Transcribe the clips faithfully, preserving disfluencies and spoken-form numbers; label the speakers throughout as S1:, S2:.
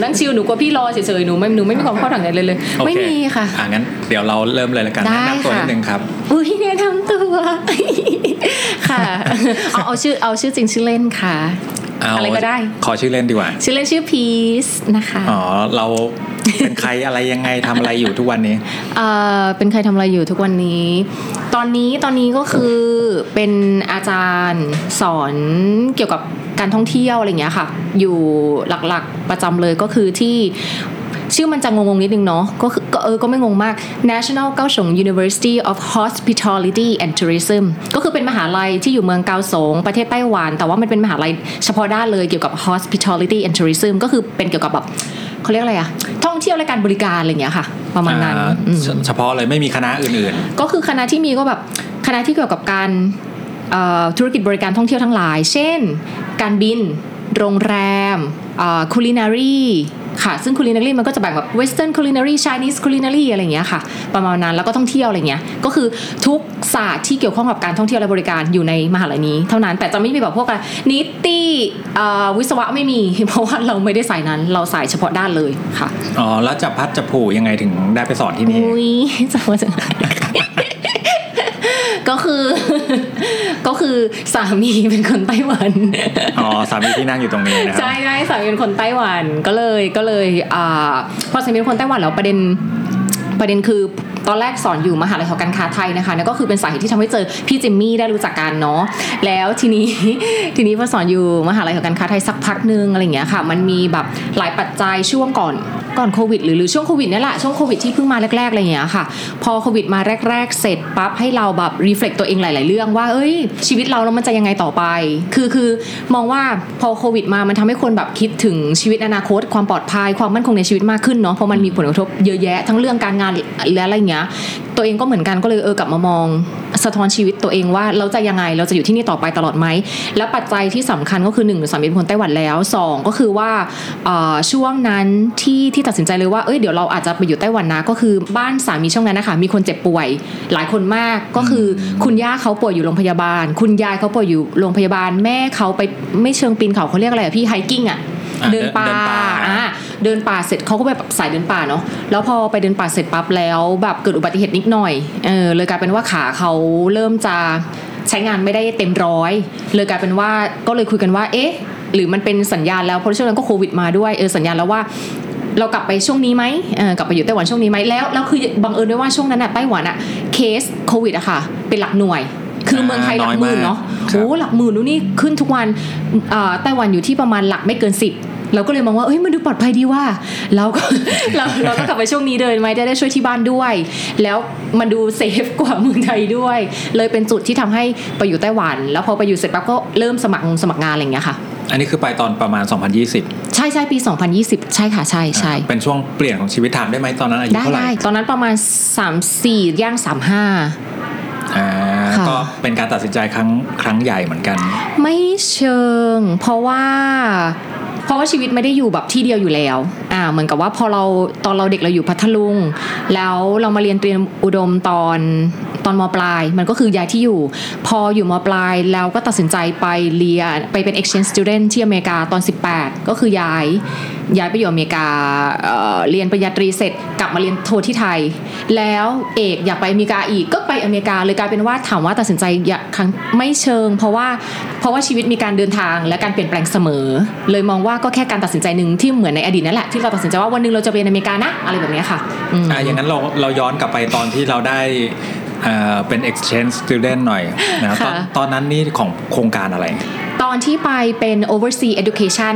S1: นั่งชิลหนูกลัวพี่รอเฉยๆหนูไม่หนูไม่มีความคาดหวังอะไรเลยไม่มีค่ะ
S2: อ่ะงั้นเดี๋ยวเราเริ่มเลยละกันแนะนำตัวนิดนึงครับ
S1: อุ้ยแนะนำตัวค่ะเอาเอาชื่อเอาชื่อจริงชื่อเล่นค่ะอะไรก็ได้
S2: ขอชื่อเล่นดีกว่า
S1: ชื่อเล่นชื่อพีซนะคะ
S2: อ๋อเราเป็นใครอะไรยังไงทำอะไรอยู่ทุกวันนี้
S1: เอ่อเป็นใครทำอะไรอยู่ทุกวันนี้ตอนนี้ตอนนี้ก็คือเป็นอาจารย์สอนเกี่ยวกับการท่องเที่ยวอะไรอย่างเงี้ยค่ะอยู่หลักๆประจำเลยก็คือที่ชื่อมันจะงงๆนิดนึงเนาะก็คือเออก็ไม่งงมาก National Kaohsiung University of Hospitality and Tourism ก็คือเป็นมหาลัยที่อยู่เมืองเกาสงประเทศไต้หวันแต่ว่ามันเป็นมหาลัยเฉพาะด้านเลยเกี่ยวกับ Hospitality and Tourism ก็คือเป็นเกี่ยวกับแบบเขาเรียกอะไรอะท่องเที่ยวและการบริการอะไรอย่างเงี้ยค่ะประมาณนั้น
S2: เฉพาะเลยไม่มีคณะอื่น
S1: ๆก็คือคณะที่มีก็แบบคณะที่เกี่ยวกับการธุรกิจบริการท่องเที่ยวทั้งหลายเช่นการบินโรงแรมculinaryค่ะซึ่ง culinary มันก็จะแบ่งแบบ western culinary Chinese culinary อะไรอย่างเงี้ยค่ะประมาณนั้นแล้วก็ท่องเที่ยวอะไรเงี้ยก็คือทุกศาสตร์ที่เกี่ยวข้องกับการท่องเที่ยวและบริการอยู่ในมหาลัยนี้เท่านั้นแต่จะไม่มีแบบพวกนิติวิศวะไม่มีเพราะว่าเราไม่ได้สายนั้นเราสายเฉพาะด้านเลยค่ะ
S2: อ๋อแล้วจับพัดจับผูยังไงถึงได้ไปสอนที่นี่
S1: อุ้ยจะว่าจะก็คือก็คือสามีเป็นคนไต้หวัน
S2: อ๋อสามีที่นั่งอยู่ตรงนี้นะครับ
S1: ใช่ใช่สามีเป็นคนไต้หวันก็เลยก็เลยอ่าพอสามีเป็นคนไต้หวันแล้วประเด็นประเด็นคือตอนแรกสอนอยู่มหาลัยหอการค้าไทยนะคะนั่นก็คือเป็นสาเหตุที่ทำให้เจอพี่จิมมี่ได้รู้จักกันเนาะแล้วทีนี้ทีนี้พอสอนอยู่มหาลัยหอการค้าไทยสักพักนึงอะไรอย่างเงี้ยค่ะมันมีแบบหลายปัจจัยช่วงก่อนก่อนโควิดหรือหรือช่วงโควิดนี่แหละช่วงโควิดที่เพิ่งมาแรกๆอะไรอย่างเงี้ยค่ะพอโควิดมาแรกๆเสร็จปั๊บให้เราแบบรีเฟล็กตัวเองหลายๆเรื่องว่าเอ้ยชีวิตเราแล้วมันจะยังไงต่อไปคือคือมองว่าพอโควิดมามันทำให้คนแบบคิดถึงชีวิตอนาคตความปลอดภัยความมั่นคงในชีวิตมากขึ้นเนาะเพราะมันมีผลกระทบเยอะแยะทั้งเรื่องการงานและอะไรเงี้ยตัวเองก็เหมือนกันก็เลยเออกลับมามองสะท้อนชีวิตตัวเองว่าเราจะยังไงเราจะอยู่ที่นี่ต่อไปตลอดไหมและปัจจัยที่สำคัญก็คือหนึ่งสามีเป็นคนไต้หวันแล้วสองก็คือว่าช่วงนั้นที่ที่ตัดสินใจเลยว่าเอ้ยเดี๋ยวเราอาจจะไปอยู่ไต้หวันนะก็คือบ้านสามีช่วงนั้นนะคะมีคนเจ็บป่วยหลายคนมากก็คือคุณย่าเขาป่วยอยู่โรงพยาบาลคุณยายเขาป่วยอยู่โรงพยาบาลแม่เขาไปไม่เชิงปีนเขาเขาเรียกอะไรอะพี่ไฮกิ้งอะเดินป่าอ่าเดินป่าเสร็จเขาก็แบบสายเดินป่าเนาะแล้วพอไปเดินป่าเสร็จปั๊บแล้วแบบเกิดอุบัติเหตุนิดหน่อยเออเลยกลายเป็นว่าขาเขาเริ่มจะใช้งานไม่ได้เต็มร้อยเลยกลายเป็นว่าก็เลยคุยกันว่าเอ๊ะหรือมันเป็นสัญญาณแล้วเพราะช่วงนั้นก็โควิดมาด้วยเออสัญญาณแล้วว่าเรากลับไปช่วงนี้ไหมเออกลับไปอยู่ไต้หวันช่วงนี้ไหมแล้วแล้วคือบังเอิญด้วยว่าช่วงนั้นอะไต้หวันอะเคสโควิดอะค่ะเป็นหลักหน่วยคือเมืองไทยหลักหมื่นเนาะโอ้หลักหมื่นนู่นนี่ขึ้นทุกวันไต้หวันอยู่ที่ประมาณหลักไม่เกินสิบเราก็เลยมองว่าเอ้ยมันดูปลอดภัยดีว่าเราก็เราเราก็กลับไปช่วงนี้เลยไหมได้ได้ช่วยที่บ้านด้วยแล้วมันดูเซฟกว่าเมืองไทยด้วยเลยเป็นจุดที่ทำให้ไปอยู่ไต้หวันแล้วพอไปอยู่เสร็จปั๊บก็เริ่มสมัครงสมัครงานอะไรอย่างเงี้ยค่ะ
S2: อันนี้คือไปตอนประมาณสองพันยี่สิบ
S1: ใช่ใช่ปีสองพันยี่สิบใช่ค่ะใช่ใช่
S2: เป็นช่วงเปลี่ยนของชีวิตถามได้ไหมตอนนั้นอายุเท่าไหร่
S1: ได้ตอนนั้นประมาณสามสิบสี่ย่างสามสิบห้า
S2: อ่าก็เป็นการตัดสินใจครั้งครั้งใหญ่เหมือนกัน
S1: ไม่เชิงเพราะว่าเพราะว่าชีวิตไม่ได้อยู่แบบที่เดียวอยู่แล้วอ่าเหมือนกับว่าพอเราตอนเราเด็กเราอยู่พัทลุงแล้วเรามาเรียนเตรียมอุดมตอนตอนม.ปลายมันก็คือย้ายที่อยู่พออยู่ม.ปลายแล้วก็ตัดสินใจไปเรียนไปเป็น exchange student ที่อเมริกาตอนสิบแปดก็คือย้ายย้ายไปอยู่อเมริกา เอ่อ เรียนปริญญาตรีเสร็จกลับมาเรียนโทที่ไทยแล้วเอกอยากไปอเมริกาอีกก็ไปอเมริกาเลยกลายเป็นว่าถามว่าตัดสินใจครั้งไม่เชิงเพราะว่าเพราะว่าชีวิตมีการเดินทางและการเปลี่ยนแปลงเสมอเลยมองว่าก็แค่การตัดสินใจนึงที่เหมือนในอดีตนั่นแหละที่เราตัดสินใจว่าวันนึงเราจะไปอเมริกานะอะไรแบบนี้ค่ะ
S2: อ่าอย่างนั้นเราเราย้อนกลับไปตอนที่เราได้อ่าเป็น exchange student หน่อยนะตอนตอนนั้นนี่ของโครงการอะไร
S1: ตอนที่ไปเป็น overseas education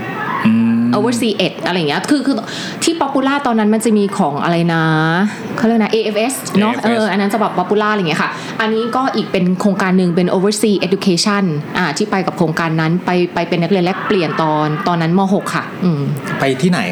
S1: overseas ed อะไรอย่างเงี้ยคือคือที่ป๊อปปูล่าตอนนั้นมันจะมีของอะไรนะเขาเรียกนะ เอ เอฟ เอส เนาะเอออันนั้นจะแบบป๊อปปูล่าอะไรอย่างเงี้ยค่ะอันนี้ก็อีกเป็นโครงการนึงเป็น overseas education อ่าที่ไปกับโครงการนั้นไปไปเป็นนักเรียนแลกเปลี่ยนตอนตอนนั้นม.หก ค่ะอืม
S2: ไปที่ไหนครับ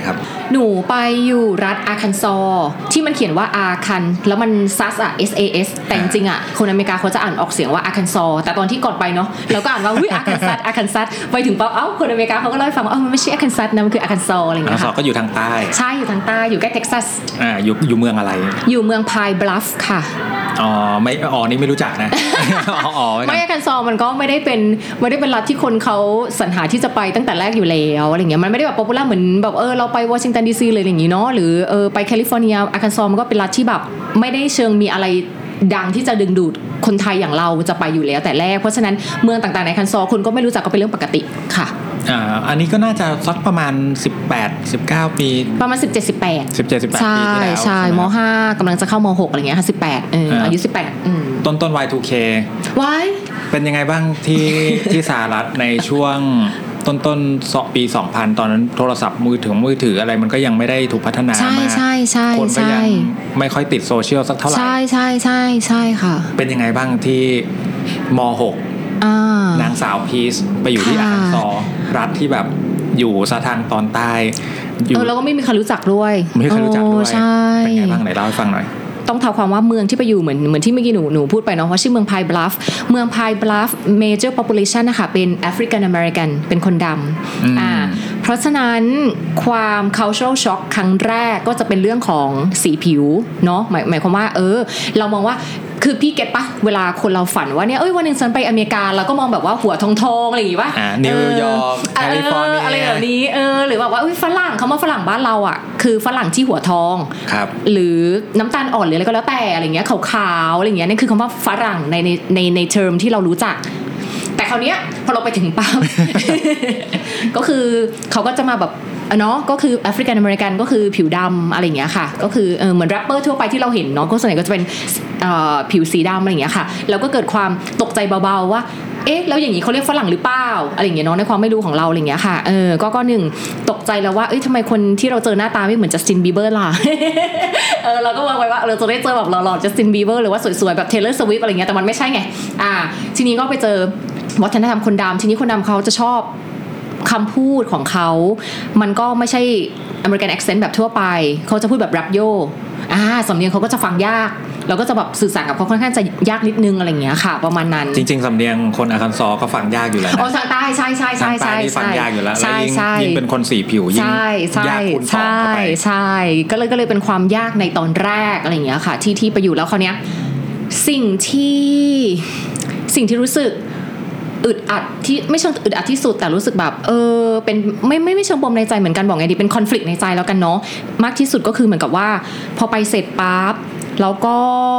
S1: หนูไปอยู่รัฐอาร์คันซอที่มันเขียนว่าอาร์คันแล้วมันซัสอะ S A S แต่จริงๆอะคนอเมริกาเขาจะอ่านออกเสียงว่าอาร์คันซอแต่ตอนที่ก่อนไปเนาะเราก็อ่านว่าอุ๊ยอาร์คันซัสอาร์คันซัสไปถึงปั๊บเอ้าคนอเมริกาเขาก็เล่าให้ฟังว่าเอ้ามันไม่ใช่อาร์คันซัสนะมันคืออาร์คันซออะไรอย่าง
S2: อา
S1: เงี้ย
S2: ซอ
S1: ค่ะ
S2: ก็อยู่ทางใต้
S1: ใช่อยู่ทางใต้อยู่ใกล้เท็กซัส
S2: อ่าอยู่อยู่เมืองอะไร
S1: อยู่เมืองพายบลัฟค่ะ
S2: อ๋อไม่อ๋อนี่ไม่รู้จักนะ อ๋อ
S1: ไม่อาร์คันซอมันก็ไม่ได้เป็นไม่ได้เป็นรัฐที่คนเขาสรรหาที่จะไปตั้งแต่แรกอยู่แล้วอะไรเงี้ยมันไม่ได้แบบป๊อปปูล่าเหมือนแบบเออเราไปวอชิงตันดีซีเลยอย่างงี้เนาะหรือเออไปแคลิฟอร์เนียอาร์คันซอมันก็เป็นรัฐที่แบบไม่ได้เชิงมีอะไรดังที่จะดึงดูดคนไทยอย่างเราจะไปอยู่แล้วแต่แรกเพราะฉะนั้นเมืองต่างๆในอาร์คันซอคนก็ไม่รู้จักก็เป็นเรื่องปกติค่ะ
S2: อ่าอันนี้ก็น่าจะสักประมาณสิบแปด สิบเก้าปี
S1: ประมาณสิบเจ็ด สิบแปด
S2: สิบเจ็ด สิบแปดปีที่แล้ว
S1: ใช่ม.ห้า กำลังจะเข้าม.หกอะไรเงี้ยค่ะสิบแปดเอออายุสิบแปดอืม
S2: ต้นต้น วาย ทู เค
S1: วาย
S2: เป็นยังไงบ้างที่ที่สหรัฐในช่วงต้นต้นปีสองพันตอนนั้นโทรศัพท์มือถือมือถืออะไรมันก็ยังไม่ได้ถูกพัฒนามาก
S1: ใช่ใช่ใช่
S2: คนก็ยังไม่ค่อยติดโซเชียลสักเท่าไหร่
S1: ใช่ใช่ใช่ใช่ค่ะ
S2: เป็นยังไงบ้างที่ม.หกนางสาวพีซไปอยู่ที่อาร์คันซอรัฐที่แบบอยู่ซะทางตอนใต้
S1: เออแล้วก็ไม่มีใครรู้จักด้วย
S2: ไม่มีใครรู้จักด้วยเป็นไงบ้างไหนเล่าให้ฟังหน่อย
S1: ต้องเท่าความว่าเมืองที่ไปอยู่เหมือนเหมือนที่เมื่อกี้หนูหนูพูดไปเนาะว่าชื่อเมืองพายบลัฟเมืองพายบลัฟ major population นะคะเป็น African American เป็นคนดำอ่าเพราะฉะนั้นความ cultural shock ครั้งแรกก็จะเป็นเรื่องของสีผิวเนาะหมายหมายความว่าเออเรามองว่าคือพี่เก็ตปะเวลาคนเราฝันว่าเนี่ยเอ้ยวันนึงฉันไปอเมริกาเราก็มองแบบว่าหัวทองๆอะไรอย่างงี้ป่ะ
S2: อ่านิวยอร์กแคลิฟอร์เนีย
S1: อะไรแบบนี้เออหรือแบบว่าอุ้ยฝรั่งเขามาฝรั่งบ้านเราอ่ะคือฝรั่งที่หัวทอง
S2: ครับ
S1: หรือน้ำตาลอ่อนหรืออะไรก็แล้วแต่อะไรเงี้ยขาวๆอะไรเงี้ยนี่คือคำว่าฝรั่งในในในในเทอมที่เรารู้จักแต่คราวเนี้ยพอเราไปถึงปั๊บ ก็คือเขาก็จะมาแบบเนาะก็คือแอฟริกันอเมริกันก็คือผิวดำอะไรอย่างเงี้ยค่ะก็คือเออเหมือนแรปเปอร์ทั่วไปที่เราเห็นเนาะก็ส่วนใหญ่ก็จะเป็นผิวสีดำอะไรอย่างเงี้ยค่ะแล้วก็เกิดความตกใจเบาๆว่าเอ๊ะแล้วอย่างนี้เขาเรียกฝรั่งหรือเปล่าอะไรอย่างเงี้ยเนาะในความไม่รู้ของเราอะไรอย่างเงี้ยค่ะเออก็ก็หนึ่งตกใจแล้วว่าเอ้ยทำไมคนที่เราเจอหน้าตาไม่เหมือนจัสตินบีเบอร์ล่ะ เออเราก็วางไว้ว่าเราจะได้เจอแบบหล่อๆจัสตินบีเบอร์หรือว่าสวยๆแบบเทย์เลอร์สวิฟต์อะไรเงี้ยแต่มันไม่ใช่ไงอ่าทีนี้ก็ไปเจอวัฒนธรรมคนดำทีนี้คนดำเขาจะชอบคำพูดของเขามันก็ไม่ใช่ American accent แบบทั่วไปเขาจะพูดแบบแรปโยอ่าสำเนียงเขาก็จะฟังยากเราก็จะแบบสื่อสารกับเขาค่อนข้างจะยากนิดนึงอะไรอย่างเงี้ยค่ะประมาณนั้น
S2: จริงๆสำเนียงคนอาร์คันซอก็ฟังยากอยู่แล้วนะ
S1: อ๋อทางใต้ใช่ใช่ใช่ใช่
S2: ฟังยากอยู่แล้วแล้วยิ่งเป็นคนสีผิวยิ่งยากคูณสองเข้าไป
S1: ใช่ก็เลยก็เลยเป็นความยากในตอนแรกอะไรอย่างเงี้ยค่ะที่ที่ไปอยู่แล้วคราวเนี้ยสิ่งที่สิ่งที่รู้สึกอึดอัดที่ไม่เชิงอึดอัดที่สุดแต่รู้สึกแบบเออเป็นไม่ไม่ไม่เชิงปมในใจเหมือนกันบอกไงดีเป็นคอนฟลิกต์ในใจแล้วกันเนาะมากที่สุดก็คือเหมือนกับว่าพอไปเสร็จปั๊บแล้วก็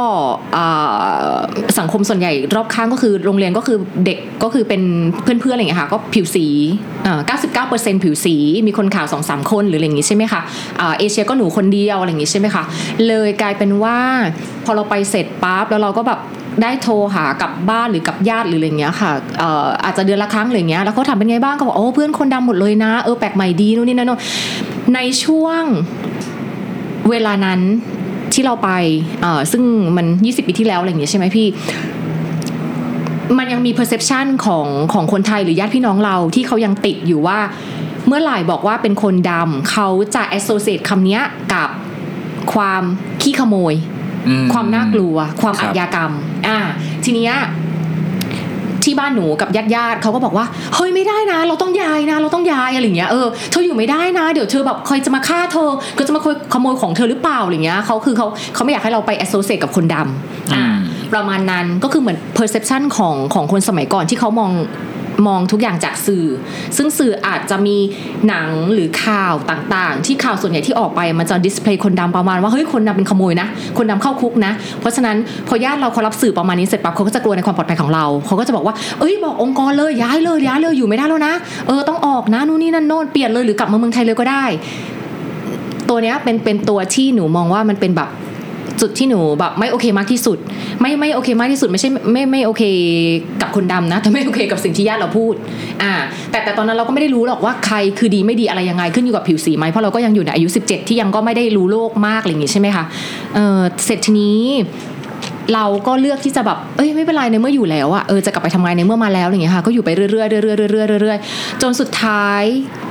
S1: สังคมส่วนใหญ่รอบข้างก็คือโรงเรียนก็คือเด็กก็คือเป็นเพื่อนๆอะไรอย่างเงี้ยค่ะก็ผิวสีเก้าสิบเก้าเปอร์เซ็นต์ ผิวสีมีคนขาว สองสาม คนหรืออะไรอย่างงี้ใช่ไหมคะเอเชียก็หนูคนเดียวอะไรอย่างงี้ใช่ไหมคะเลยกลายเป็นว่าพอเราไปเสร็จปั๊บแล้วเราก็แบบได้โทรหากลับบ้านหรือกับญาติหรืออะไรเงี้ยค่ะเอ่ออาจจะเดือนละครั้งอะไรเงี้ยแล้วเขาถามเป็นไงบ้างก็บอกโอ้เพื่อนคนดำหมดเลยนะเออแปลกใหม่ดีนู่นนี่นั่นในช่วงเวลานั้นที่เราไปเอ่อซึ่งมันยี่สิบปีที่แล้วอะไรอย่างเงี้ยใช่ไหมพี่มันยังมี perception ของของคนไทยหรือญาติพี่น้องเราที่เขายังติดอยู่ว่าเมื่อไหร่บอกว่าเป็นคนดำเขาจะ associate คำนี้กับความขี้ขโมยความน่ากลัวความอาชญากรรมอ่าทีเนี้ยที่บ้านหนูกับญาติๆเขาก็บอกว่าเฮ้ยไม่ได้นะเราต้องย้ายนะเราต้องย้ายอะไรอย่างเงี้ยเออเธออยู่ไม่ได้นะเดี๋ยวเธอแบบใครจะมาฆ่าเธอก็จะมาขโมยของเธอหรือเปล่าอะไรเงี้ยเขาคือเขาเขาไม่อยากให้เราไป associate กับคนดำอ่าประมาณนั้นก็คือเหมือน perception ของของคนสมัยก่อนที่เขามองมองทุกอย่างจากสื่อซึ่งสื่ออาจจะมีหนังหรือข่าวต่างๆที่ข่าวส่วนใหญ่ที่ออกไปมันจะดิสเพลย์คนดำประมาณว่าเฮ้ยคนดำเป็นขโมยนะคนดำเข้าคุกนะเพราะฉะนั้นพอญาติเราเขารับสื่อประมาณนี้เสร็จปั๊บเขาก็จะกลัวในความปลอดภัยของเราเขาก็จะบอกว่าเอ้ยบอกองค์กรเลยย้ายเลยย้ายเลยอยู่ไม่ได้แล้วนะเออต้องออกนะนู่นนี่นั่นโน่นเปลี่ยนเลยหรือกลับมาเมืองไทยเลยก็ได้ตัวเนี้ยเป็นเป็นตัวที่หนูมองว่ามันเป็นแบบจุดที่หนูแบบไม่โอเคมากที่สุดไม่ไม่โอเคมากที่สุดไม่ใช่ไม่ไม่โอเคกับคนดำนะแต่ไม่โอเคกับสิ่งที่ญาติเราพูดอ่าแต่แต่ตอนนั้นเราก็ไม่ได้รู้หรอกว่าใครคือดีไม่ดีอะไรยังไงขึ้นอยู่กับผิวสีไหมเพราะเราก็ยังอยู่ในอายุสิบเจ็ดที่ยังก็ไม่ได้รู้โลกมากอะไรอย่างงี้ใช่ไหมคะเออเสร็จทีนี้เราก็เลือกที่จะแบบเอ้ยไม่เป็นไรในเมื่ออยู่แล้วอะเออจะกลับไปทำงานในเมื่อมาแล้วอะไรอย่างเงี้ยค่ะก็อยู่ไปเรื่อยๆเรื่อยๆเรื่อยๆเรื่อยๆจนสุดท้าย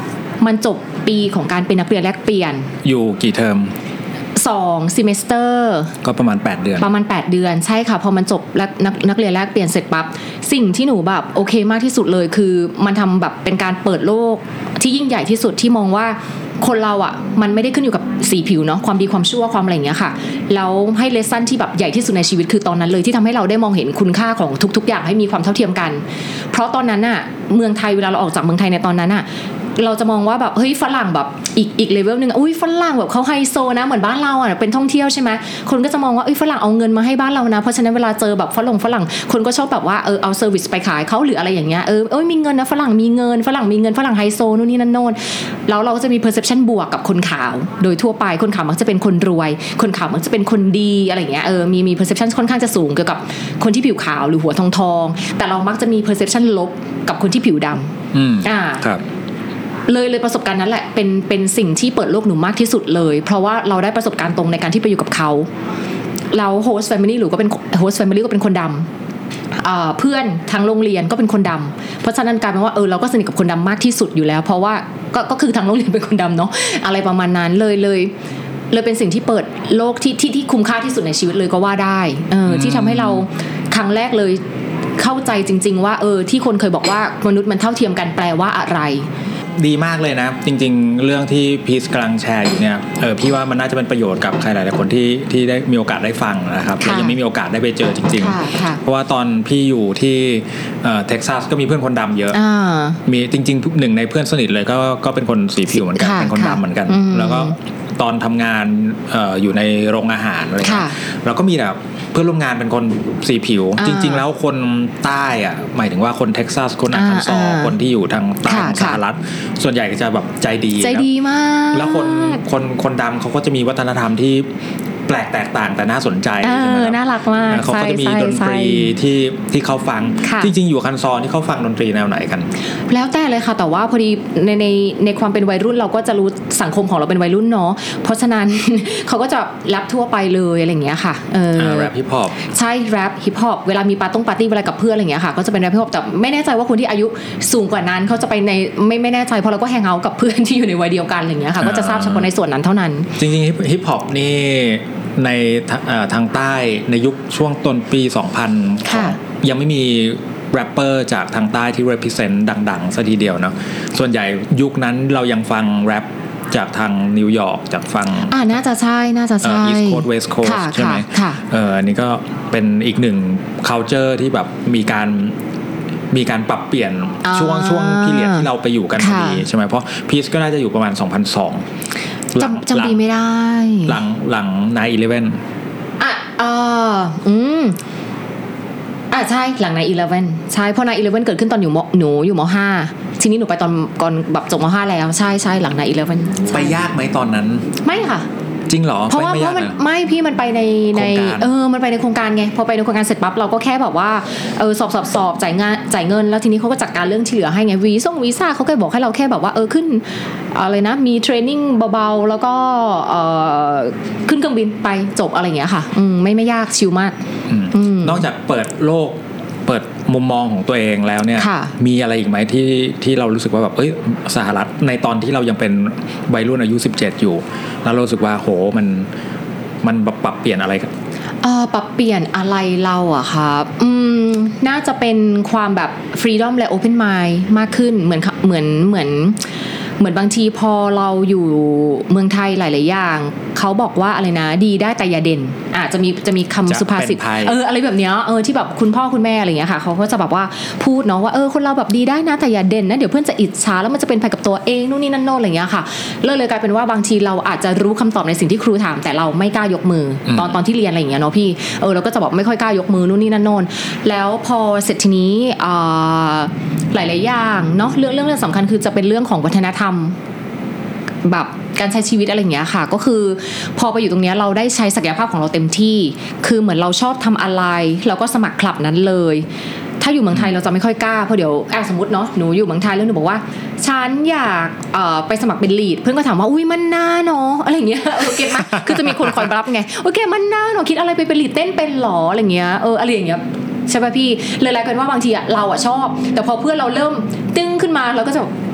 S1: มันจบปีของการเป็นนักเรียนแลกเปลี่ยน
S2: อยู่กี่เทอม
S1: สองซีเมสเตอร์
S2: ก็ประมาณแปดเดือน
S1: ประมาณแปดเดือนใช่ค่ะพอมันจบแล้วนักนักเรียนแลกเปลี่ยนเสร็จปั๊บสิ่งที่หนูแบบโอเคมากที่สุดเลยคือมันทำแบบเป็นการเปิดโลกที่ยิ่งใหญ่ที่สุดที่มองว่าคนเราอ่ะมันไม่ได้ขึ้นอยู่กับสีผิวเนาะความดีความชั่วความอะไรอย่างเงี้ยค่ะแล้วให้เลสซันที่แบบใหญ่ที่สุดในชีวิตคือตอนนั้นเลยที่ทำให้เราได้มองเห็นคุณค่าของทุกๆอย่างให้มีความเท่าเทียมกันเพราะตอนนั้นน่ะเมืองไทยเวลาเราออกจากเมืองไทยในตอนนั้นน่ะเราจะมองว่าแบบเฮ้ยฝรั่งแบบอีกอีกเลเวลนึงอุ้ยฝรั่งแบบเขาไฮโซนะเหมือนบ้านเราอ่ะเป็นท่องเที่ยวใช่ไหมคนก็จะมองว่าเอ้ยฝรั่งเอาเงินมาให้บ้านเรานะเพราะฉะนั้นเวลาเจอแบบฝรั่งฝรั่งคนก็ชอบแบบว่าเออเอาเซอร์วิสไปขายเขาหรืออะไรอย่างเงี้ยเออเอ้ยมีเงินนะฝรั่งมีเงินฝรั่งมีเงินฝรั่งไฮโซนู่นนี่นั่นโน่นแล้วเราก็จะมี perception บวกกับคนขาวโดยทั่วไปคนขาวมักจะเป็นคนรวยคนขาวมักจะเป็นคนดีอะไรอย่างเงี้ยเออมีมี perception ค่อนข้างจะสูงเกี่ยวกับคนที่ผิวขาวหรือหัวทองทองแต่เรามักจะมี perception ลบกับคนที่ผิวดำ
S2: อืมอ่าครับ
S1: เลยเลยประสบการณ์นั้นแหละเป็นเป็นสิ่งที่เปิดโลกหนูมากที่สุดเลยเพราะว่าเราได้ประสบการณ์ตรงในการที่ไปอยู่กับเขาเราโฮสต์แฟมิลี่หรือก็เป็นโฮสต์แฟมิลี่ก็เป็นคนดำเพื่อนทางโรงเรียนก็เป็นคนดำเพราะฉะนั้นกลายเป็นว่าเออเราก็สนิทกับคนดำมากที่สุดอยู่แล้วเพราะว่าก็ก็คือทางโรงเรียนเป็นคนดำเนาะอะไรประมาณนั้นเลยเลยเลยเป็นสิ่งที่เปิดโลกที่ที่ที่คุ้มค่าที่สุดในชีวิตเลยก็ว่าได้เออที่ทำให้เราครั้งแรกเลยเข้าใจจริงๆว่าเออที่คนเคยบอกว่ามนุษย์มันเท่าเทียมกันแปลว่าอะไร
S2: ดีมากเลยนะจริงๆเรื่องที่พีชกำลังแชร์อยู่เนี่ยเออพี่ว่ามันน่าจะเป็นประโยชน์กับใครหลายๆคนที่ที่ได้มีโอกาสได้ฟังนะครับและยังไม่มีโอกาสได้ไปเจอจริงๆเพราะว่าตอนพี่อยู่ที่เท็กซัสก็มีเพื่อนคนดำเยอะมีจริงๆหนึ่งในเพื่อนสนิทเลยก็ก็เป็นคนสีผิวเหมือนกันเป็นคนดำเหมือนกันแล้วก็ตอนทำงานออยู่ในโรงอาหารอะไรเงี้ยเราก็มีแบบเพื่อนร่วมงานเป็นคนสีผิวจริงๆแล้วคนใต้อ่ะหมายถึงว่าคนเท็กซัสคนอาร์คันซอคนที่อยู่ทางใต้ของสหรัฐส่วนใหญ่ก็จะแบบใจดี
S1: ใจดีมาก
S2: แล้วคนคนคนดำเขาก็จะมีวัฒนธรรมที่แปลกแตกต่างแต่น่าสนใจใช่ไหม
S1: น่ารักมาก
S2: เขาก็จะมีดนตรีที่ที่เขาฟังจริงๆอยู่คันซอที่เขาฟังดนตรีแนวไหนกัน
S1: แล้วแต่เลยค่ะแต่ว่าพอดีในในในความเป็นวัยรุ่นเราก็จะรู้สังคมของเราเป็นวัยรุ่นเนาะเพราะฉะนั้น เขาก็จะแรปทั่วไปเลยอะไรอย่างเงี้ยค่ะเออ
S2: แรปฮิปฮอป
S1: ใช่แรปฮิปฮอปเวลามีปาร์ตี้ปาร์ตี้เวลากับเพื่อนอะไรอย่างเงี้ยค่ะก็จะเป็นแรปฮิปฮอปแต่ไม่แน่ใจว่าคนที่อายุสูงกว่านั้นเขาจะไปในไม่ไม่แน่ใจเพราะเราก็แฮงเอาท์กับเพื่อนที่อยู่ในวัยเดียวกันอะไรอย่างเงี้ยค่ะก็จะทราบเฉพาะในส่วนนั้นเท่านั้น
S2: จริงๆฮิปฮอปนี่ในทางใต้ในยุคช่วงต้นปีสองพันยังไม่มีแรปเปอร์จากทางใต้ที่ represent ดังๆซะทีเดียวเนาะส่วนใหญ่ยุคนั้นเรายังฟังแรปจากทางนิวยอร์กจากฟัง
S1: อ่าน่าจะใช่น่าจะใช่
S2: East Coast West Coast ใช่ไหมเอออันนี้ก็เป็นอีกหนึ่ง culture ที่แบบมีการมีการปรับเปลี่ยนช่วงช่วงพีเรียดที่เราไปอยู่กันพอดีใช่ไหมเพราะพีชก็น่าจะอยู่ประมาณสองพันสอง
S1: จำจำปีไม่ได้
S2: หลังหลัง ไนน์ อีเลฟเว่น
S1: อ่ะอ่าอืมอ่ะใช่หลัง ไนน์ อีเลฟเว่น ใช่เพราะ ไนน์ อีเลฟเว่น เกิดขึ้นตอนอยู่มหนูอยู่มห้าทีนี้หนูไปตอนก่อนแบบจบมห้าแล้วใช่ใช่หลัง ไนน์ อีเลฟเว่น
S2: ไปยากไหมตอนนั้น
S1: ไม่ค่ะ
S2: จริงเหรอ
S1: เพราะว่าเพราะมันไม่พี่มันไปในในเออมันไปในโครงการไงพอไปในโครงการเสร็จปั๊บเราก็แค่แบบว่าเออสอบสอบสอบจ่ายงานจ่ายเงินแล้วทีนี้เขาก็จัดการเรื่องที่เหลือให้ไงวีซ่งวีซ่าเขาก็บอกให้เราแค่แบบว่าเออขึ้นอะไรนะมีเทรนนิ่งเบาๆแล้วก็เออขึ้นเครื่องบินไปจบอะไรอย่างเงี้ยค่ะอืมไม่ไม่ยากชิลมาก
S2: นอกจากเปิดโลกเปิดมุมมองของตัวเองแล้วเนี่ยมีอะไรอีกไหมที่ที่เรารู้สึกว่าแบบเอ้ยสหรัฐในตอนที่เรายังเป็นวัยรุ่นอายุสิบเจ็ดอยู่แล้วเรารู้สึกว่าโหมันมันปรับเปลี่ยนอะไรกัน
S1: เอ่อปรับเปลี่ยนอะไรเราอะครับอืมน่าจะเป็นความแบบ freedom และ open mind มากขึ้นเหมือนเหมือนเหมือนเหมือนบางทีพอเราอยู่เมืองไทยหลายๆอย่างเขาบอกว่าอะไรนะดีได้แต่อย่าเด่นอาจจะมีจะมีคำสุภาษิตเอออะไรแบบเนี้ยเออที่แบบคุณพ่อคุณแม่อะไรอย่างเงี้ยค่ะเขาก็จะแบบว่าพูดเนาะว่าเออคนเราแบบดีได้นะแต่อย่าเด่นนะเดี๋ยวเพื่อนจะอิจฉาแล้วมันจะเป็นภัยกับตัวเองนู่นนี่นั่นโน่นอะไรอย่างเงี้ยค่ะเลยเลยกลายเป็นว่าบางทีเราอาจจะรู้คำตอบในสิ่งที่ครูถามแต่เราไม่กล้ายกมือตอนตอนที่เรียนอะไรอย่างเงี้ยเนาะพี่เออเราก็จะบอกไม่ค่อยกล้ายกมือนู่นนี่นั่นโน่นแล้วพอเสร็จทีนี้อ่าหลายๆอย่างเนาะเรื่องเรื่องสำคัญคือจะเป็นเรื่องของวัฒนธรรมแบบการใช้ชีวิตอะไรอย่างเงี้ยค่ะก็คือพอไปอยู่ตรงนี้เราได้ใช้ศักยภาพของเราเต็มที่คือเหมือนเราชอบทำอะไรเราก็สมัครคลับนั้นเลยถ้าอยู่เมืองไทยเราจะไม่ค่อยกล้าเพราะเดี๋ยวอ่ะสมมติเนาะหนูอยู่เมืองไทยแล้วหนูบอกว่าฉันอยากเอ่อไปสมัครเป็นลีดเพื่อนก็ถามว่าอุ้ยมันน่าเนาะอะไรอย่างเงี้ยเออเก็ทมั้ยคือจะมีคนคอยรับไงโอเคมันน่าเนาะคิดอะไรไปเป็นลีดเต้นเป็นหรออะไรอย่างเงี้ยเอออะไรอย่างเงี้ยใช่ป่ะพี่เลยหลายคนว่าบางทีอ่ะเราอ่ะชอบแต่พอเพื่อนเราเริ่มตึ้งขึ้นมาเราก็จะอืม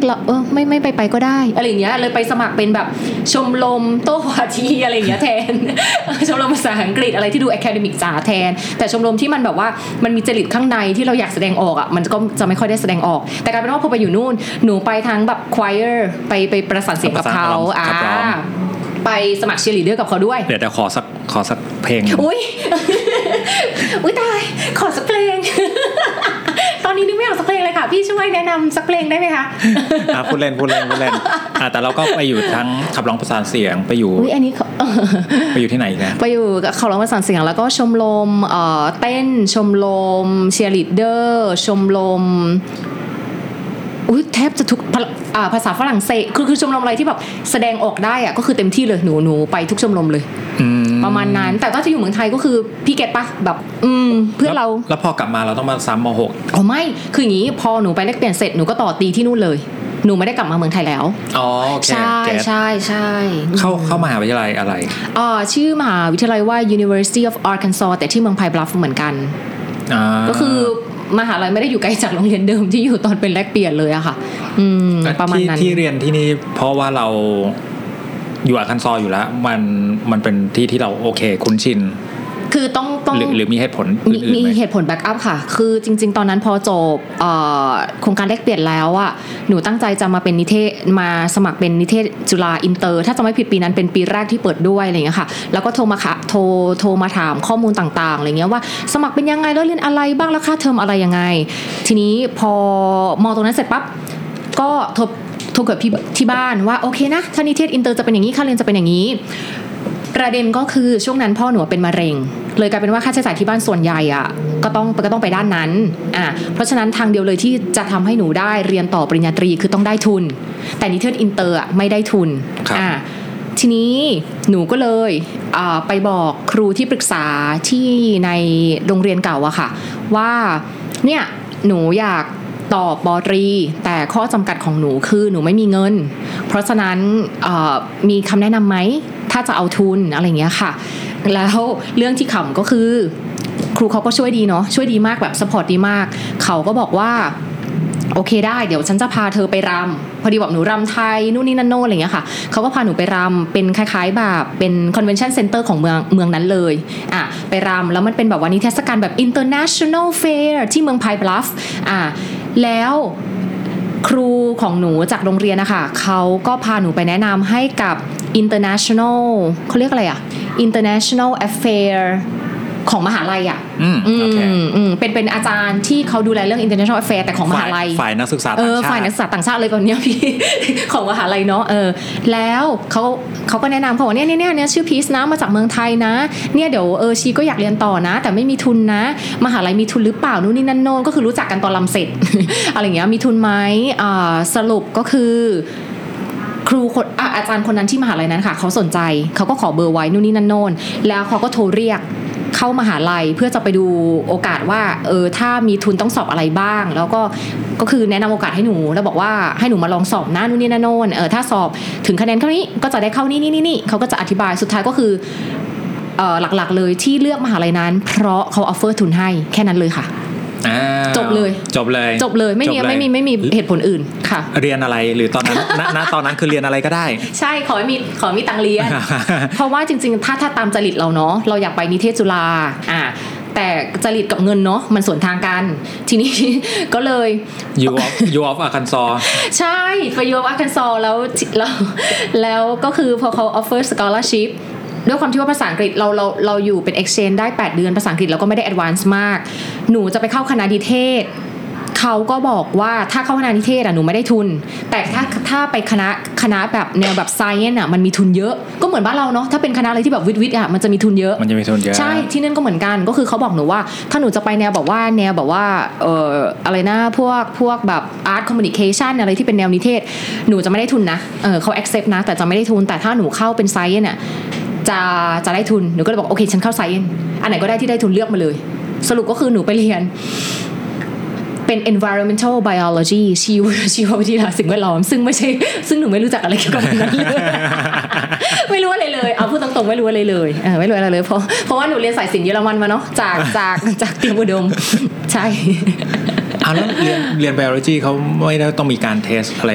S1: เราเออไม่ไม่ไปไปก็ได้อะไรอย่างเงี้ยเลยไปสมัครเป็นแบบชมรมโต้วาทีอะไรอย่างเงี้ยแทน ชมรมภาษาอังกฤษอะไรที่ดู academic จ๋าแทนแต่ชมรมที่มันแบบว่ามันมีจริตข้างในที่เราอยากแสดงออกอ่ะมันก็จะไม่ค่อยได้แสดงออกแต่กลายเป็นว่าพอไปอยู่นู่นหนูไปทั้งแบบ choir ไปไปประสานเสียงกับเขาอ่าไปสมัครเชียร์ลีดเดอร์กับเขาด้วย
S2: เดี๋ยวจะขอสักขอสักเพลง
S1: อุ้ย อุ้ยตายขอสักเพลง ตอนนี้นึกไม่ออกสักเพลงเลยค่ะพี่ช่วยแนะนำสักเพลงได้ไหมคะ
S2: อ่ะพูดเล่นพูดเล่นพูดเล่นอ่ะแต่เราก็ไปอยู่ทั้งขับร้องประสานเสียงไปอยู่
S1: อุ้ยอันนี้
S2: ไปอยู่ที่ไหนอีกนะ
S1: ไปอยู่ขับร้องประสานเสียงแล้วก็ชมรมเอ่อเต้นชมรมเชียร์ลีดเดอร์ชมรมอุ้ยแทบจะทุกภาษาฝรั่งเศสคือคือชมรมอะไรที่แบบแสดงออกได้อะก็คือเต็มที่เลยหนูหนูไปทุกชมรมเลยประมาณนั้นแต่ก็จะอยู่เมืองไทยก็คือพี่เก็ตปะแบบอืมเพื่อนเรา
S2: แล้วพอกลับมาเราต้องมาซ้ำม.หก
S1: อ๋อไม่คืออย่างนี้พอหนูไปแลกเปลี่ยนเสร็จหนูก็ต่อตีที่นู่นเลยหนูไม่ได้กลับมาเมืองไทยแล้ว
S2: อ๋อโอเค
S1: ใช่ใช่ใช่
S2: เข้าเข้ามหาวิทยาลัยอะไร
S1: อ๋อชื่อมหาวิทยาลัยว่า University of Arkansas แต่ที่เมืองไพร์บลัฟเหมือนกันก็คือมหาลัยไม่ได้อยู่ไกลจากโรงเรียนเดิมที่อยู่ตอนเป็นแลกเปลี่ยนเลยอะค่ะอืมประมาณนั้น
S2: ที่เรียนที่นี่เพราะว่าเราอยู่อาคันซออยู่แล้วมันมันเป็นที่ที่เราโอเคคุ้นชิน
S1: คือต้องต้อง
S2: หรือหรือมีเหตุผลอื่นๆ
S1: มีเหตุผลแบ็กอัพค่ะคือจริงๆตอนนั้นพอจบโครงการแลกเปลี่ยนแล้วอ่ะหนูตั้งใจจะมาเป็นนิเทศมาสมัครเป็นนิเทศจุฬาอินเตอร์ถ้าจะไม่ผิดปีนั้นเป็นปีแรกที่เปิดด้วยอะไรอย่างเงี้ยค่ะแล้วก็โทรมาค่ะโทรโทรมาถามข้อมูลต่างๆอะไรเงี้ยว่าสมัครเป็นยังไงแล้วเรียนอะไรบ้างแล้วค่าเทอมอะไรยังไงทีนี้พอมองตรงนั้นเสร็จปั๊บก็โทรโทรกับพี่ที่บ้านว่าโอเคนะถ้านิเทศอินเตอร์จะเป็นอย่างนี้ค่าเรียนจะเป็นอย่างนี้ประเด็นก็คือช่วงนั้นพ่อหนูเป็นมะเร็งเลยกลายเป็นว่าค่าใช้จ่ายที่บ้านส่วนใหญ่อ่ะก็ต้องก็ต้องไปด้านนั้นอ่ะเพราะฉะนั้นทางเดียวเลยที่จะทำให้หนูได้เรียนต่อปริญญาตรีคือต้องได้ทุนแต่นิเทศอินเตอร์อ่ะไม่ได้ทุนอ่ะทีนี้หนูก็เลยอ่าไปบอกครูที่ปรึกษาที่ในโรงเรียนเก่าอะค่ะว่าเนี่ยหนูอยากต่อป.ตรีแต่ข้อจำกัดของหนูคือหนูไม่มีเงินเพราะฉะนั้นมีคำแนะนำไหมถ้าจะเอาทุนอะไรอย่างเงี้ยค่ะแล้วเรื่องที่ขำก็คือครูเขาก็ช่วยดีเนาะช่วยดีมากแบบซัพพอร์ตดีมากเขาก็บอกว่าโอเคได้เดี๋ยวฉันจะพาเธอไปรำพอดีบอกหนูรำไทยนู่นนี่นั่นโน่นอะไรอย่างเงี้ยค่ะเขาก็พาหนูไปรำเป็นคล้ายๆแบบเป็น convention center ของเมืองเมืองนั้นเลยอ่ะไปรำแล้วมันเป็นแบบวันนิทรรศการแบบ international fair ที่เมืองไพร์บลัฟอ่ะแล้วครูของหนูจากโรงเรียนนะคะเขาก็พาหนูไปแนะนำให้กับ international เขาเรียกอะไรอ่ะ international affair ของมหาลัยอ่ะ
S2: อืมโอเค
S1: อืมเป็นเป็นอาจารย์ที่เขาดูแลเรื่อง international affair แต่ของมหาลัย
S2: ฝ่ายนักศึกษาต่างชาติ
S1: เออฝ่ายนักศึกษาต่างชาติเลยแบบเนี้ยพี่ ของมหาลัยเนาะเออแล้วเขาเขาก็แนะนำเขาบอกเนี่ยเนี่ยเนี่ยชื่อพีซนะมาจากเมืองไทยนะเนี่ยเดี๋ยวเออชีก็อยากเรียนต่อนะแต่ไม่มีทุนนะมหาลัยมีทุนหรือเปล่านู่นนี่นั่นโน่นก็คือรู้จักกันตอนรำเสร็จ อะไรอย่างเงี้ยมีทุนไหมอ่าสรุปก็คือครูคนอ่ะอาจารย์คนนั้นที่มหาลัยนั้นค่ะเขาสนใจเขาก็ขอเบอร์ไว้นู่นนี่นั่นโน่นแล้วเขาก็โทรเรียกเข้ามหาลัยเพื่อจะไปดูโอกาสว่าเออถ้ามีทุนต้องสอบอะไรบ้างแล้วก็ก็คือแนะนำโอกาสให้หนูแล้วบอกว่าให้หนูมาลองสอบหน้านู่นนี่นั่นโน่นเออถ้าสอบถึงคะแนนเท่านี้ก็จะได้เข้านี่นี่นี่นี่เขาก็จะอธิบายสุดท้ายก็คือเออหลักๆเลยที่เลือกมหาลัยนั้นเพราะเขาออฟเฟอร์ทุนให้แค่นั้นเลยค่ะจบเลย
S2: จบเลย
S1: จบเลยไม่มีไม่มีไม่มีเหตุผลอื่นค่ะ
S2: เรียนอะไรหรือตอนนั้น ณ ณ ตอนนั้นคือเรียนอะไรก็ได้
S1: ใช่ขอมีขอมีตังเรียน เพราะว่าจริงๆถ้าถ้าตามจริตเราเนาะเราอยากไปนิเทศจุฬาอ่าแต่จริตกับเงินเนาะมันสวนทางกันทีนี้ ก็เลย
S2: you of you of Arkansas
S1: ใช่ไป you of Arkansas แล้วแล้วแล้วก็คือพอเขา offer scholarshipด้วยความที่ว่าภาษาอังกฤษเราเราเราอยู่เป็น exchange ได้แปดเดือนภาษาอังกฤษเราก็ไม่ได้ advance มากหนูจะไปเข้าคณะนิเทศเขาก็บอกว่าถ้าเข้าคณะนิเทศอ่ะหนูไม่ได้ทุนแต่ถ้าถ้าไปคณะคณะแบบแนวแบบ science อ่ะมันมีทุนเยอะก็เหมือนบ้านเราเนาะถ้าเป็นคณะอะไรที่แบบวิทย์วิทย์อ่ะมันจะมีทุนเยอะ
S2: มันจะมีทุนเยอะ
S1: ใช่ที่นั่นก็เหมือนกันก็คือเขาบอกหนูว่าถ้าหนูจะไปแนวแบบว่าแนวแบบว่าเอ่ออะไรนะพวกพวกแบบ art communication อะไรที่เป็นแนวนิเทศหนูจะไม่ได้ทุนนะเออเขา accept นะแต่จะไม่ได้ทุนแต่ถ้าหนูเข้าเป็น science เนี่ยจะจะได้ทุนหนูก็เลยบอกโอเคฉันเข้า science อันไหนก็ได้ที่ได้ทุนเลือกมาเลยสรุปก็คือหนูไปเรียนเป็น environmental biology ชีวชีววิทยาสิ่งแวดล้อมซึ่งไม่ใช่ซึ่งหนูไม่รู้จักอะไรเกี่ยวกับมันเลย ไม่รู้อะไรเลยเอาพูดตรงๆไม่รู้อะไรเลยเออไม่รู้อะไรเลยเพราะเพราะว่าหนูเรียนสายศิลป์เยอรมันมาเนาะจากจากจากเตรียมอุดมใช่
S2: เอาแล้วเรียนเรียน biology เขาไม่ได้ต้องมีการเทสอะไร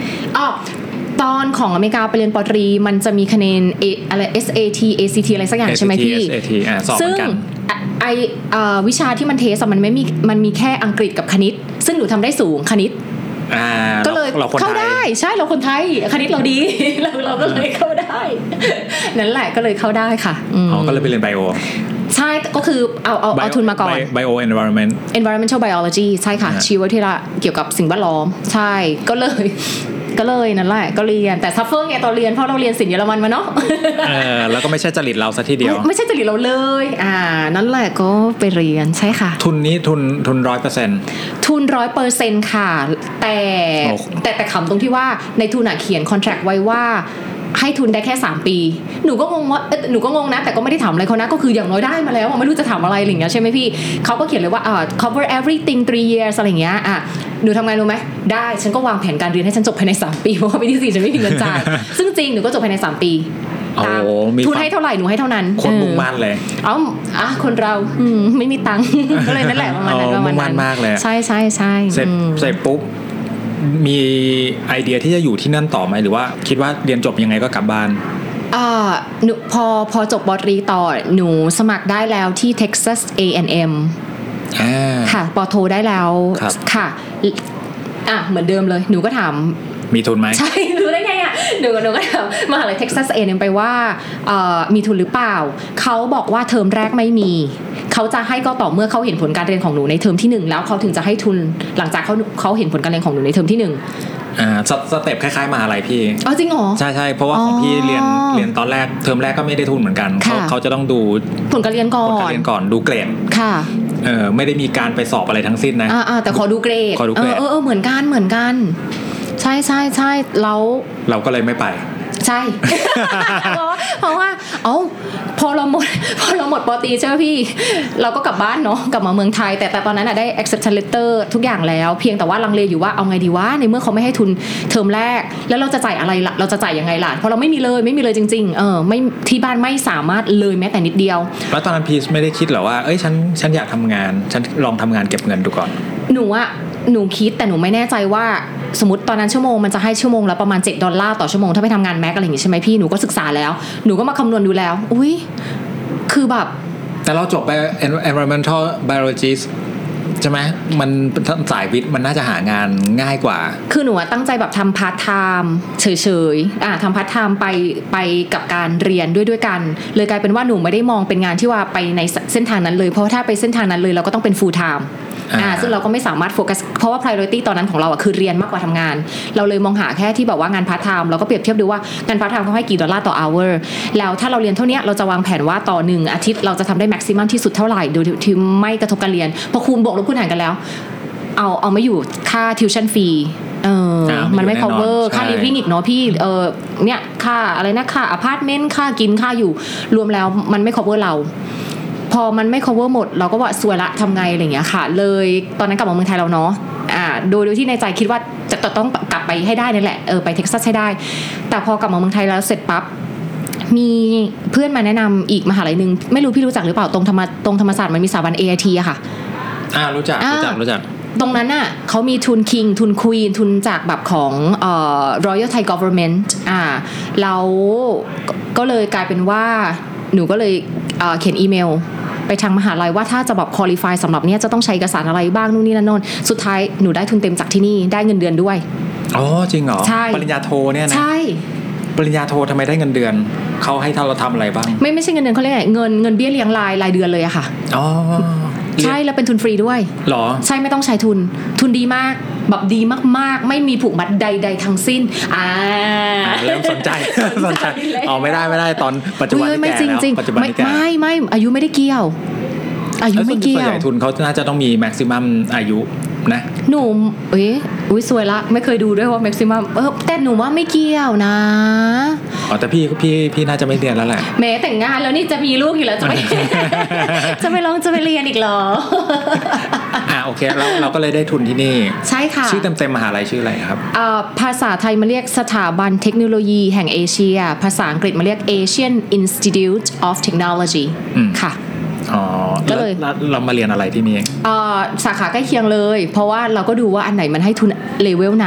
S1: อ๋อตอนของอเมริกาไปเรียนปอตรีมันจะมีคะแนน A อะไร เอส เอ ที เอ ซี ที อะไรสักอย่างใช่ไหมพี่
S2: เอส เอ ที อ่ะสอบเหมือนกัน
S1: ไอเอ่อวิชาที่มันเทสมันไม่มีมันมีแค่อังกฤษกับคณิตซึ่งหนูทำได้สูงคณิตก็เลยเข้าได้ใช่เราคนไทยคณิตเราดี เราเราก็เลยเข้าได้นั่นแหละก็เลยเข้าได้ค่ะ
S2: อ๋อก็เลยไปเรียนไบโอ
S1: ใช่ก็คือเอาเอาเอาทุนมาก่อน
S2: Bio Environment
S1: Environmental Biology ใช่ค่ะชีววิทยาเกี่ยวกับสิ่งแวดล้อมใช่ก็เลยก็เลยนั่นแหละก็เรียนแต่ซัฟเฟอร์ไงตอนเรียนเพราะเราเรียนศิลป์เยอรมันมาเนาะ
S2: เออแล้วก็ไม่ใช่จริตเราซะทีเดียว
S1: ไม่ใช่จริตเราเลยอ่านั่นแหละก็ไปเรียนใช่ค่ะ
S2: ทุนนี้ทุนทุน ร้อยเปอร์เซ็นต์
S1: ทุน ร้อยเปอร์เซ็นต์ ค่ะแต่แต่แต่ขำตรงที่ว่าในทุนเขียนคอนแทรคไว้ว่าให้ทุนได้แค่สามปีหนูก็งงว่าหนูก็งงนะแต่ก็ไม่ได้ถามอะไรเขานะก็คืออย่างน้อยได้มาแล้วไม่รู้จะถามอะไรอะไรอย่างเงี้ยใช่ไหมพี่เขาก็เขียนเลยว่าอ่า cover everything three years อะไรอย่างเงี้ยอ่ะหนูทำไงรู้ไหมได้ฉันก็วางแผนการเรียนให้ฉันจบภายในสามปีเพราะว่าปีที่สี่ฉันไม่มีเงินจ่ายซึ่งจริงหนูก็จบภายในสามปีทุนให้เท่าไหร่หนูให้เท่านั้น
S2: คนมุ่งมั่นเลย
S1: เอ้าอ่ะคนเราไม่มีตังค์ก็เลยนั่นแหละประมาณนั้นประมาณนั้น
S2: มากเลย
S1: ใช่ใช่ใช่
S2: เสร็จเสร็จปุ๊บมีไอเดียที่จะอยู่ที่นั่นต่อไหมหรือว่าคิดว่าเรียนจบยังไงก็กลับบ้าน
S1: อ่าหนูพอพอจบบตรีต่อหนูสมัครได้แล้วที่ Texas เอ แอนด์ เอ็ม
S2: อ่า
S1: ค่ะปอโทได้แล้วค่ะอ่ะเหมือนเดิมเลยหนูก็ถาม
S2: มีทุนไหม
S1: ใช่รู้ได้ไงอ่ะหนูหนูก็ถามมหาลัย Texas เอ แอนด์ เอ็ม ไปว่าเอ่อมีทุนหรือเปล่าเขาบอกว่าเทอมแรกไม่มีเขาจะให้ก็ต่อเมื่อเขาเห็นผลการเรียนของหนูในเทอมที่หนึ่งแล้วเขาถึงจะให้ทุนหลังจากเขาเขาเห็นผลการเรียนของหนูในเทอมที่หนึ่ง
S2: อ่าสเต็ปคล้ายๆมหาลัยพี่
S1: อ๋อจริงเหรอ
S2: ใช่ๆเพราะว่าของพี่เรียนเรียนตอนแรกเทอมแรกก็ไม่ได้ทุนเหมือนกันเขาเขาจะต้องดู
S1: ผลการเรียนก่อน
S2: ผลการเรียนก่อนดูเกรด
S1: ค่ะ
S2: เออไม่ได้มีการไปสอบอะไรทั้งสิ้นนะ
S1: อ่าๆแต่ขอดูเกรด
S2: เออ
S1: เออเหมือนกันเหมือนกันใช่ใช่ใช่แล้ว
S2: เราก็เลยไม่ไป
S1: ใช่ เพราะว่าเพราะว่าเอ้าพอเราหมดพอเราหมดปอตรีใช่ไหมพี่เราก็กลับบ้านเนาะกลับมาเมืองไทยแต่แต่ตอนนั้นอะได้ acceptance letter ทุกอย่างแล้วเพียงแต่ว่าลังเลอยู่ว่าเอาไงดีวะในเมื่อเขาไม่ให้ทุนเทอมแรกแล้วเราจะจ่ายอะไรล่ะเราจะจ่ายยังไงล่ะเพราะเราไม่มีเลยไม่มีเลยจริงๆเออไม่ที่บ้านไม่สามารถเลยแม้แต่นิดเดียว
S2: แล้วตอนนั้นพีชไม่ได้คิดหรอว่าเอ้ยฉันฉันอยากทำงานฉันลองทำงานเก็บเงินดูก่อน
S1: หนูอะหนูคิดแต่หนูไม่แน่ใจว่าสมมติตอนนั้นชั่วโมงมันจะให้ชั่วโมงละประมาณเจ็ดดอลลาร์ต่อชั่วโมงถ้าไปทำงานแม็กอะไรอย่างงี้ใช่ไหมพี่หนูก็ศึกษาแล้วหนูก็มาคำนวณดูแล้วอุ้ยคือแบบ
S2: แต่เราจบไป environmental biologist ใช่ไหมมันสายวิทย์มันน่าจะหางานง่ายกว่า
S1: คือหนูตั้งใจแบบทำพาร์ทไทม์เฉยๆอ่ะทำพาร์ทไทม์ไปไปกับการเรียนด้วยด้วยกันเลยกลายเป็นว่าหนูไม่ได้มองเป็นงานที่ว่าไปในเส้นทางนั้นเลยเพราะถ้าไปเส้นทางนั้นเลยเราก็ต้องเป็น full timeอ่าซึ่งเราก็ไม่สามารถโฟกัสเพราะว่า priority ตอนนั้นของเราอ่ะคือเรียนมากกว่าทำงานเราเลยมองหาแค่ที่แบบว่างานพาร์ทไทม์เราก็เปรียบเทียบดูว่างานพาร์ทไทม์เขาให้กี่ดอลลาร์ต่อ hour แล้วถ้าเราเรียนเท่านี้เราจะวางแผนว่าต่อหนึ่งอาทิตย์เราจะทำได้ maximum ที่สุดเท่าไหร่โดยที่ไม่กระทบการเรียนพอคูณบวกลบคูณหารกันแล้วเอาเอาไม่อยู่ค่า tuition fee เออมันไม่ cover ค่า living อีกเนาะพี่เออเนี่ยค่าอะไรนะค่า apartment ค่ากินค่าอยู่รวมแล้วมันไม่ cover เราพอมันไม่ cover หมดเราก็ว่าสวยละทำไงอะไรอย่างเงี้ยค่ะเลยตอนนั้นกลับมาเมืองไทยเราเนาะอ่าโดยโดยที่ในใจคิดว่าจะต้องกลับไปให้ได้นั่นแหละเออไปเท็กซัสให้ได้แต่พอกลับมาเมืองไทยแล้วเสร็จปั๊บมีเพื่อนมาแนะนำอีกมหาลัยนึงไม่รู้พี่รู้จักหรือเปล่าตรงธรรมตรงธรรมศาสตร์มันมีสถาบัน เอ ไอ ที อะค่ะ
S2: อ่ารู้จักรู้จักรู้จัก
S1: ตรงนั้นน่ะเขามีทุน King ทุน Queen ทุนจากแบบของเอ่อ Royal Thai Government อ่าแล้วก็เลยกลายเป็นว่าหนูก็เลยเอ่อเขียนอีเมลไปทางมหาลัยว่าถ้าจะแบบ qualify สำหรับเนี้ยจะต้องใช้เอกสารอะไรบ้างนู่นนี่นั่นโน่นสุดท้ายหนูได้ทุนเต็มจากที่นี่ได้เงินเดือนด้วย
S2: อ๋อจริงเหรอปริญญาโทเนี่ยนะ
S1: ใช่
S2: ปริญญาโททำไมได้เงินเดือนเขาให้เราทำอะไรบ้าง
S1: ไม่ไม่ใช่เงินเดือนเขาเรียกเงินเงินเบี้ยเลี้ยงรายรายเดือนเลยอะค่ะ
S2: อ๋อ
S1: ใช่แล้วเป็นทุนฟรีด้วย
S2: หรอ
S1: ใช่ไม่ต้องใช้ทุนทุนดีมากแบบดีมากๆไม่มีผูกมัดใดๆทั้งสิ้นอ่า
S2: เริ่มสนใจสนใจเอาไม่ได้ไม่ได้ตอนปัจจุบันที่แก่แล้วปัจจุบันที่แก่
S1: ไม่ไม่อายุไม่ได้เกี่ยวอายุไม่เกี่ยวส่วนใหญ่
S2: ทุนเขาน่าจะต้องมีแม็กซิมัมอายุนะ
S1: หนูเอ้ยอุ้ยสวยละไม่เคยดูด้วยว่าแม็กซิมัมเออแต่หนูว่าไม่เกี่ยวนะ
S2: อ๋อแต่พี่พี่พี่น่าจะไม่เรียนแล้วแหละ
S1: แม้แต่งงานแล้วนี่จะมีลูกอยู่แล้วจะไม่ จะไม่ลองจะไปเรียนอีกเหรอ
S2: อ่ะโอเคแล้วเราก็เลยได้ทุนที่นี่
S1: ใช่ค่ะ
S2: ชื่อเต็มๆมหาลัยชื่ออะไรครับ
S1: อ่าภาษาไทยมาเรียกสถาบันเทคโนโลยีแห่งเอเชียภาษาอังกฤษมาเรียก Asian Institute of Technology ค่ะ
S2: อ๋อ
S1: ก็เลย
S2: เรามาเรียนอะไรที่นี่
S1: เอ่อสาขาใกล้เคียงเลยเพราะว่าเราก็ดูว่าอันไหนมันให้ทุนเลเวลไหน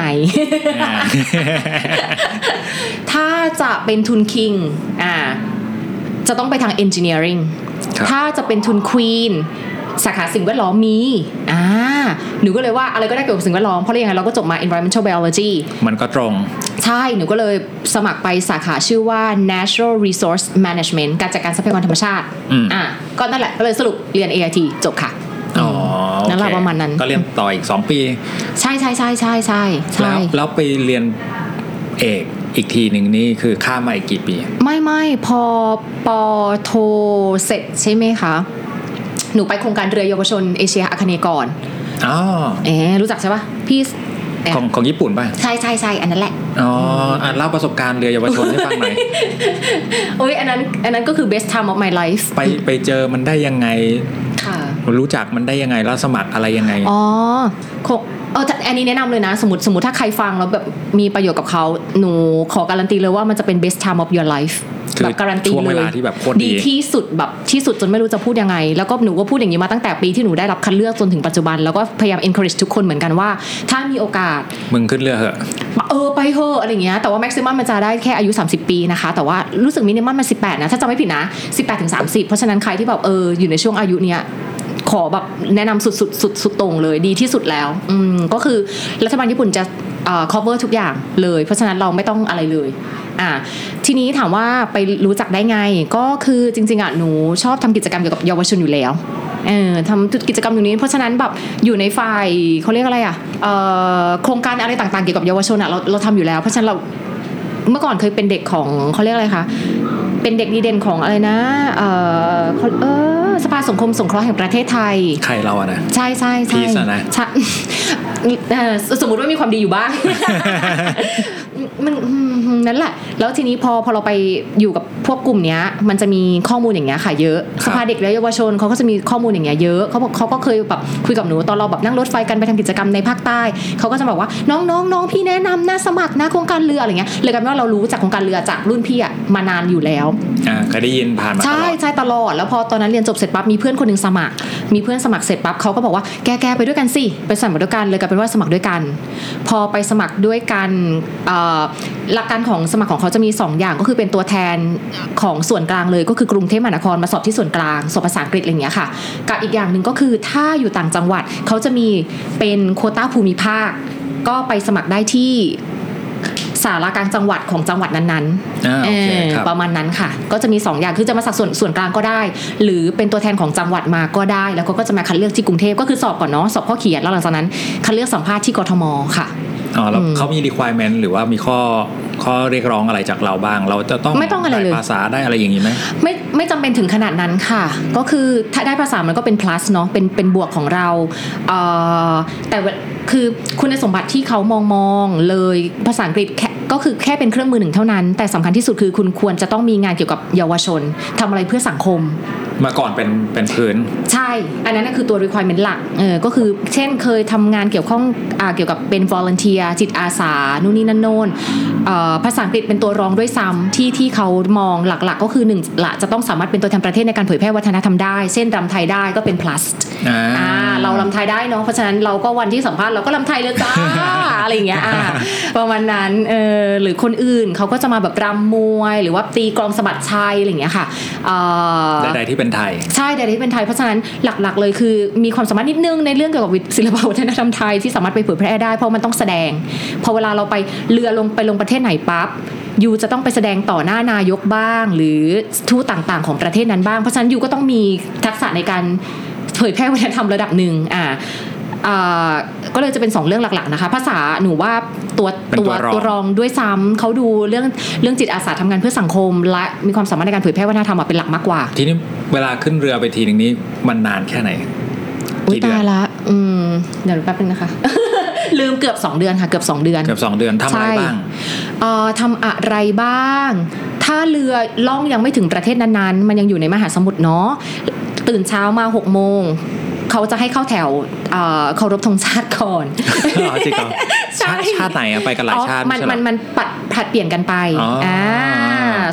S1: ถ้าจะเป็นทุนคิงอ่าจะต้องไปทาง engineering ถ้าจะเป็นทุนควีนสาขาสิ่งแวดล้อมมีอ่าหนูก็เลยว่าอะไรก็ได้เกี่ยวกับสิ่งแวดล้อมเพราะยังไงเราก็จบมา environmental biology
S2: มันก็ตรง
S1: ใช่หนูก็เลยสมัครไปสาขาชื่อว่า natural resource management การจัดการทรัพยากรธรรมชาติอ่าก็นั่นแหละก็เลยสรุปเรียน เอ ไอ ที จบค่ะ
S2: อ๋อ
S1: นั่นแหละประมาณนั้น
S2: ก็เรียนต่ออีกสองปี
S1: ใช่ใช่ใช่ใช่ใช่
S2: แล้วแล้วไปเรียนเอกอีกทีหนึ่งนี่คือข้ามมาอีกกี่ปี
S1: ไม่ไม่พอปอโทเสร็จใช่ไหมคะหนูไปโครงการเรือเยาวชนเอเชียอาคเนย์ก่อน
S2: อ๋อ
S1: เอ๊รู้จักใช่ป่ะพี่
S2: ของของญี่ปุ่นป่ะ
S1: ใช่ใช่ใช่อันนั้นแหละ
S2: อ๋ออ่ะเล่าประสบการณ์เรือเยาวชนให้ฟังหน่อย
S1: โอ้ยอันนั้นอันนั้นก็คือ best time of my life
S2: ไปไปเจอมันได้ยังไง
S1: ค่ะ
S2: รู้จักมันได้ยังไงแล้วสมัครอะไรยังไง
S1: อ๋อเอออันนี้แนะนำเลยนะสมมติสมมติถ้าใครฟังแล้วแบบมีประโยชน์กับเขาหนูขอการันตีเลยว่ามันจะเป็น best time of your life แบบการันตีเลยดีที่สุดแบบที่สุดจนไม่รู้จะพูดยังไงแล้วก็หนูก็พูดอย่างนี้มาตั้งแต่ปีที่หนูได้รับคัดเลือกจนถึงปัจจุบันแล้วก็พยายาม encourage ทุกคนเหมือนกันว่าถ้ามีโอกาส
S2: มึงขึ้นเรือเหอะ
S1: เออไปเหอะอะไรเงี้ยแต่ว่า maximum มันจะได้แค่อายุสามสิบปีนะคะแต่ว่ารู้สึก minimum มันสิบแปดนะถ้าจำไม่ผิดนะสิบแปดถึงสามสิบเพราะฉะนั้นใครที่แบบเอออยู่ในช่วงอายุเนี้ยขอแบบแนะนำสุดสุดสุดสุดตรงเลยดีที่สุดแล้วอืมก็คือรัฐบาลญี่ปุ่นจะเอ่อ cover ทุกอย่างเลยเพราะฉะนั้นเราไม่ต้องอะไรเลยอ่าทีนี้ถามว่าไปรู้จักได้ไงก็คือจริงๆอ่ะหนูชอบทำกิจกรรมเกี่ยวกับเยาวชนอยู่แล้วเออทำกิจกรรมอยู่นี้เพราะฉะนั้นแบบอยู่ในฝ่ายเขาเรียกอะไรอ่ะเอ่อโครงการอะไรต่างๆเกี่ยวกับเยาวชนอ่ะเราเราทำอยู่แล้วเพราะฉะนั้นเราเมื่อก่อนเคยเป็นเด็กของเขาเรียกอะไรคะเป็นเด็กดีเด่นของอะไรนะเออเออสภาสังคมสงเคราะห์แห่งประเทศไทย
S2: ใครเราอะนะ
S1: ใช่ใช่ใช่
S2: พีซนะ
S1: สมมติว่ามีความดีอยู่บ้างมันนั่นแหละแล้วทีนี้พอพอเราไปอยู่กับพวกกลุ่มเนี้ยมันจะมีข้อมูลอย่างเงี้ยค่ะเยอะสภาเด็กและเยาวชนเขาก็จะมีข้อมูลอย่างเงี้ยเยอะเขาบอกเขาก็เคยแบบคุยกับหนูตอนเราแบบนั่งรถไฟกันไปทำกิจกรรมในภาคใต้เขาก็จะบอกว่าน้องน้องน้องพี่แนะนำนะสมัครนะโครงการเรืออะไรเงี้ยเลยกันว่าเรารู้จากโครงการเรือจากรุ่นพี่อะมานานอยู่แล้ว
S2: อ่าเคยได้ยินผ่านมาตลอด
S1: ใช่ใช่ตลอดแล้วพอตอนนั้นเรียนจบเสร็จปั๊บมีเพื่อนคนนึงสมัครมีเพื่อนสมัครเสร็จปั๊บเขาก็บอกว่าแกแกไปด้วยกันสิไปสมัครด้วยกันเลยกลายเป็นว่าสมัครด้วยกันพอไปสมัครด้วยกันหลักการของสมัครของเขาจะมีสองอย่างก็คือเป็นตัวแทนของส่วนกลางเลยก็คือกรุงเทพมหานครมาสอบที่ส่วนกลางสอบภาษาอังกฤษอะไรอย่างเงี้ยค่ะกับอีกอย่างนึงก็คือถ้าอยู่ต่างจังหวัดเขาจะมีเป็นโควต้าภูมิภาคก็ไปสมัครได้ที่สารกลางจังหวัดของจังหวัดนั้นๆประมาณนั้นค่ะก็จะมีสองอย่างคือจะมาสักส่วนส่วนกลางก็ได้หรือเป็นตัวแทนของจังหวัดมาก็ได้แล้วก็จะมาคัดเลือกที่กรุงเทพก็คือสอบก่อนเนาะสอบข้อเขียนแล้วหลังจากนั้นคัดเลือกสัมภาษณ์ที่กทมค่ะ
S2: อ๋อแล้วเขามี requirement หรือว่ามีข้อข้อเรียกร้องอะไรจากเราบ้างเราจะต้อง
S1: ไม่ต้องอะไรเลย
S2: ภาษาได้อะไรอย่างนี้ไหม
S1: ไม่ไม่จำเป็นถึงขนาดนั้นค่ะก็คือถ้าได้ภาษามันก็เป็น plus เนาะเป็นเป็นบวกของเราเอ่อแต่คือคุณสมบัติที่เขามองมองเลยภาษาอังกฤษก็คือแค่เป็นเครื่องมือหนึ่งเท่านั้นแต่สำคัญที่สุดคือคุณควรจะต้องมีงานเกี่ยวกับเยาวชนทำอะไรเพื่อสังคม
S2: มาก่อนเป็นเป็นพื้น
S1: ใช่อันนั้นคือตัว requirement หลักเออก็คือเช่นเคยทำงานเกี่ยวข้องอ่าเกี่ยวกับเป็น volunteer จิตอาสานู่นนี่นั่นโน่นเอ่อภาษาอังกฤษเป็นตัวรองด้วยซ้ำที่ที่เขามองหลักๆก็คือหนึ่งละจะต้องสามารถเป็นตัวแทนประเทศในการเผยแพร่วัฒนธรรมได้เช่นรำไทยได้ก็เป็น plus
S2: อ่า
S1: อ่าเรารำไทยได้เนาะเพราะฉะนั้นเราก็วันที่สัมภาษณ์เราก็รำไทยเลยจ้า อะไรอย่างเงี้ยอ่าประมาณนั้นเออหรือคนอื่นเขาก็จะมาแบบรำมวยหรือว่าตีกลองสะบัดชัยอะไรอย่างเงี้ยค่ะเอ่อ
S2: ใดๆที่เป็นไทย
S1: ใช่ใดๆที่เป็นไทยเพราะฉะนั้นหลักๆเลยคือมีความสามารถนิดนึงในเรื่องเกี่ยวกับศิลปวัฒนธรรมไทยที่สามารถไปเผยแพร่ได้เพราะมันต้องแสดงพอเวลาเราไปเรือลงไปลงประเทศไหนปั๊บยูจะต้องไปแสดงต่อหน้านายกบ้างหรือทูตต่างๆของประเทศนั้นบ้างเพราะฉะนั้นยูก็ต้องมีทักษะในการเผยแพร่วัฒนธรรมระดับหนึ่งอ่าก็เลยจะเป็นสองเรื่องหลักๆนะคะภาษาหนูว่าตัวตัวตัวรองด้วยซ้ำเขาดูเรื่องเรื่องจิตอาสาทำงานเพื่อสังคมและมีความสามารถในการเผยแพร่วัฒนธรรมเป็นหลักมากกว่า
S2: ทีนี้เวลาขึ้นเรือไปทีนึงนี้มันนานแค่ไหน
S1: กี่เดือนตายละอืมเดี๋ยวแป๊บนึงนะคะ ลืมเกือบสองเดือนค่ะเกือบสองเดือน
S2: เกือบสองเดือนทำอะไรบ้าง
S1: เอ่อทำอะไรบ้างถ้าเรือล่องยังไม่ถึงประเทศนั้นๆมันยังอยู่ในมหาสมุทรเนาะตื่นเช้ามาหกโมงเขาจะให้เข้าแถวเคารพธงชาติก่อน
S2: จริงเหรอชาติชาติไหนอะไปกันหลายชาติ
S1: มันมันมันปัดผลัดเปลี่ยนกันไปอ่า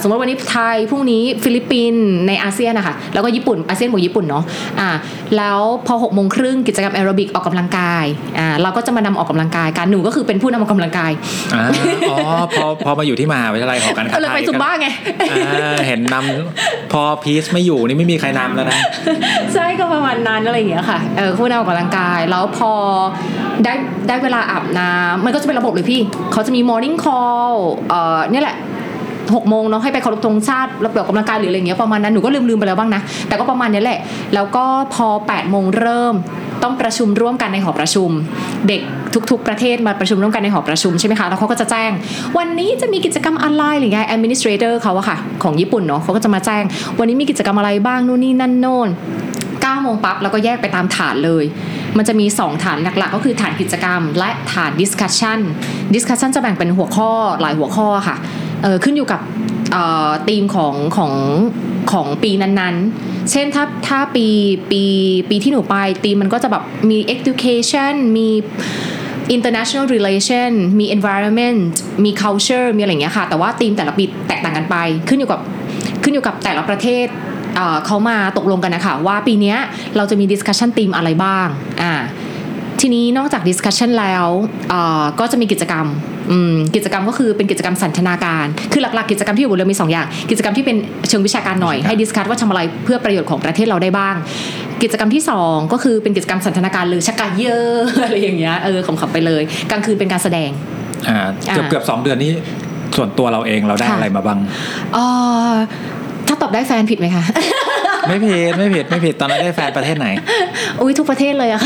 S1: สมมติวันนี้ไทยพรุ่งนี้ฟิลิปปินส์ในอาเซียนนะคะแล้วก็ญี่ปุ่นอาเซียนบวกญี่ปุ่นเนาะอ่าแล้วพอหกโมงครึ่งกิจกรรมแอโรบิกออกกำลังกายอ่าเราก็จะมานำออกกำลังกายกันหนูก็คือเป็นผู้นำออกกำลังกาย
S2: อ๋อพอพอมาอยู่ที่มหาวิทยาลัยหอการค้าไทย
S1: เลยไปซุมบ้าไง
S2: เห็นนำพอพีชไม่อยู่นี่ไม่มีใครนำแล้วนะ
S1: ใช่ก็ประมาณนั้นอะไรอย่างเงี้ยค่ะเออผู้นำออกกำลังกายแล้วพอได้ได้เวลาอาบน้ำมันก็จะเป็นระบบเลยพี่เขาจะมี morning call เอ่อเนี่ยแหละหกโมงเนาะให้ไปเคารพธงชาติรับออกกำลังกายหรืออะไรเงี้ยประมาณนั้นหนูก็ลืมๆไปแล้วบ้างนะแต่ก็ประมาณนี้แหละแล้วก็พอแปดโมงเริ่มต้องประชุมร่วมกันในหอประชุมเด็กทุกๆประเทศมาประชุมร่วมกันในหอประชุมใช่ไหมคะแล้วเขาก็จะแจ้งวันนี้จะมีกิจกรรมอะไรหรือไง administrator เขาอะค่ะของญี่ปุ่นเนาะเขาก็จะมาแจ้งวันนี้มีกิจกรรมอะไรบ้างนู่นนี่นั่นโน่นเก้าโมงปั๊บแล้วก็แยกไปตามฐานเลยมันจะมีสองฐานหลักๆก็คือฐานกิจกรรมและฐาน discussion discussion จะแบ่งเป็นหัวข้อหลายหัวข้อค่ะเออขึ้นอยู่กับธีมของของของปีนั้นๆเช่นถ้าถ้าปีปีปีที่หนูไปธีมมันก็จะแบบมี education มี international relation มี environment มี culture มีอะไรอย่างเงี้ยค่ะแต่ว่าธีมแต่ละปีแตกต่างกันไปขึ้นอยู่กับขึ้นอยู่กับแต่ละประเทศเขามาตกลงกันนะคะว่าปีนี้เราจะมี discussion ธีมอะไรบ้างอ่าทีนี้นอกจาก discussion แล้วก็จะมีกิจกรรมกิจกรรมก็คือเป็นกิจกรรมสันทนาการคือหลักๆกิจกรรมที่อยู่บนเรือมีสองอย่างกิจกรรมที่เป็นเชิงวิชาการหน่อยให้ดิสคัสว่าทำอะไรเพื่อประโยชน์ของประเทศเราได้บ้างกิจกรรมที่สองก็คือเป็นกิจกรรมสันทนาการเลยชักกะเยอะอะไรอย่างเงี้ยเออขำๆไปเลยกลางคืนเป็นการแสดง
S2: อ่าเกือบเกือบสองเดือนนี้ส่วนตัวเราเองเราได้อะไรมาบ้าง
S1: อ๋อถ้าตอบได้แฟนผิดไหมคะ
S2: ไม่ผิดไม่ผิดไม่ผิดตอนนั้นได้แฟนประเทศไหน
S1: อุ้ยทุกประเทศเลยอะค่ะ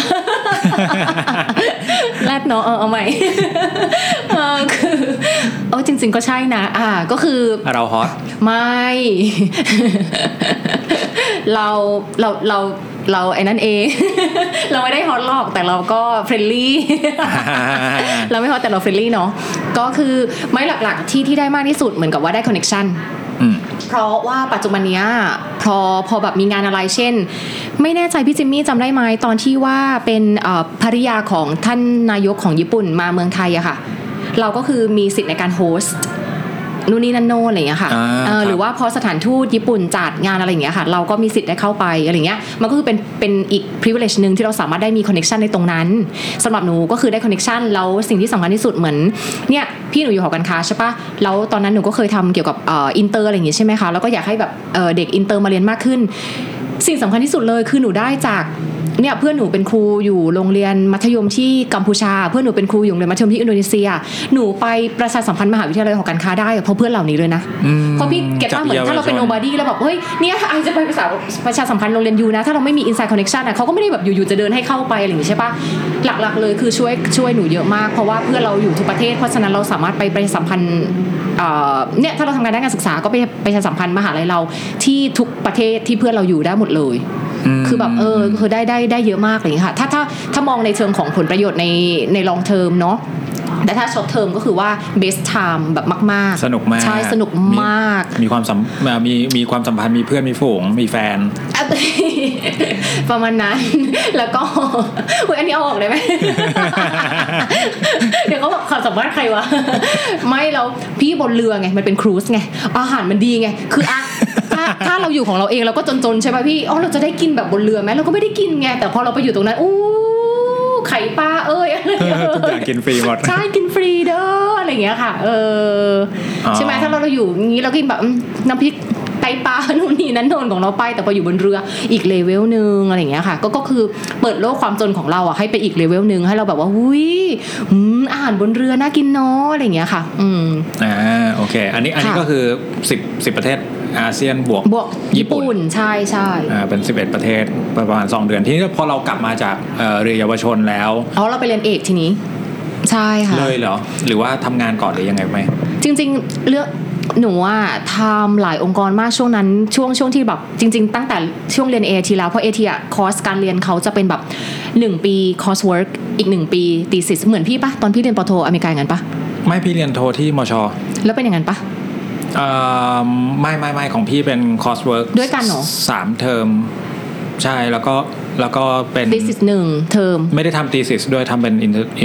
S1: แรดเนาะเออเอาใหม่เออคือโอ้จริงๆก็ใช่นะอ่าก็คือ
S2: เราฮอต
S1: ไม่เราเราเราเราไอ้นั่นเองเราไม่ได้ฮอตหรอกแต่เราก็เฟรนลี่เราไม่ฮอตแต่เราเฟรนลี่เนาะก็คือไม่หลักๆที่ที่ได้มากที่สุดเหมือนกับว่าได้คอนเนคชั่นเพราะว่าปัจจุบันนี้พอพอแบบมีงานอะไรเช่นไม่แน่ใจพี่จิมมี่จำได้ไหมตอนที่ว่าเป็นภริยาของท่านนายกของญี่ปุ่นมาเมืองไทยอะค่ะเราก็คือมีสิทธิ์ในการโฮสต์นู่นนี่นั่นโน่นอะไรอย่างเงี้ยค่ะหรือว่าพอสถานทูตญี่ปุ่นจัดงานอะไรอย่างเงี้ยค่ะเราก็มีสิทธิ์ได้เข้าไปอะไรเงี้ยมันก็คือเป็นเป็นอีก privilege นึงที่เราสามารถได้มี connection ในตรงนั้นสำหรับหนูก็คือได้ connection แล้วสิ่งที่สำคัญที่สุดเหมือนเนี่ยพี่หนูอยู่หอการค้าใช่ปะแล้วตอนนั้นหนูก็เคยทำเกี่ยวกับเอ่ออินเตอร์อะไรอย่างเงี้ยใช่ไหมคะแล้วก็อยากให้แบบเอ่อเด็กอินเตอร์มาเรียนมากขึ้นสิ่งสำคัญที่สุดเลยคือหนูได้จากเนี่ยเพื่อนหนูเป็นครูอยู่โรงเรียนมัธยมที่กัมพูชาเพื่อนหนูเป็นครูอยู่โรงเรียนมัธยมที่อินโดนีเซียหนูไปประชาสัมพันธ์มหาวิทยาลัยหอการค้าได้เพราะเพื่อนเหล่านี้เลยนะเพราะพี่เก็ตว่าเหมือนถ้าเราเป็น nobody แล้วแบบเฮ้ยเนี่ยไอจะไปภาษาประชาสัมพันธ์โรงเรียนยูนะถ้าเราไม่มี inside connection อ่ะเขาก็ไม่ได้แบบอยู่ๆจะเดินให้เข้าไปอะไรอย่างงี้ใช่ปะหลักๆเลยคือช่วยช่วยหนูเยอะมากเพราะว่าเพื่อนเราอยู่ทุกประเทศเพราะฉะนั้นเราสามารถไปประชาสัมพันธ์เนี่ยถ้าเราทำงานด้านการศึกษาก็ไปประชาสัมพันธ์มหาลัยเราที่ทุกประเทศที่เพื่อนเราอยู่ได้หมดเลยคือแบบเออคือได้ได้ได้เยอะมากเลยค่ะถ้าถ้าถ้ามองในเชิงของผลประโยชน์ในใน long term เนาะแต่ถ้า short term ก็คือว่า best time แบบมาก
S2: ๆสนุกมาก
S1: ใช่สนุกมาก
S2: มีความสัมมีมีความสัมพันธ์มีเพื่อนมีฝูงมีแฟน
S1: ประมาณนั้นแล้วก็อุ๊ยอันนี้เอาออกได้ไหม เดี๋ยวเขาบอกความสัมภาษณ์ใครวะไม่เราพี่บนเรือไงมันเป็นครูซไงอาหารมันดีไงคืออ่ะถ้าถ้าเราอยู่ของเราเองเราก็จนๆใช่ป่ะพี่อ๋อเราจะได้กินแบบบนเรือไหมเราก็ไม่ได้กินไงแต่พอเราไปอยู่ตรงนั้นอู้ไข่ปลาเอ้ยอะไร
S2: ทุกอย่างกินฟรีหมด
S1: ใช่กินฟรีเด้ออะไรอย่างเงี้ยค่ะเออใช่ไหมถ้าเราเราอยู่งี้เรากินแบบน้ำพริกไตปลานู่นนี่นั่นโน่นของเราไปแต่พออยู่บนเรืออีกเลเวลนึงอะไรอย่างเงี้ยค่ะก็ก็คือเปิดโลกความจนของเราอ่ะให้ไปอีกเลเวลนึงให้เราแบบว่าหุ้ยอาหารบนเรือน่ากินเนาะอะไรอย่างเงี้ยค่ะอืม
S2: อ่าโอเคอันนี้อันนี้ก็คือสิบ สิบประเทศอาเซียนบวก
S1: บวกญี่ปุ่นใช่ๆ
S2: อ่าเป็นสิบเอ็ดประเทศประมาณสองเดือนที่พอเรากลับมาจากเอ่อเรือเยาวชนแล้ว
S1: อ๋อเราไปเรียนเอกทีนี้ใช่ค่ะ
S2: เลยเหรอหรือว่าทำงานก่อนหรือยังไงไหม
S1: จริงๆเลือกหนูอ่ะทำหลายองค์กรมากช่วงนั้นช่วงช่วงที่แบบจริงๆตั้งแต่ช่วงเรียน เอ ที แล้วเพราะ เอ ที อ่ะคอร์สการเรียนเขาจะเป็นแบบหนึ่งปีคอร์สเวิร์กอีกหนึ่งปีตีสิสเหมือนพี่ปะตอนพี่เรียนปโทอเมริกาอย่างนั้นปะ
S2: ไม่พี่เรียนโทที่มช.
S1: แล้วเป็นอย่างนั้นปะ
S2: เอ่อไม่ไม่ไม่ของพี่เป็นคอร์สเวิร์ก
S1: ด้วยกันเหรอ
S2: สามเทอมใช่แล้วก็แล้วก็เป็น
S1: thesis หนึ่งเทอม
S2: ไม่ได้ทำ thesis ด้วยทำเป็น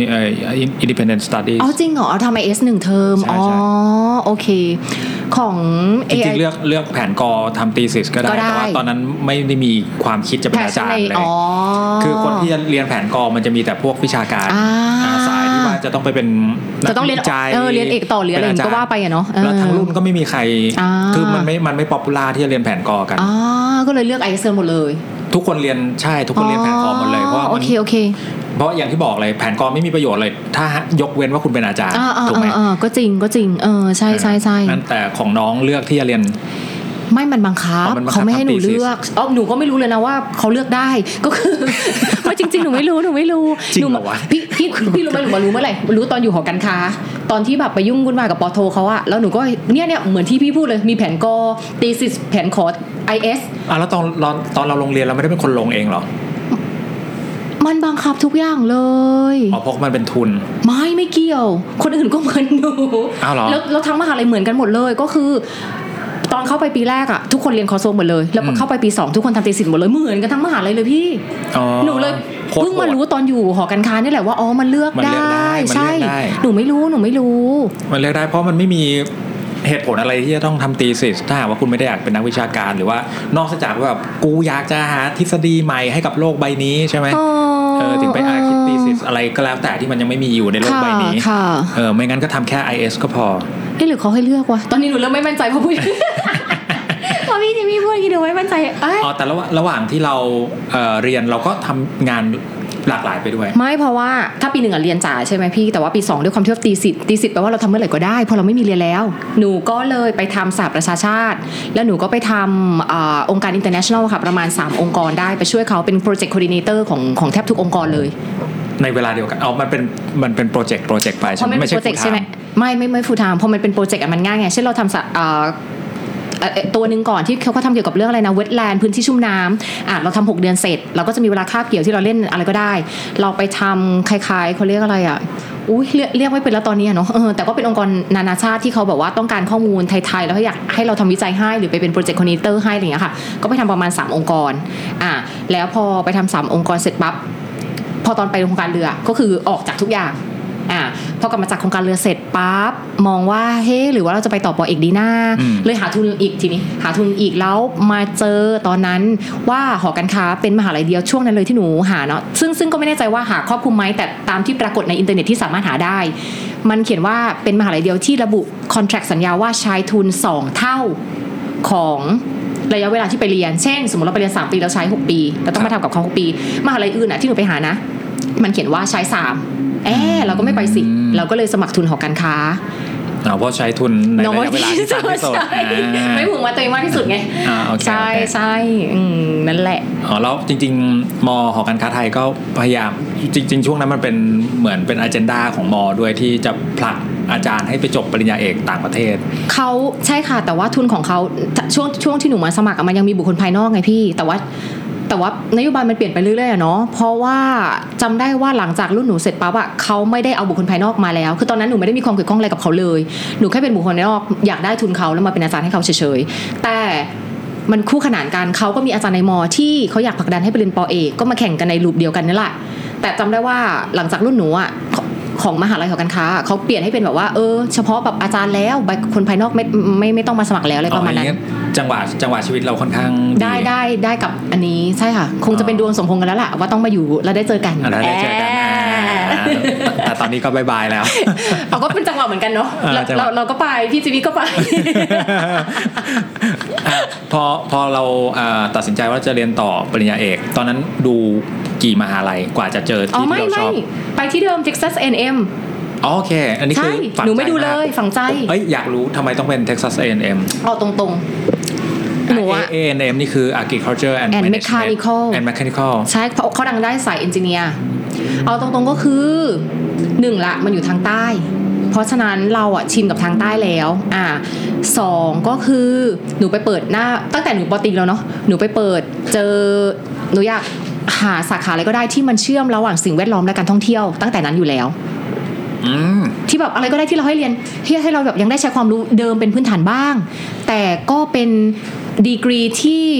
S2: independent studies
S1: อ๋อจริงเหรอทำ ไอ เอส หนึ่งเทอมอ๋อโอเคของ
S2: จริงๆเลือกเลือกแผนกอทำ thesis ก็ได้แต่ว่าตอนนั้นไม่ได้มีความคิดจะเป็นอาจารย์เลยคือคนที่จะเรียนแผนกอมันจะมีแต่พวกวิชาการสายที่ว่าจะต้องไปเป็น
S1: จะต้องเรียนเออเรียนเอกต่อเรียนอะไรก็ว่าไปอะเนาะ
S2: แล้วทั้งรุ่นก็ไม่มีใครคือมันไม่มันไม่ป๊อปปูล่าที่จะเรียนแผนกอกัน
S1: อ๋อก็เลยเลือก ไอ เอส หมดเลย
S2: ทุกคนเรียนใช่ทุกคนเรียนแผนกอหมดเลยเพราะ
S1: โอเคโอเค
S2: เพราะอย่างที่บอกเลยแผนกอไม่มีประโยชน์เลยถ้ายกเว้นว่าคุณเป็นอาจารย์ถูกไหม
S1: ก็จริงก็จริงเออใช่ใช่ใช่
S2: นั่นแต่ของน้องเลือกที่จะเรียน
S1: ไม่มันบังคับเขาไม่ให้หนูเลือกอ๋อหนูก็ไม่รู้เลยนะว่าเขาเลือกได้ก็คือว่าจริงๆหนูไม่รู้หนูไม่รู้
S2: หนู
S1: พี่พี่พี่รู้ไหมหนูมารู้เมื่อไหร่รู้ตอนอยู่หอการค้าตอนที่แบบไปยุ่งวุ่นวายกับปอโทเขาอะแล้วหนูก็เนี่ยเนี่ยเหมือนที่พี่พูดเลยมีแผนกอ thesis แผนคอร์ส ไอ เอส
S2: อ่ะแล้วตอนตอนเราลงเรียนเราไม่ได้เป็นคนลงเองหรอ
S1: มันบังคับทุกอย่างเลย
S2: อ๋อเพราะมันเป็นทุน
S1: ไม่ไม่เกี่ยวคนอื่นก็เหมือนหนู
S2: อ้าวเหรอ
S1: แล้วแล้วทั้งมหาลัยเหมือนกันหมดเลยก็คือตอนเข้าไปปีแรกอะทุกคนเรียนคอร์สหมดเลยแล้วเข้าไปปีสองทุกคนทำ thesis หมดเลยเหมือนกันทั้งมหาลัยเลยพี่หนูเลยเพิ่งมารู้ตอนอยู่หอการค้านี่แหละว่าอ๋อมันเลือกได้ใช่หนูไม่รู้หนูไม่รู้
S2: มันเลือกได้เพราะมันไม่มีเหตุผลอะไรที่จะต้องทำ thesis ถ้าหากว่าคุณไม่ได้อยากเป็นนักวิชาการหรือว่านอกจากว่าแบบกูอยากจะหาทฤษฎีใหม่ให้กับโลกใบนี้ใช่ไหมเออถึงไปอ่านคิด thesis อะไรก็แล้วแต่ที่มันยังไม่มีอยู่ในโลกใบนี้เออไม่งั้นก็ทำแค่ ไอ เอส ก็พอ
S1: เอ๊ะหรือเขาให้เลือกวะตอนนี้หนูเริ่มไม่มั่นใจเพราะพูดพอพี่จิมมี่พูดกี่หนูไม่มั่นใจ
S2: อ๋อแต่ระหว่างที่เราเอ่อเรียนเราก็ทำงานหลากหลายไปด้วย
S1: ไม่เพราะว่าถ้าปีหนึ่งอ่ะเรียนจ๋าใช่ไหมพี่แต่ว่าปีสองด้วยความที่ว่าตีสิบตีสิบแปลว่าเราทำเมื่อไหร่ก็ได้เพราะเราไม่มีเรียนแล้วหนูก็เลยไปทำสหประชาชาติแล้วหนูก็ไปทำ อ, องค์การ international ค่ะประมาณสามองค์กรได้ไปช่วยเขาเป็น project coordinator ของของแทบทุกองค์กรเลย
S2: ในเวลาเดียวกันเอามันเป็นมันเป็นโปรเจกต์โปรเจกต์ไปใช่ไหมไม่ใช่ full time
S1: ไม่ไม่ไม่ full time เพราะมันเป็นโปรเจกต์มันง่ายไงเช่นเราทำตัวนึงก่อนที่เขาก็ทำเกี่ยวกับเรื่องอะไรนะเวทแลนด์พื้นที่ชุ่มน้ำอ่ะเราทำหกเดือนเสร็จเราก็จะมีเวลาคาบเกี่ยวที่เราเล่นอะไรก็ได้เราไปทำคล้ายๆเขาเรียกอะไรอ่ะอุ้ยเรียกเรียกไม่เป็นแล้วตอนนี้เนาะเออแต่ก็เป็นองค์กรนานาชาติที่เขาแบบว่าต้องการข้อมูลไทยๆแล้วอยากให้เราทำวิจัยให้หรือไปเป็นโปรเจกต์คอร์ดิเนเตอร์ให้อะไรอย่างเงี้ยค่ะก็ไปทำประมาณสามองค์กรอ่ะแล้วพอไปทำสามองค์กรเสร็จปั๊บพอตอนไปโครงการเรือก็คือออกจากทุกอย่างอ่ะพอกลับมาจากโครงการเรือเสร็จปั๊บมองว่าเฮ้หรือว่าเราจะไปต่อปอเอกดีหน้าเลยหาทุนอีกทีนี้หาทุนอีกแล้วมาเจอตอนนั้นว่าหอการค้าเป็นมหาลัยเดียวช่วงนั้นเลยที่หนูหาเนาะซึ่งซึ่งก็ไม่แน่ใจว่าหาครอบคลุมไหมแต่ตามที่ปรากฏในอินเทอร์เน็ตที่สามารถหาได้มันเขียนว่าเป็นมหาลัยเดียวที่ระบุคอนแทรคสัญญาว่าใช้ทุนสองเท่าของระยะเวลาที่ไปเรียนเช่นสมมติเราไปเรียนสามปีแล้วใช้หกปีแล้วต้องมาทำกับเขาหกปีมหาลัยอื่นน่ะที่หนูไปหานะมันเขียนว่าใช้สามเออเราก็ไม่ไปสิเราก็เลยสมัครทุนหอการค้า
S2: เอาเพราะใช้ทุนในระยะเวลาที่สั้นที่สุด
S1: ไม่ห่วงว่าตัวเองมากที่สุดไงใช่ใช่นั่นแหละ
S2: อ๋อแล้วจริงๆมอหอการค้าไทยก็พยายามจริงๆช่วงนั้นมันเป็นเหมือนเป็นอเจนดาของมอด้วยที่จะผลักอาจารย์ให้ไปจบปริญญาเอกต่างประเทศ
S1: เขาใช่ค่ะแต่ว่าทุนของเขาช่วงช่วงที่หนูมาสมัครมันยังมีบุคคลภายนอกไงพี่แต่ว่าแต่ว่านโยบายมันเปลี่ยนไปเรื่อยๆเนาะเพราะว่าจำได้ว่าหลังจากรุ่นหนูเสร็จปั๊บอะเขาไม่ได้เอาบุคคลภายนอกมาแล้วคือตอนนั้นหนูไม่ได้มีความเกี่ยวข้องอะไรกับเขาเลยหนูแค่เป็นบุคคลภายนอกอยากได้ทุนเขาแล้วมาเป็นอาจารย์ให้เขาเฉยๆแต่มันคู่ขนานกันเขาก็มีอาจารย์ในมอที่เขาอยากผลักดันให้ไปเรียนปอเอกก็มาแข่งกันในรูปเดียวกันนี่แหละแต่จำได้ว่าหลังจากรุ่นหนูอะของมหาลัยหอการค้าเขาเปลี่ยนให้เป็นแบบว่าเออเฉพาะแบบอาจารย์แล้วคนภายนอกไม่ไม่ไม่ต้องมาสมัครแล้วอะไรประมาณนั้น
S2: จังหวะจังหวะชีวิตเราค่อนข้าง
S1: ได้ได้ได้กับอันนี้ใช่ค่ะคงจะเป็นดวงสมพงษ์กันแล้วล่ะว่าต้องมาอยู่แล้วได้เจอกัน
S2: ได้เจอกันแต่ตอนนี้ก็บายบายแล้ว
S1: เราก็เป็นจังหวะเหมือนกันเนาะเราเราก็ไปพี่จีวีก็ไป
S2: พอพอเราตัดสินใจว่าจะเรียนต่อปริญญาเอกตอนนั้นดูกี่มหาลัยกว่าจะเจอที่เราชอบ
S1: ไปที่เดิม Texas เอ แอนด์ เอ็ม
S2: อ๋อโอเคอันนี้คือ
S1: หนูไม่ดูเลยฝังใจ
S2: เอ้ยอยากรู้ทำไมต้องเป็น Texas เอ แอนด์ เอ็ม
S1: เอาตรงๆหนูอะ
S2: เอ แอนด์ เอ็ม นี่คือ Agriculture and
S1: Mechanical
S2: and Mechanical
S1: ใช่เขาเขาดังได้สาย Engineer เอาตรงๆก็คือหนึ่งละมันอยู่ทางใต้เพราะฉะนั้นเราอะชินกับทางใต้แล้วอ่าสองก็คือหนูไปเปิดหน้าตั้งแต่หนูป.ตรีแล้วเนาะหนูไปเปิดเจอหนูอยากหาสาขาอะไรก็ได้ที่มันเชื่อมระหว่างสิ่งแวดล้อมและการท่องเที่ยวตั้งแต่นั้นอยู่แล้วที่แบบอะไรก็ได้ที่เราให้เรียนที่ให้เราแบบยังได้ใช้ความรู้เดิมเป็นพื้นฐานบ้างแต่ก็เป็นดีกรีที่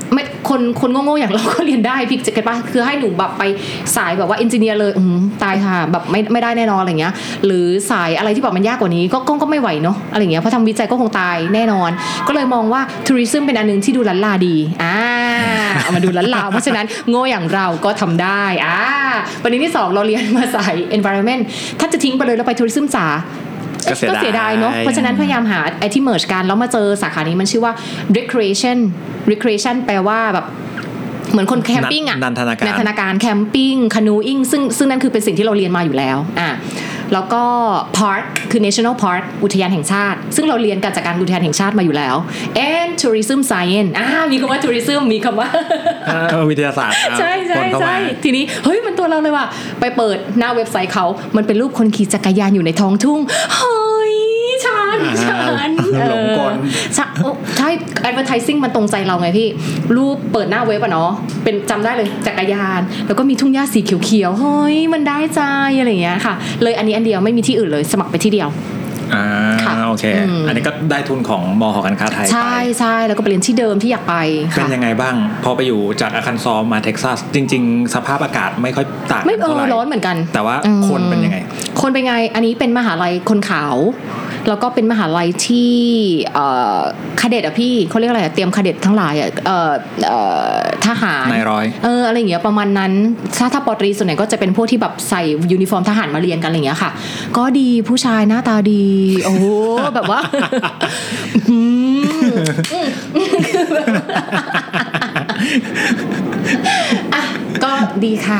S1: ไม่คนคนโง่ๆอย่างเราก็เรียนได้พี่จะเก็ตป่ะคือให้หนูแบบไปสายแบบว่าเอนจิเนียร์เลยอืมตายค่ะแบบไม่ไม่ได้แน่นอนอะไรเงี้ยหรือสายอะไรที่แบบมันยากกว่านี้ก็ก็ก็ไม่ไหวเนาะอะไรเงี้ยเพราะทำวิจัยก็คงตายแน่นอนก็เลยมองว่าทัวริซึมเป็นอันนึงที่ดูล้านลาดีอ่าเอามาดูล้านลาเพราะฉะนั้นโง่อย่างเราก็ทำได้อ่าประเด็นที่สองเราเรียนมาสาย environment ถ้าจะทิ้งไปเลยแล้วไปทัวริซึมจ๋าก็เสียดายเนาะเพราะฉะนั้นพยายามหาไอ้ที่เมิร์จกันแล้วมาเจอสาขานี้มันชื่อว่า recreation recreation แปลว่าแบบเหมือนคนแคมปิ้งอ่ะ
S2: นันทนาการ
S1: นันทนาการแคมปิ้งคานูอิ้งซึ่งซึ่งนั่นคือเป็นสิ่งที่เราเรียนมาอยู่แล้วอ่ะแล้วก็ park คือ national park อุทยานแห่งชาติซึ่งเราเรียนการจัดการอุทยานแห่งชาติมาอยู่แล้ว and tourism science อ่ามีคำว่า tourism มีคำว่า
S2: วิทยาศาสตร์
S1: ใช่ใช่ใช่ทีนี้เฮ้ยมันตัวเราเลยว่ะไปเปิดหน้าเว็บไซต์เขามันเป็นรูปคนขี่จักรยานอยู่ในท้องทุ่งเฮ้ยฉันฉัน
S2: หลงกล
S1: ใช่ advertising มันตรงใจเราไงพี่รูปเปิดหน้าเว็บอ่ะเนาะเป็นจำได้เลยจักรยานแล้วก็มีทุ่งหญ้าสีเขียวๆเฮ้ยมันได้ใจอะไรอย่างเงี้ยค่ะเลยอันนี้อันเดียวไม่มีที่อื่นเลยสมัครไปที่เดียว
S2: อ่าโอเคอันนี้ก็ได้ทุนของมหอการค้าไทยไป
S1: ใช่ใช่แล้วก็ไปเรียนที่เดิมที่อยากไป
S2: เป็นยังไงบ้างพอไปอยู่จากอาคันซอสมาเท็กซัสจริงๆสภาพอากาศไม่ค่อยต่าง
S1: ไม่เออร้อนเหมือนกัน
S2: แต่ว่าคนเป็นยังไง
S1: คนเป็นไงอันนี้เป็นมหาลัยคนขาวแล้วก็เป็นมหาลัยที่เอ่อคาเดตอ่ะพี่เขาเรียกอะไรอ่ะเตรียมคาเดตทั้งหลายอ่ะเอ่อเอ่อทหาร
S2: นายร้อย
S1: เอออะไรอย่างเงี้ยประมาณนั้นถ้าถ้าปอตรีส่วนใหญ่ก็จะเป็นพวกที่แบบใส่ยูนิฟอร์มทหารมาเรียนกันอะไรอย่างเงี้ยค่ะก็ดีผู้ชายหน้าตาดีโอ้แบบว่าอ่ะก็ดีค่ะ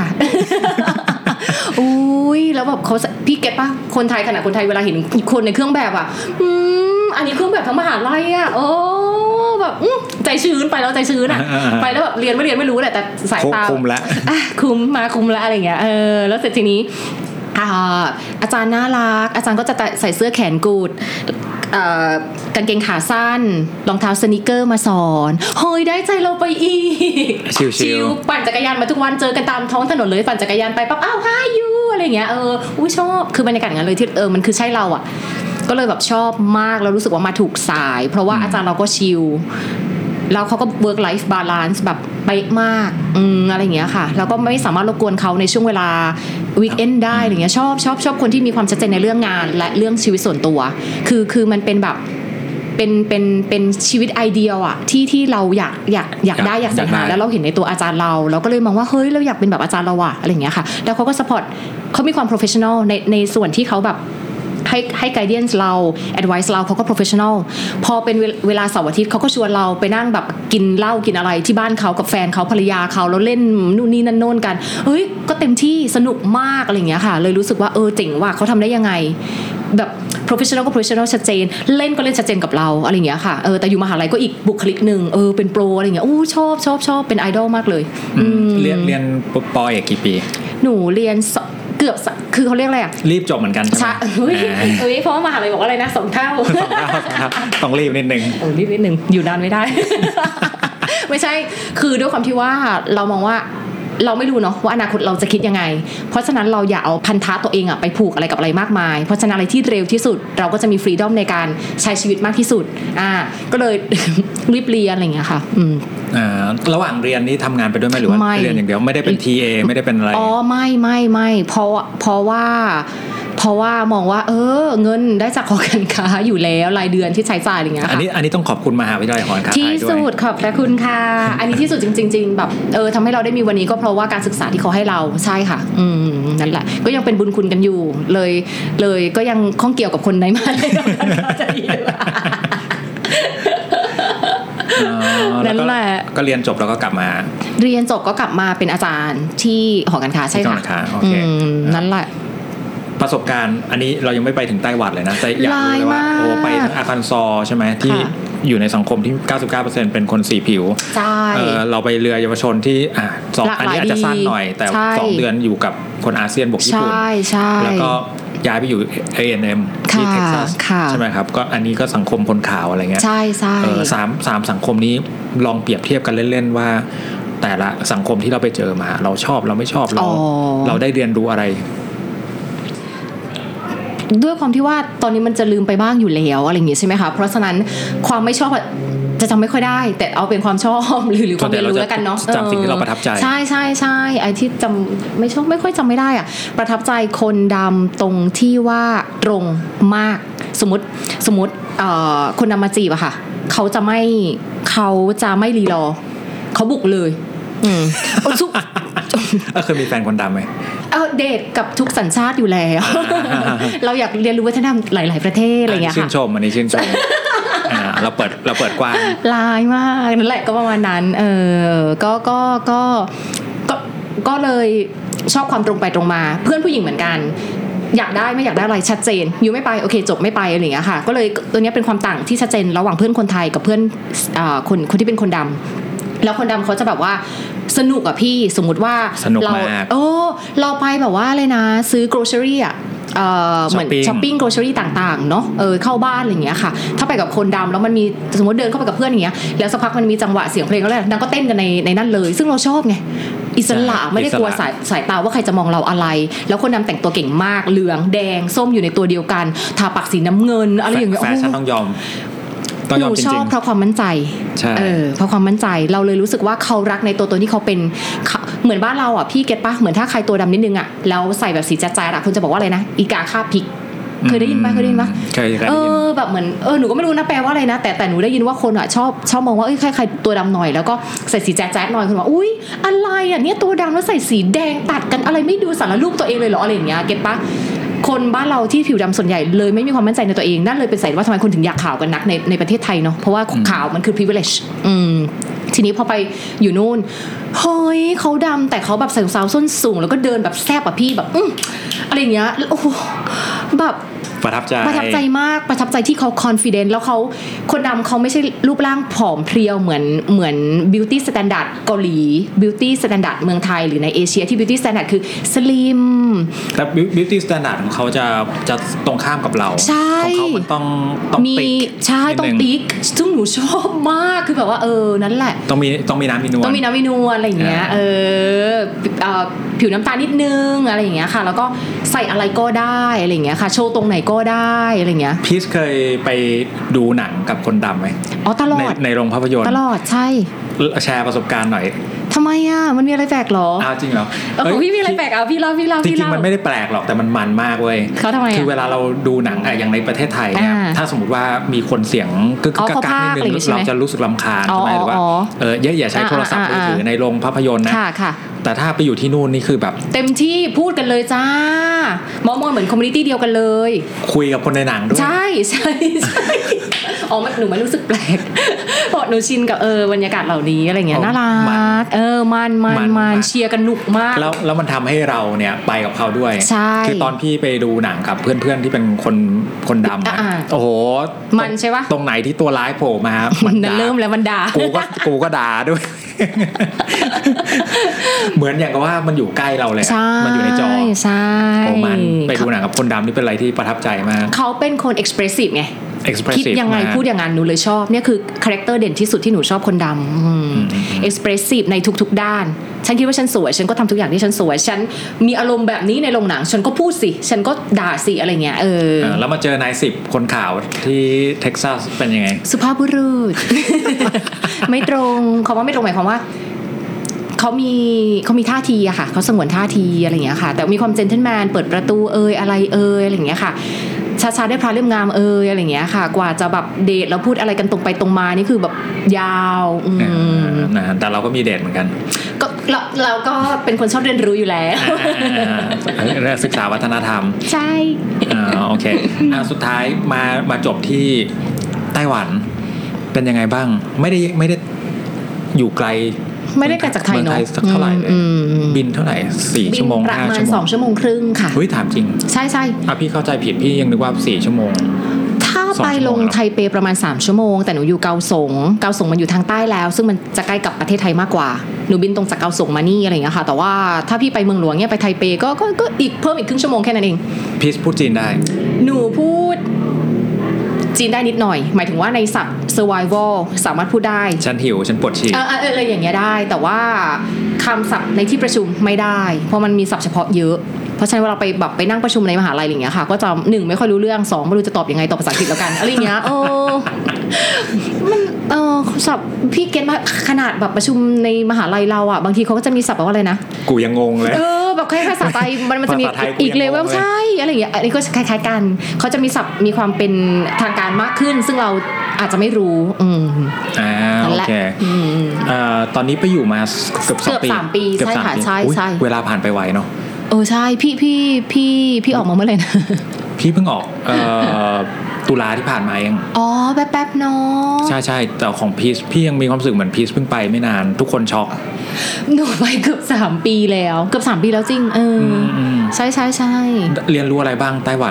S1: อุ้ยแล้วแบบเขาพี่เก็ตป่ะคนไทยขนาดคนไทยเวลาเห็นคนในเครื่องแบบอ่ะอืมอันนี้เครื่องแบบทั้งมหาลัยอ่ะโอ้แบบใจชื้นไปแล้วใจชื้นอ่ะไปแล้วแบบเรียนไม่เรียนไม่รู้แหละแต่สายตา
S2: คุมแล้ว
S1: คุมมาคุมแล้วอะไรเงี้ยเออแล้วเสร็จทีนี้อาจารย์น่ารักอาจารย์ก็จะใส่เสื้อแขนกุดกางเกงขาสั้นรองเท้าสนิเกอร์มาสอนเฮ้ยได้ใจเราไปอีก
S2: ชิล
S1: ๆปั่นจักรยานมาทุกวันเจอกันตามท้องถนนเลยปั่นจักรยานไปปั๊บอ้าวฮายยูอะไรเงี้ยเอออุ้ยชอบคือบรรยากาศงั้นเลยที่เออมันคือใช่เราอ่ะก็เลยแบบชอบมากแล้วรู้สึกว่ามาถูกสายเพราะว่าอาจารย์เราก็ชิลแล้วเขาก็ work life balance แบบเป๊ะมากอืมอะไรอย่างเงี้ยค่ะแล้วก็ไม่สามารถรบกวนเขาในช่วงเวลาวีคเอนด์ได้อะไรเงี้ยชอบชอบชอบคนที่มีความชัดเจนในเรื่องงานและเรื่องชีวิตส่วนตัวคือคือมันเป็นแบบเป็นเป็นเป็นชีวิตไอเดียลอะที่ที่เราอยากอยากอยากได้อยากใส่หาแล้วเราเห็นในตัวอาจารย์เราเราก็เลยมองว่าเฮ้ยเราอยากเป็นแบบอาจารย์เราอะอะไรอย่างเงี้ยค่ะแล้วเขาก็ support เขามีความ professional ในในส่วนที่เขาแบบให้ให้ guidance เรา advice เราเขาก็ professional พอเป็นเวลาเสาร์อาทิตย์เขาก็ชวนเราไปนั่งแบบกินเหล้ากินอะไรที่บ้านเขากับแฟนเขาภรรยาเขาแล้วเล่นนู่นนี่นั่นโน่นกันเฮ้ยก็เต็มที่สนุกมากอะไรอย่างเงี้ยค่ะเลยรู้สึกว่าเออเจ๋งว่ะเขาทำได้ยังไงแบบ professional ก็ professional ชัดเจนเล่นก็เล่นชัดเจนกับเราอะไรอย่างเงี้ยค่ะเออแต่อยู่มหาลัยก็อีกบุคลิกนึงเออเป็นโปรอะไรอย่างเงี้ยอู้ชอบชอบชอบเป็นไอดอลมากเลย
S2: เรียนเรียนปอเอกกี่ปี
S1: หนูเรียนเกือบคือเขาเรียกอะไรอ่ะ
S2: รีบจบเหมือนกันใช่ไหม
S1: เฮ้ยเฮ้ยเพราะว่ามหาลัยบอกอะไรนะสองเท่า
S2: สองเท่าต้องรีบนิดนึง
S1: ต้องรีบนิดนึงอยู่นานไม่ได้ ไม่ใช่คือด้วยความที่ว่าเรามองว่าเราไม่รู้เนาะว่าอนาคตเราจะคิดยังไงเพราะฉะนั้นเราอย่าเอาพันธะตัวเองอะไปผูกอะไรกับอะไรมากมายเพราะฉะนั้นอะไรที่เร็วที่สุดเราก็จะมีฟรีดอมในการใช้ชีวิตมากที่สุดอ่าก็เลย รีบเรียนอะไรอย่างเงี้ยค่ะอืม
S2: อ่าระหว่างเรียนนี่ทำงานไปด้วยไหมหรือว่าเรียนอย่างเดียวไม่ได้เป็น ที เอ ไม่ได้เป็นอะไร
S1: อ๋อไม่ไม่ไม่เพราะเพราะว่าเพราะว่ามองว่าเออเงินได้จากหอการค้าอยู่แล้วรายเดือนที่ใช้จ่ายอะไรเงี้ยค่ะ
S2: อันนี้อันนี้ต้องขอบคุณมหาวิทยาลัยหอการค้าไทยด้วย
S1: ที่สุดขอบพระคุณค่ะอันนี้ที่สุดจริงๆแบบเออทำให้เราได้มีวันนี้ก็เพราะว่าการศึกษาที่เขาให้เราใช่ค่ะอืมนั่นแหละก็ยังเป็นบุญคุณกันอยู่เลยเลยก็ยังข้องเกี่ยวกับคนในมหาวิทยาลัยหอการค้าจะดี
S2: นั่นแหละก็เรียนจบแล้วก็กลับมา
S1: เรียนจบก็กลับมาเป็นอาจารย์ที่หอการค้าใช่ค่ะนั่นแหละ
S2: ประสบการณ์อันนี้เรายังไม่ไปถึงไต้หวันเลยนะแต่อยากรู้เลยว่าโอ้ไปทั้งอาคันซอใช่ไหมที่อยู่ในสังคมที่ เก้าสิบเก้าเปอร์เซ็นต์ เป็นคนสีผิว
S1: ใช่
S2: เออเราไปเรือเยาวชนที่อ่ะสองอันนี้อาจจะสั้นหน่อยแต่สองเดือนอยู่กับคนอาเซียนบวกญี่ปุ่นแล้วก็ย้ายไปอยู่ เอ เอ็น เอ็ม ที่เท็กซัสใช่ไหมครับก็อันนี้ก็สังคมคนขาวอะไรเงี้ย
S1: ใช่ใช่
S2: เออสามสามสังคมนี้ลองเปรียบเทียบกันเล่นๆว่าแต่ละสังคมที่เราไปเจอมาเราชอบเราไม่ชอบเราเราได้เรียนรู้อะไร
S1: ด้วยความที่ว่าตอนนี้มันจะลืมไปบ้างอยู่แล้วอะไรอย่างงี้ใช่ไหมคะเพราะฉะนั้นความไม่ชอบจะจำไม่ค่อยได้แต่เอาเป็นความชอบหรือหรือความเรียนรู้แล้วกันเนาะ
S2: จำสิ่งที่เราประทับใจ
S1: ใช่ใช่ใช่ไอ้ที่จำไม่ชอบไม่ค่อยจำไม่ได้อะประทับใจคนดำตรงที่ว่าตรงมากสมมติสมมติคนดำมาจีบอะค่ะเขาจะไม่เขาจะไม่รีรอเขาบุกเลยอืมซุก
S2: เคยมีแฟนคนดำไหม
S1: เออเดทกับทุกสัญชาติอยู่แล้ว เราอยากเรียนรู้วัฒนธรรมหลายๆประเทศอะไรอย่างเงี้ยค่ะ
S2: ชื่นชมอันนี้ชื่นชมเราเปิดเราเปิดกว้าง
S1: ลายมากนั่นแหละก็ประมาณนั้นเออก็ก็ก็ก็ก็เลยชอบความตรงไปตรงมาเพื่อนผู้หญิงเหมือนกันอยากได้ไม่อยากได้อะไรชัดเจนอยู่ไม่ไปโอเคจบไม่ไปอะไรอย่างเงี้ยค่ะก็เลยตัวนี้เป็นความต่างที่ชัดเจนระหว่างเพื่อนคนไทยกับเพื่อนอ่าคนคนที่เป็นคนดำแล้วคนดำเขาจะแบบว่าสนุกอะพี่สมมุติว่า
S2: เรา
S1: โอ้เราไปแบบว่าเลยนะซื้อ grocery อะเอ่อเหมือนช้อปปิ้ง grocery ต่างๆเนาะเออเข้าบ้านอะไรอย่างเงี้ยค่ะถ้าไปกับคนดำแล้วมันมีสมมติเดินเข้าไปกับเพื่อนอย่างเงี้ยแล้วสักพักมันมีจังหวะเสียงเพลงแล้วแหละนางก็เต้นกันในในนั้นเลยซึ่งเราชอบไงอิสระไม่ได้กลัวสายสายตาว่าใครจะมองเราอะไรแล้วคนดำแต่งตัวเก่งมากเหลืองแดงส้มอยู่ในตัวเดียวกันทาปากสีน้ำเงินอะไรอย่างเงี้ย
S2: แฟชั่นต้องยอม
S1: หนูชอบเพราะความมั่นใจเออเพราะความมั่นใจเราเลยรู้สึกว่าเขารักในตัวตนที่เขาเป็นเหมือนบ้านเราอ่ะพี่เก็ตปะเหมือนถ้าใครตัวดำนิดนึงอ่ะแล้วใส่แบบสีจ๊ะๆอ่ะคุณจะบอกว่าอะไรนะอีกาคาบพริกเคยได้ยินปะเคยได้ยินปะ
S2: เคย
S1: เออแบบเหมือนเออหนูก็ไม่รู้นะแปลว่าอะไรนะแต่แต่หนูได้ยินว่าคนอ่ะชอบชอบมองว่าเอ้ยใครใครตัวดำหน่อยแล้วก็ใส่สีแจ๊ดๆหน่อยคุณว่าอุ้ยอะไรอ่ะเนี่ยตัวดำแล้วใส่สีแดงตัดกันอะไรไม่ดูสารรูปตัวเองเลยเหรออะไรอย่างเงี้ยเก็ตปะคนบ้านเราที่ผิวดำส่วนใหญ่เลยไม่มีความมั่นใจในตัวเองนั่นเลยเป็นสาเหตุว่าทำไมคนถึงอยากขาวกันนักในในประเทศไทยเนาะเพราะว่าขาวมันคือ privilege อืมทีนี้พอไปอยู่นู่นเฮ้ยเขาดำแต่เขาแบบใส่รองเท้าส้นสูงแล้วก็เดินแบบแซ่บอะพี่แบบอืมอะไรอย่างเงี้ยโอ้แบบ
S2: ประทับใจ
S1: ประทับใจมากประทับใจที่เขา confident แล้วเขาคนดำเขาไม่ใช่รูปร่างผอมเพรียวเหมือนเหมือน beauty standard เกาหลี beauty standard เมืองไทยหรือในเอเชียที่ beauty standard คือ slim
S2: แต่ beauty standard ของเขาจะจะตรงข้ามกับเราของเขามันต้องต้องติ๊ก
S1: ใช่ต้องติ๊กซึ่งหนูชอบมากคือแบบว่าเออนั่นแหละ
S2: ต้องมีต้องมีน้ำมีนวล
S1: ต้องมีน้ำมีนวลอะไรอย่างเงี้ยเออผิวน้ำตาลนิดนึงอะไรอย่างเงี้ยค่ะแล้วก็ใส่อะไรก็ได้อะไรอย่างเงี้ยค่ะโชว์ตรงไหนก็ได้อะไรเงี้ย
S2: พีชเคยไปดูหนังกับคนดำไหม
S1: อ๋อตลอด
S2: ใน, ในโรงภาพยนตร์
S1: ตลอดใช่
S2: แชร์ประสบการณ์หน่อย
S1: ทำไมอ่ะมันมีอะไรแปลกหรอ
S2: อ้าวจริงเหรอ
S1: เออพี่มีอะไรแปลกอ่ะพี่เล่าพี่เล่า
S2: จริงๆมันไม่ได้แปลกหรอกแต่มันมันมากเว้ย
S1: เขาทำไม
S2: คือเวลาเราดูหนังอย่างในประเทศไทยเนี่ยถ้าสมมติว่ามีคนเสียงกึกกักกักนิดนึงเราจะรู้สึกรำคาญใช่ไหมหรือว่าเอออย่าใช้โทรศัพท์มือถือในโรงภาพยนตร์นะแต่ถ้าไปอยู่ที่นู่นนี่คือแบบ
S1: เต็มที่พูดกันเลยจ้ามองมองเหมือนคอมมูนิตี้เดียวกันเลย
S2: คุยกับคนในหนังด้วย
S1: ใช่ใช่ใช่อ๋อหนูไม่รู้สึกแปลกเพราะหนูชินกับเออบรรยากาศเหล่านี้อะไรเงี้ยน่ารักเออมันมันมันเชียร์กันหนุกมาก
S2: แล้วแล้วมันทำให้เราเนี่ยไปกับเขาด้วย
S1: ใช่
S2: คือตอนพี่ไปดูหนังกับเพื่อนๆที่เป็นคนคนดำนะโอ้โห
S1: มันใช่ปะ
S2: ตรงไหนที่ตัวร้ายโผล่มา
S1: มันเริ่มแล้วมันด่า
S2: กูก็กูก็ด่าด้วยเหมือนอย่างกับว่ามันอยู่ใกล้เราเลยมันอยู่ในจอ
S1: ใช่
S2: โอ้มันไปดูหนังกับคนดำนี่เป็นอะไรที่ประทับใจมาก
S1: เขาเป็นคน expressive ไงคิดยังไงพูดอย่างนั้นหนูเลยชอบเนี่ยคือคาแรคเตอร์เด่นที่สุดที่หนูชอบคนดำ expressive ในทุกๆด้านฉันคิดว่าฉันสวยฉันก็ทำทุกอย่างที่ฉันสวยฉันมีอารมณ์แบบนี้ในโรงหนังฉันก็พูดสิฉันก็ด่าสิอะไรเงี้ยเออ
S2: แล้วมาเจอนายสิบคนข่าวที่เท็กซัสเป็นยังไง
S1: สุภาพบุรุษ ไม่ตรงคำว่าไม่ตรงหมายความว่าเขามีเขามีท่าทีอะค่ะเขาสงวนท่าทีอะไรอย่างเงี้ยค่ะแต่มีความเจนเทลแมนเปิดประตูเอ่ยอะไรเอ่ยอะไรอย่างเงี้ยค่ะช้าๆได้พระเล่มงามเอ่ยอะไรอย่างเงี้ยค่ะกว่าจะแบบเดทแล้วพูดอะไรกันตรงไปตรงมานี่คือแบบยาว
S2: นะแต่เราก็มีเดทเหมือนกัน
S1: ก็เราเราก็เป็นคนชอบเรียนรู้อยู่แล้ว
S2: ศึกษาวัฒนธรรม
S1: ใช่
S2: อ่าโอเคอ่ะสุดท้ายมามาจบที่ไต้หวันเป็นยังไงบ้างไม่ได้ไม่ได้อยู่ไกล
S1: ไม่ได้ไกลจากไทยเนาะ
S2: สักเท่าไหร่บินเท่าไหร่สี่ชั่วโมง
S1: ห้าชั่วโมงสองชั่วโมงครึ่งค่ะ
S2: เฮ้ยถามจริง
S1: ใช่ใช่
S2: อ่ะพี่เข้าใจผิดพี่ยังนึกว่าสี่ชั่วโมง
S1: ถ้าไปลงไทเปประมาณสามชั่วโมงแต่หนูอยู่เกาสงเกาสงมันอยู่ทางใต้แล้วซึ่งมันจะใกล้กับประเทศไทยมากกว่าหนูบินตรงจากเกาสงมานี่อะไรอย่างเงี้ยค่ะแต่ว่าถ้าพี่ไปเมืองหลวงเนี่ยไปไทเปก็ก็ก็อีกเพิ่มอีกครึ่งชั่วโมงแค่นั้นเอง
S2: พี่พูดจีนได้
S1: หนูพูดจีนได้นิดหน่อยหมายถึงว่าในศัพท์ survival สามารถพูดได้
S2: ฉันหิวฉันปวดฉี่
S1: เออเอออะไรอย่างเงี้ยได้แต่ว่าคำศัพท์ในที่ประชุมไม่ได้เพราะมันมีศัพท์เฉพาะเยอะเพราะฉะนั้นเวลาไปแบบไปนั่งประชุมในมหาลัยอย่างเงี้ยค่ะก็จะหนึ่งไม่ค่อยรู้เรื่องสองไม่รู้จะตอบยังไงตอบภาษาอังกฤษแล้วกันอะไรอย่างเงี้ยเออมันเออศัพท์พี่เก็ตมาขนาดแบบประชุมในมหาลัยเราอ่ะบางทีเขาก็จะมีศัพท์ว่าอะไรนะ
S2: กูยังงงเลย
S1: เออแบบคล้ายๆภาษาไทยมันมันจะมีอีกเลเวลใช่อะไรอย่างเงี้ยอันนี้ก็คล้ายๆกันเขาจะมีศัพท์มีความเป็นทางการมากขึ้นซึ่งเราอาจจะไม่รู้อืม
S2: อ่าโอเคอ่าตอนนี้ไปอยู่มาเกือบสองปี
S1: เกือบสามปีใช่ค่ะใช่ใช่
S2: เวลาผ่านไปไวเนาะ
S1: เออใช่พี่พี่พี่พี่ออกมาเมื่อไหร่นะ
S2: พี่เพิ่งออกเอ่อตุลาที่ผ่านมาเอง
S1: อ๋อแป๊บๆเนาะ
S2: ใช่ๆแต่ของพีชพี่ยังมีความรู้สึกเหมือนพีชเพิ่งไปไม่นานทุกคนช็อก
S1: หนูไปเกือบสามปีแล้วเกือบสามปีแล้วจริงเออใช่ๆๆ
S2: เรียนรู้อะไรบ้างไต้หวัน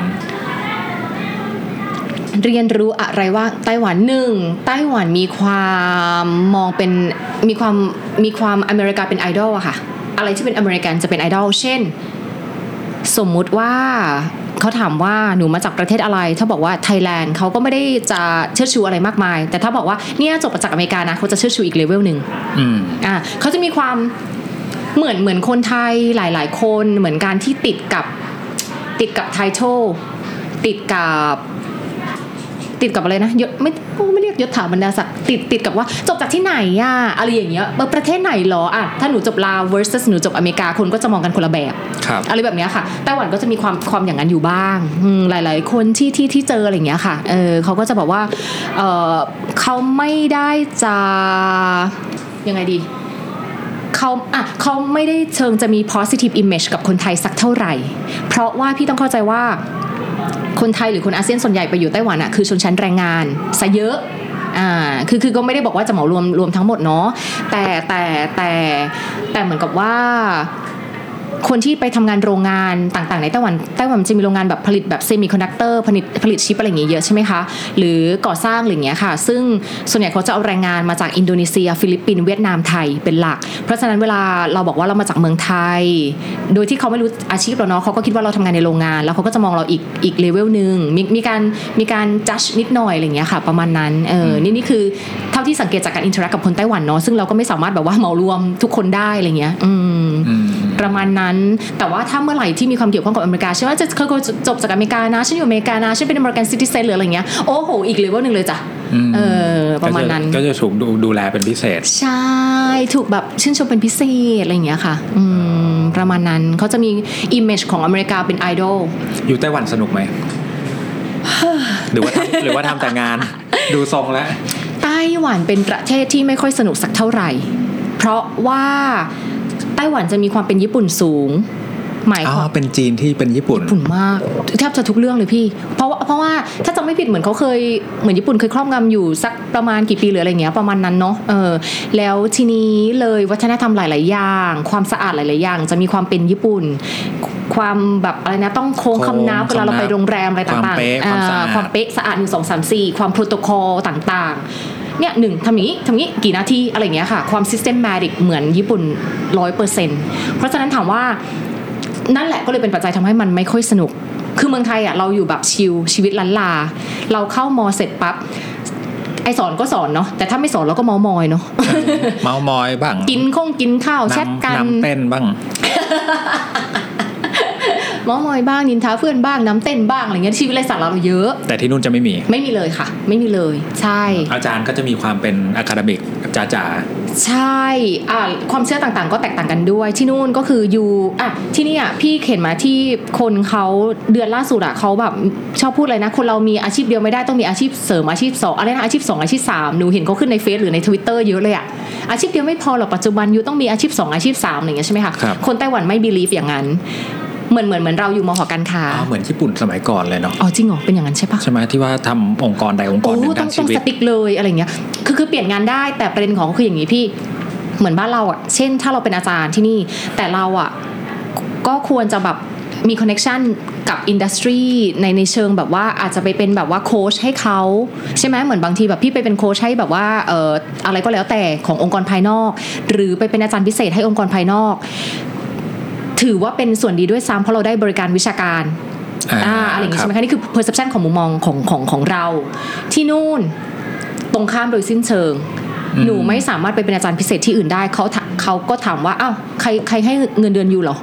S1: เรียนรู้อะไรว่าไต้หวันหนึ่งไต้หวันมีความมองเป็นมีความมีความอเมริกาเป็นไอดอลอะค่ะอะไรที่เป็นอเมริกันจะเป็นไอดอลเช่นสมมุติว่าเขาถามว่าหนูมาจากประเทศอะไรถ้าบอกว่าไทยแลนด์เขาก็ไม่ได้จะเชิดชูอะไรมากมายแต่ถ้าบอกว่าเนี่ยจบมาจากอเมริกานะเขาจะเชิดชูอีกเลเวลนึงอืมอ่าเขาจะมีความเหมือนเหมือนคนไทยหลายๆคนเหมือนการที่ติดกับติดกับไททอลติดกับติดกับอะไรนะยศไม่ไม่เรียกยศถาบรรดาศักดิ์ติดติดกับว่าจบจากที่ไหนอ่ะอะไรอย่างเงี้ยประเทศไหนหรออ่ะถ้าหนูจบลาว versus หนูจบอเมริกาคนก็จะมองกันคนละแบบอะไรแบบเนี้ยค่ะไต้หวันก็จะมีความความอย่างนั้นอยู่บ้างหลายๆคนที่ที่ที่เจออะไรอย่างเงี้ยค่ะเออเขาก็จะบอกว่าเออเขาไม่ได้จะยังไงดีเขาอ่ะเขาไม่ได้เชิงจะมี positive image กับคนไทยสักเท่าไหร่เพราะว่าพี่ต้องเข้าใจว่าคนไทยหรือคนอาเซียนส่วนใหญ่ไปอยู่ไต้หวันอ่ะคือชนชั้นแรงงานซะเยอะอ่าคือคือก็ไม่ได้บอกว่าจะเหมารวมรวมทั้งหมดเนาะแต่แต่แต่แต่เหมือนกับว่าคนที่ไปทำงานโรงงานต่างๆในไต้หวันไต้หวันจะมีโรงงานแบบผลิตแบบเซมิคอนดักเตอร์ผลิตผลิตชิปอะไรอย่างเงี้ยเยอะใช่ไหมคะหรือก่อสร้างอะไรอย่างเงี้ยค่ะซึ่งส่วนใหญ่เขาจะเอาแรงงานมาจากอินโดนีเซียฟิลิปปินส์เวียดนามไทยเป็นหลักเพราะฉะนั้นเวลาเราบอกว่าเรามาจากเมืองไทยโดยที่เขาไม่รู้อาชีพเราเนาะเขาก็คิดว่าเราทำงานในโรงงานแล้วเขาก็จะมองเราอีกอีกเลเวลนึงมีมีการมีการจัดนิดหน่อยอะไรอย่างเงี้ยค่ะประมาณนั้นเออนี่นี่คือเท่าที่สังเกตจากการอินเทอร์แอคกับคนไต้หวันเนาะซึ่งเราก็ไม่สามารถแบบว่าเหมารวมทุกคนได้อะไรเงี้ยอืมประมาณนั้นแต่ว่าถ้าเมื่อไหร่ที่มีความเกี่ยวข้องกับอเมริกาใช่ไหมจะเคยจบจากอเมริกานะฉันอยู่อเมริกานะฉันเป็นอเมริกันซิติเซนหรืออะไรเงี้ยโอ้โหอีกเลเวลนึงเลยจ้ะเออประมาณนั้น
S2: ก็จะถูกดูดูแลเป็นพิเศษ
S1: ใช่ถูกแบบชื่นชมเป็นพิเศษอะไรอย่างเงี้ยค่ะอืมประมาณนั้นเขาจะมีอิมเมจของอเมริกาเป็นไอดอล
S2: อยู่ไต้หวันสนุกไหม หรือว่าทำหรือว่าทำแต่งานดูทรงแล้ว
S1: ไต้หวันเป็นประเทศที่ไม่ค่อยสนุกสักเท่าไหร่เพราะว่าไต้หวันจะมีความเป็นญี่ปุ่นสูงหมายความ
S2: เป็นจีนที่เป็นญี่ปุ่น
S1: ญี่ปุ่นมากแทบจะทุกเรื่องเลยพี่เพราะว่าเพราะว่าถ้าจำไม่ผิดเหมือนเขาเคยเหมือนญี่ปุ่นเคยครอบงำอยู่สักประมาณกี่ปีหรืออะไรเงี้ยประมาณนั้นเนาะเออแล้วทีนี้เลยวัฒนธรรมหลายๆอย่างความสะอาดหลายๆอย่างจะมีความเป็นญี่ปุ่นความแบบอะไรนะต้องโค้งคำนับเวลาเราไปโรงแรมอะไรต่างๆความเป๊ะสะอาดหนึ่งสองสามสี่ความโปรโตคอลต่างๆเนี่ยหนึ่งทำอย่างนี้ทำอย่างนี้กี่นาทีอะไรเงี้ยค่ะความ systematic เหมือนญี่ปุ่น ร้อยเปอร์เซ็นต์ เพราะฉะนั้นถามว่านั่นแหละก็เลยเป็นปัจจัยทำให้มันไม่ค่อยสนุกคือเมืองไทยอ่ะเราอยู่แบบชิลชีวิตล้านลาเราเข้ามอเสร็จปั๊บไอสอนก็สอนเนาะแต่ถ้าไม่สอนเราก็เมามอยเนาะ
S2: เมามอยบ้าง
S1: กินคงกินข้าวแชทกัน
S2: น้ำเต้นบ้าง
S1: เมามอยบ้างนินทาเพื่อนบ้างน้ำเต้นบ้างอะไรเงี้ยชีวิตไร้สาระเราเยอะ
S2: แต่ที่นู่นจะไม่มี
S1: ไม่มีเลยค่ะไม่มีเลยใช่
S2: อาจารย์ก็จะมีความเป็นอะคาเดมิกจ๋าๆ
S1: ใช่อ่าความเชื่อต่างๆก็แตกต่างกันด้วยที่นู่นก็คืออยู่อ่ะที่นี่อ่ะพี่เห็นมาที่คนเขาเดือนล่าสุดอ่ะเขาแบบชอบพูดเลยนะคนเรามีอาชีพเดียวไม่ได้ต้องมีอาชีพเสริมอาชีพสองอะไรนะอาชีพสองอาชีพสามหนูเห็นเขาขึ้นในเฟซหรือใน Twitter เยอะเลยอ่ะอาชีพเดียวไม่พอหรอกปัจจุบันอยู่ต้องมีอาชีพสองอาชีพสามอะไรอย่างเงี้ยใช่ไหมคะคนไต้หวันไม่บิลีฟอย่างนั้นเหมือนเหมือนเหมือนเราอยู่มห.การค้า
S2: อ๋อเหมือนญี่ปุ่นสมัยก่อนเลยเนาะ
S1: อ๋อจริงเหรอเป็นอย่างนั้นใช่ปะ
S2: ใช่ไหมที่ว่าทำองค์กรใดองค์กรหนึ่งทั้งชีวิต
S1: ต้องสติ๊กเลยอะไรเงี้ยคือคือเปลี่ยนงานได้แต่ประเด็นของคืออย่างนี้พี่เหมือนบ้านเราอ่ะเช่นถ้าเราเป็นอาจารย์ที่นี่แต่เราอ่ะก็ควรจะแบบมีคอนเนคชั่นกับอินดัสทรีในในเชิงแบบว่าอาจจะไปเป็นแบบว่าโค้ชให้เขาใช่ไหมเหมือนบางทีแบบพี่ไปเป็นโค้ชให้แบบว่าเอ่ออะไรก็แล้วแต่ขององค์กรภายนอกหรือไปเป็นอาจารย์พิเศษให้องค์กรภายนอกถือว่าเป็นส่วนดีด้วยซ้ำเพราะเราได้บริการวิชาการอ่าอะไรอย่างงี้ใช่ไหมคะนี่คือ perception ของมุมมองของของของเราที่นู่นตรงข้ามโดยสิ้นเชิงหนูไม่สามารถไปเป็นอาจารย์พิเศษที่อื่นได้เขาเขาก็ถามว่าอ้าวใครใครให้เงินเดือนอยู่หรอ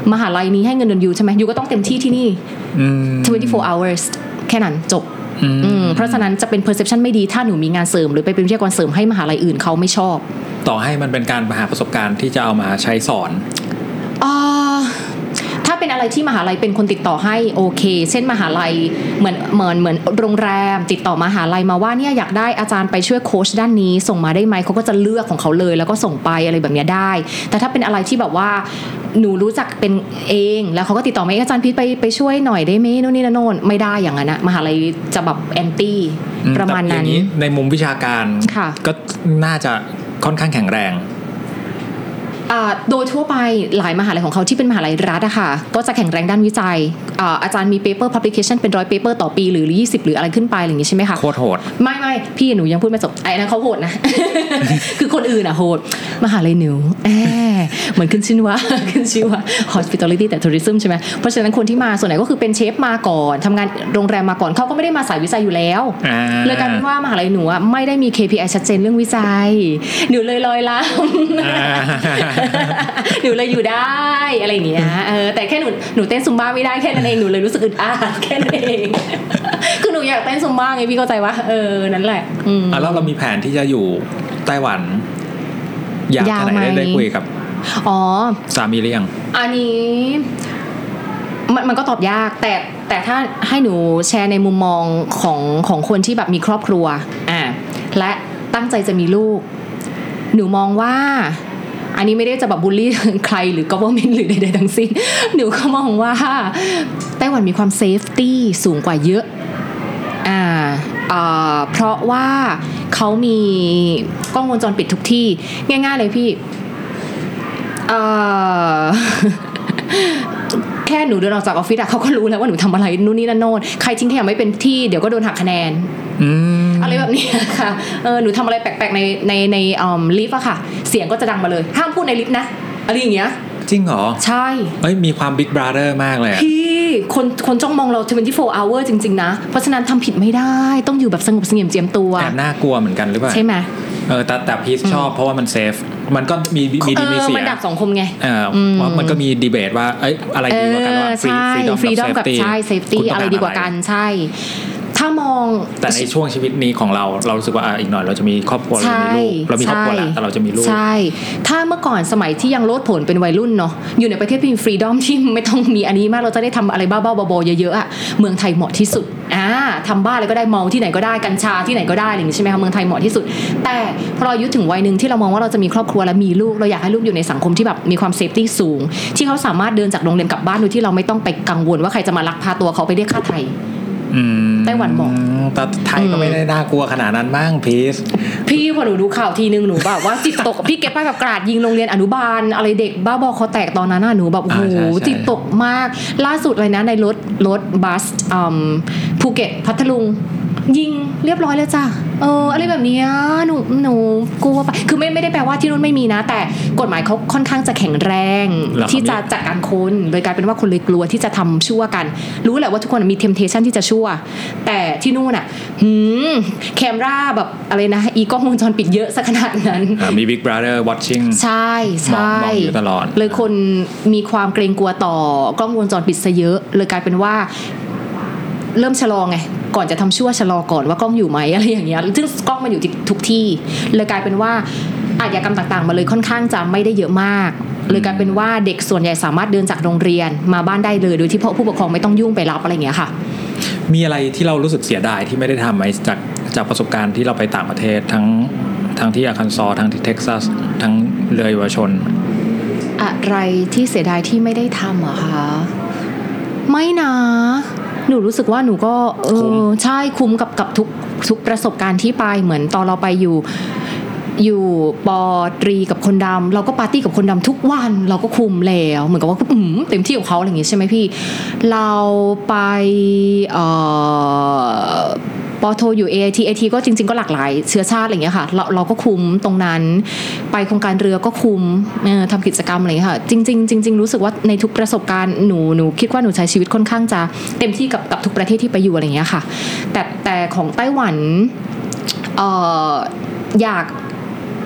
S1: มหาลัยนี้ให้เงินเดือนยูใช่ไหมยูก็ต้องเต็มที่ที่นี่ยี่สิบสี่ hours แค่นั้นจบเพราะฉะนั้นจะเป็น perception ไม่ดีถ้าหนูมีงานเสริมหรือไปเป็นวิทยากรเสริมให้มหาลัยอื่นเขาไม่ชอบ
S2: ต่อให้มันเป็นการหาประสบการณ์ที่จะเอามาใช้สอน
S1: อ่าถ้าเป็นอะไรที่มหาลัยเป็นคนติดต่อให้โอเคเช่นมหาลัยเหมือนเหมือนเหมือนโรงแรมติดต่อมหาลัยมาว่าเนี่ยอยากได้อาจารย์ไปช่วยโค้ชด้านนี้ส่งมาได้ไหมเขาก็จะเลือกของเขาเลยแล้วก็ส่งไปอะไรแบบนี้ได้แต่ถ้าเป็นอะไรที่แบบว่าหนูรู้จักเป็นเองแล้วเขาก็ติดต่อมาอาจารย์พีทไปไปช่วยหน่อยได้ไหมโน่นนี่นั่นโน่นไม่ได้อย่างนั้นนะมหาลัยจะแบบแอนตี้ประมาณนั้น
S2: ในมุมวิชาการก็น่าจะค่อนข้างแข็งแรง
S1: โดยทั่วไปหลายมหาลัยของเขาที่เป็นมหาลัยรัฐอะค่ะก็จะแข็งแรงด้านวิจัย อา, อาจารย์มี paper publication เป็นร้อย paper ต่อปีหรือยี่สิบหรืออะไรขึ้นไปอะไรอย่างงี้ใช่ไหมคะ
S2: โคตรโหด
S1: ไม่ไม่พี่หนูยังพูดไม่จบไอ้นั้นเขาโหดนะ คือคนอื่นอะโหดมหาลัยหนูแอบเหมือนขึ้นชื่อว่าขึ้นชื่อว่า hospitality แต่ tourism ใช่ไหมเพราะฉะนั้นคนที่มาส่วนไหนก็คือเป็นเชฟมาก่อนทำงานโรงแรมมาก่อนเขาก็ไม่ได้มาสายวิจัยอยู่แล้วเลยกลายเป็นว่ามหาลัยหนูอะไม่ได้มี เค พี ไอ ชัดเจนเรื่องวิจัยหนูเลยลอยล้ำหนูเลยอยู่ได้อะไรอย่างเงี้ยเออแต่แค่หนูหนูเต้นซุมบ้าไม่ได้แค่นั้นเองหนูเลยรู้สึกอึดอัดแค่นั้นเองคือหนูอยากเต้นซุมบ้าไงพี่เข้าใจว่าเออนั่นแหละอืม
S2: อ่ะแล้วเรามีแผนที่จะอยู่ไต้หวันยาวแค่ไหนได้ได้คุยกับ
S1: อ๋อ
S2: สามีหรือยัง
S1: อันนี้มันมันก็ตอบยากแต่แต่ถ้าให้หนูแชร์ในมุมมองของของคนที่แบบมีครอบครัวอ่ะและตั้งใจจะมีลูกหนูมองว่าอันนี้ไม่ได้จะแบบบูลลี่ใครหรือ government หรือใดๆทั้งสิ้นหนูก็มองว่าไต้หวันมีความเซฟตี้สูงกว่าเยอะอ่าอ่าเพราะว่าเขามีกล้องวงจรปิดทุกที่ง่ายๆเลยพี่อ่าแค่หนูเดินออกจากออฟฟิศอะเขาก็รู้แล้วว่าหนูทำอะไรนู่นนี่นั่นโน่นใครทิ้งขยะไม่เป็นที่เดี๋ยวก็โดนหักคะแนนอะไรแบบนี้ค่ะเออหนูทำอะไรแปลกๆในในในอ่อลิฟต์อะค่ะเสียงก็จะดังมาเลยห้ามพูดในลิฟต์นะอะไรอย่างเงี้ย
S2: จริงเหรอ
S1: ใช่
S2: เอ้ยมีความ Big Brother มากเลย
S1: พี่คนคนจ้องมองเรายี่สิบสี่ hour จริงๆนะเพราะฉะนั้นทำผิดไม่ได้ต้องอยู่แบบสงบเสงี่ยมเจียมตัว
S2: แอบน่ากลัวเหมือนกันหรือเปล่า
S1: ใช่ไหม
S2: เออแต่แต่พีชชอบเพราะว่ามันเซฟมันก็มีมีดีมีเสีย
S1: มันดับสองคมไง
S2: เออเพราะมันก็มีดีเบตว่าเอ้ยอะไรดีกว่ากันว่า
S1: ฟรีดอมกับใช่เซฟตี้อะไรดีกว่ากันใช่ถ้ามอง
S2: แต่ในช่วงชีวิตนี้ของเราเรารู้สึกว่าอีกหน่อยเราจะมีครอบครัวเราจะมีลูกเรามีครอบครัวแล้วแต่เราจะมีลูก
S1: ใช่ถ้าเมื่อก่อนสมัยที่ยังโลดโผนเป็นวัยรุ่นเนาะอยู่ในประเทศที่มีฟรีดอมที่ไม่ต้องมีอันนี้มากเราจะได้ทำอะไรบ้าๆบอๆเยอะๆอ่ะเมืองไทยเหมาะที่สุดอ่าทำบ้าอะไรก็ได้เมาที่ไหนก็ได้กัญชาที่ไหนก็ได้อะไรอย่างนี้ใช่ไหมคะเมืองไทยเหมาะที่สุดแต่พอเราอายุถึงวัยนึงที่เรามองว่าเราจะมีครอบครัวและมีลูกเราอยากให้ลูกอยู่ในสังคมที่แบบมีความเซฟตี้สูงที่เขาสามารถเดินจากโรงเรียนกลับบ้านโดยที่เราไม่ต้องไปกังวลว่าใครจะมาลักพาตัวเขาไปเรียกค่าไทยไต้หวันบอก
S2: แต่ไทยก็ไม่ได้น่ากลัวขนาดนั้นมั้งพีช
S1: พี่พอหนูดูข่าวทีนึงหนูแบบว่าจิตตกพี่เก็บไปแบบกราดยิงโรงเรียนอนุบาลอะไรเด็กบ้าบอคอแตกตอนนั้นน่ะหนูแบบโอ้โหจิตตกมากล่าสุดเลยนะในรถรถบัสอืมภูเก็ตพัทลุงยิงเรียบร้อยเลยจ้ะเอออะไรแบบนี้หนูหนูกลัวไปคือไม่ไม่ได้แปลว่าที่นู่นไม่มีนะแต่กฎหมายเขาค่อนข้างจะแข็งแรงที่จะจัดการคนเลยกลายเป็นว่าคนเลยกลัวที่จะทำชั่วกันรู้แหละว่าทุกคนมี temptation ที่จะชั่วแต่ที่นู่นอ่ะหืมแคมราแบบอะไรนะอีกล้องวงจรปิดเยอะซะขนาดนั้น
S2: มี Big Brother watching
S1: ใช่ใช่
S2: มองอยู่ตลอด
S1: เลยคนมีความเกรงกลัวต่อกล้องวงจรปิดซะเยอะเลยกลายเป็นว่าเริ่มชะลอไงก่อนจะทำชั่วชะลอก่อนว่ากล้องอยู่ไหมอะไรอย่างเงี้ยซึ่งกล้องมันอยู่ทุกที่เลยกลายเป็นว่าอาชญากรรมต่างๆมาเลยค่อนข้างจะไม่ได้เยอะมากเลยกลายเป็นว่าเด็กส่วนใหญ่สามารถเดินจากโรงเรียนมาบ้านได้เลยโดยที่ผู้ปกครองไม่ต้องยุ่งไปรับอะไรอย่างเงี้ยค่ะ
S2: มีอะไรที่เรารู้สึกเสียดายที่ไม่ได้ทำไหมจากจากประสบการณ์ที่เราไปต่างประเทศทั้งทั้งที่อาร์คันซอทั้งที่เท็กซัสทั้งเรือเยาวชน
S1: อะไรที่เสียดายที่ไม่ได้ทำอะคะไม่นะหนูรู้สึกว่าหนูก็เออใช่คุ้มกับกับทุกทุกประสบการณ์ที่ไปเหมือนตอนเราไปอยู่อยู่ปอตรีกับคนดำเราก็ปาร์ตี้กับคนดำทุกวันเราก็คุ้มแล้วเหมือนกับว่าอืมเต็มที่กับเขาอะไรอย่างงี้ใช่ไหมพี่เราไปเอ่อปอโทอยู่ เอ ไอ ที ไอ ที ก็จริงๆก็หลากหลายเชื้อชาติอะไรอย่างเงี้ยค่ะเราเราก็คุ้มตรงนั้นไปโครงการเรือก็คุ้มเอ่อทำกิจกรรมอะไรอย่างเงี้ยค่ะจริงๆจริงๆรู้สึกว่าในทุกประสบการณ์หนูหนูคิดว่าหนูใช้ชีวิตค่อนข้างจะเต็มที่กับกับทุกประเทศที่ไปอยู่อะไรอย่างเงี้ยค่ะแต่แต่ของไต้หวันเอ่ออยาก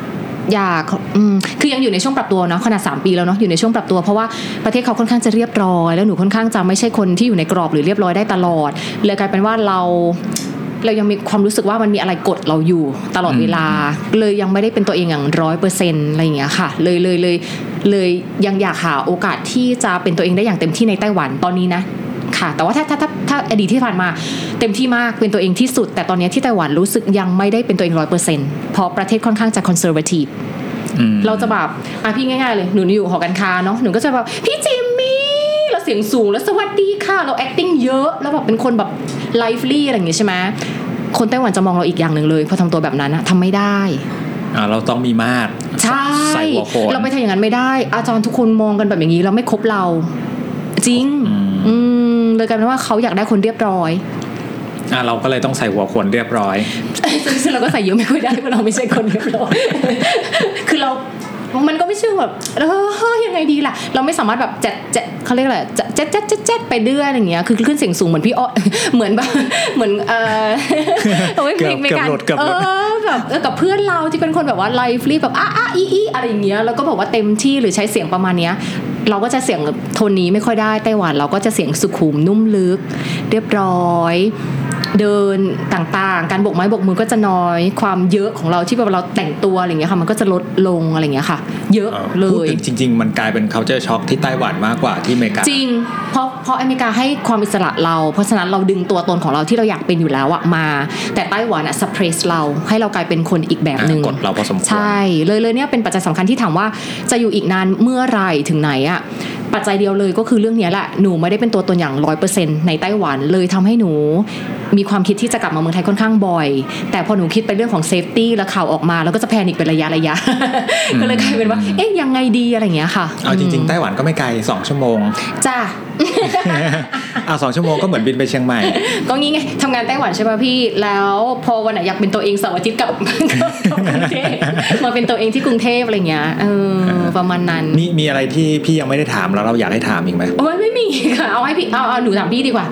S1: อยากอืมคือยังอยู่ในช่วงปรับตัวเนาะขนาดสามปีแล้วเนาะอยู่ในช่วงปรับตัวเพราะว่าประเทศเขาค่อนข้างจะเรียบร้อยแล้วหนูค่อนข้างจะไม่ใช่คนที่อยู่ในกรอบหรือเรียบร้อยได้ตลอดเลยกลายเป็นว่าเราเรายังมีความรู้สึกว่ามันมีอะไรกดเราอยู่ตลอดเวลาเลยยังไม่ได้เป็นตัวเองอย่างร้อยเปอร์เซ็นต์อะไรอย่างเงี้ยค่ะเลยเลยเลยเลยยังอยากหาโอกาสที่จะเป็นตัวเองได้อย่างเต็มที่ในไต้หวันตอนนี้นะค่ะแต่ว่าถ้าถ้าถ้าถ้าอดีตที่ผ่านมาเต็มที่มากเป็นตัวเองที่สุดแต่ตอนนี้ที่ไต้หวันรู้สึกยังไม่ได้เป็นตัวเองร้อยเปอร์เซ็นต์เพราะประเทศค่อนข้างจะคอนเซอร์เวทีฟเราจะแบบอ่ะพี่ง่ายๆเลยหนูอยู่หอการค้าเนาะหนูก็จะแบบพี่จิมมี่เราเสียงสูงแล้วสวัสดีค่ะเรา acting เยอะแล้วแบบเป็นคนแบบ lively อะไรอย่างเงี้ยใช่ไหมคนไต้หวันจะมองเราอีกอย่างหนึ่งเลยพอทำตัวแบบนั้นนะทำไม่ได้
S2: อ่าเราต้องมีมาตร
S1: ใช่ใส่หัวโขนเราไปทำอย่างนั้นไม่ได้อาจารย์ทุกคนมองกันแบบอย่างนี้เราไม่คบเราจริงอืมเลยกลายเป็นว่าเขาอยากได้คนเรียบร้อย
S2: อ่ะเราก็เลยต้องใส่หัวโขนเรียบร้อย
S1: ซึ่งเราก็ใส่เยอะไม่ค่อยได้เพราะเราไม่ใช่คนเรียบร้อยคือเรามันก็ไม่เชื่อแบบเออยังไงดีล่ะเราไม่สามารถแบบแจ๊ดแจ๊ดเขาเรียกอะไรแจ๊ดแจ๊ดแจ๊ดแจ๊ดไปเรื่อยอะไรอย่างเงี้ยคือขึ้นเสียงสูงเหมือนพี่อ้อเหมือนแบบเหมือนเออโอ้ยไม่การเออแบบกับเพื่อนเราที่เป็นคนแบบว่าไลฟ์รีแบบอ้าอ้าอีอีอะไรอย่างเงี้ยแล้วก็บอกว่าเต็มที่หรือใช้เสียงประมาณเนี้ยเราก็จะเสียงโทนนี้ไม่ค่อยได้ไต้หวันเราก็จะเสียงสุขุมนุ่มลึกเรียบร้อยเดินต่างๆการโบกไม้โบกมือก็จะน้อยความเยอะของเราที่แบบเราแต่งตัวอะไรอย่างเงี้ยค่ะมันก็จะลดลงอะไรอย่างเงี้ยค่ะเยอะเลย
S2: จริงๆมันกลายเป็น culture shock ที่ไต้หวันมากกว่าที่อเมริกา
S1: จริงเพราะเพราะอเมริกาให้ความอิสระเราเพราะฉะนั้นเราดึงตัวตนของเราที่เราอยากเป็นอยู่แล้วอะมาแต่ไต้หวันอะ suppress เราให้เรากลายเป็นคนอีกแบบนึง
S2: กดเราพอสมควร
S1: ใช่เลยเลยเนี่ยเป็นปัจจัยสำคัญที่ถามว่าจะอยู่อีกนานเมื่อไหร่ถึงไหนอะปัจจัยเดียวเลยก็คือเรื่องนี้แหละหนูไม่ได้เป็นตัวตนอย่าง ร้อยเปอร์เซ็นต์ ในไต้หวันเลยทำให้หนูมีความคิดที่จะกลับมาเมืองไทยค่อนข้างบ่อยแต่พอหนูคิดไปเรื่องของเซฟตี้แล้วข่าวออกมาแล้วก็จะแพนิคเป็นระยะระยะ ก็เลยกลายเป็นว่าเอ๊ะยังไงดีอะไรอย่างเงี้ยค่ะ
S2: เอาจริงๆไต้หวันก็ไม่ไกลสองชั่วโมง
S1: จ้า
S2: อ่ะสองชั่วโมงก็เหมือนบินไปเชียงใหม่
S1: ก็งี้ไงทำงานไต้หวันใช่ป่ะพี่แล้วพอวันไหนอยากเป็นตัวเองเสาร์อาทิตย์กลับมาเป็นตัวเองที่กรุงเทพอะไรเงี้ยเออประมาณนั้น
S2: มีมีอะไรที่พี่ยังไม่ได้ถามแล้วเราอยากให้ถามอีกไหม
S1: โอ้ยไม่มีค่ะเอาให้พี่เอาเอาหนูถามพี่ดีกว่า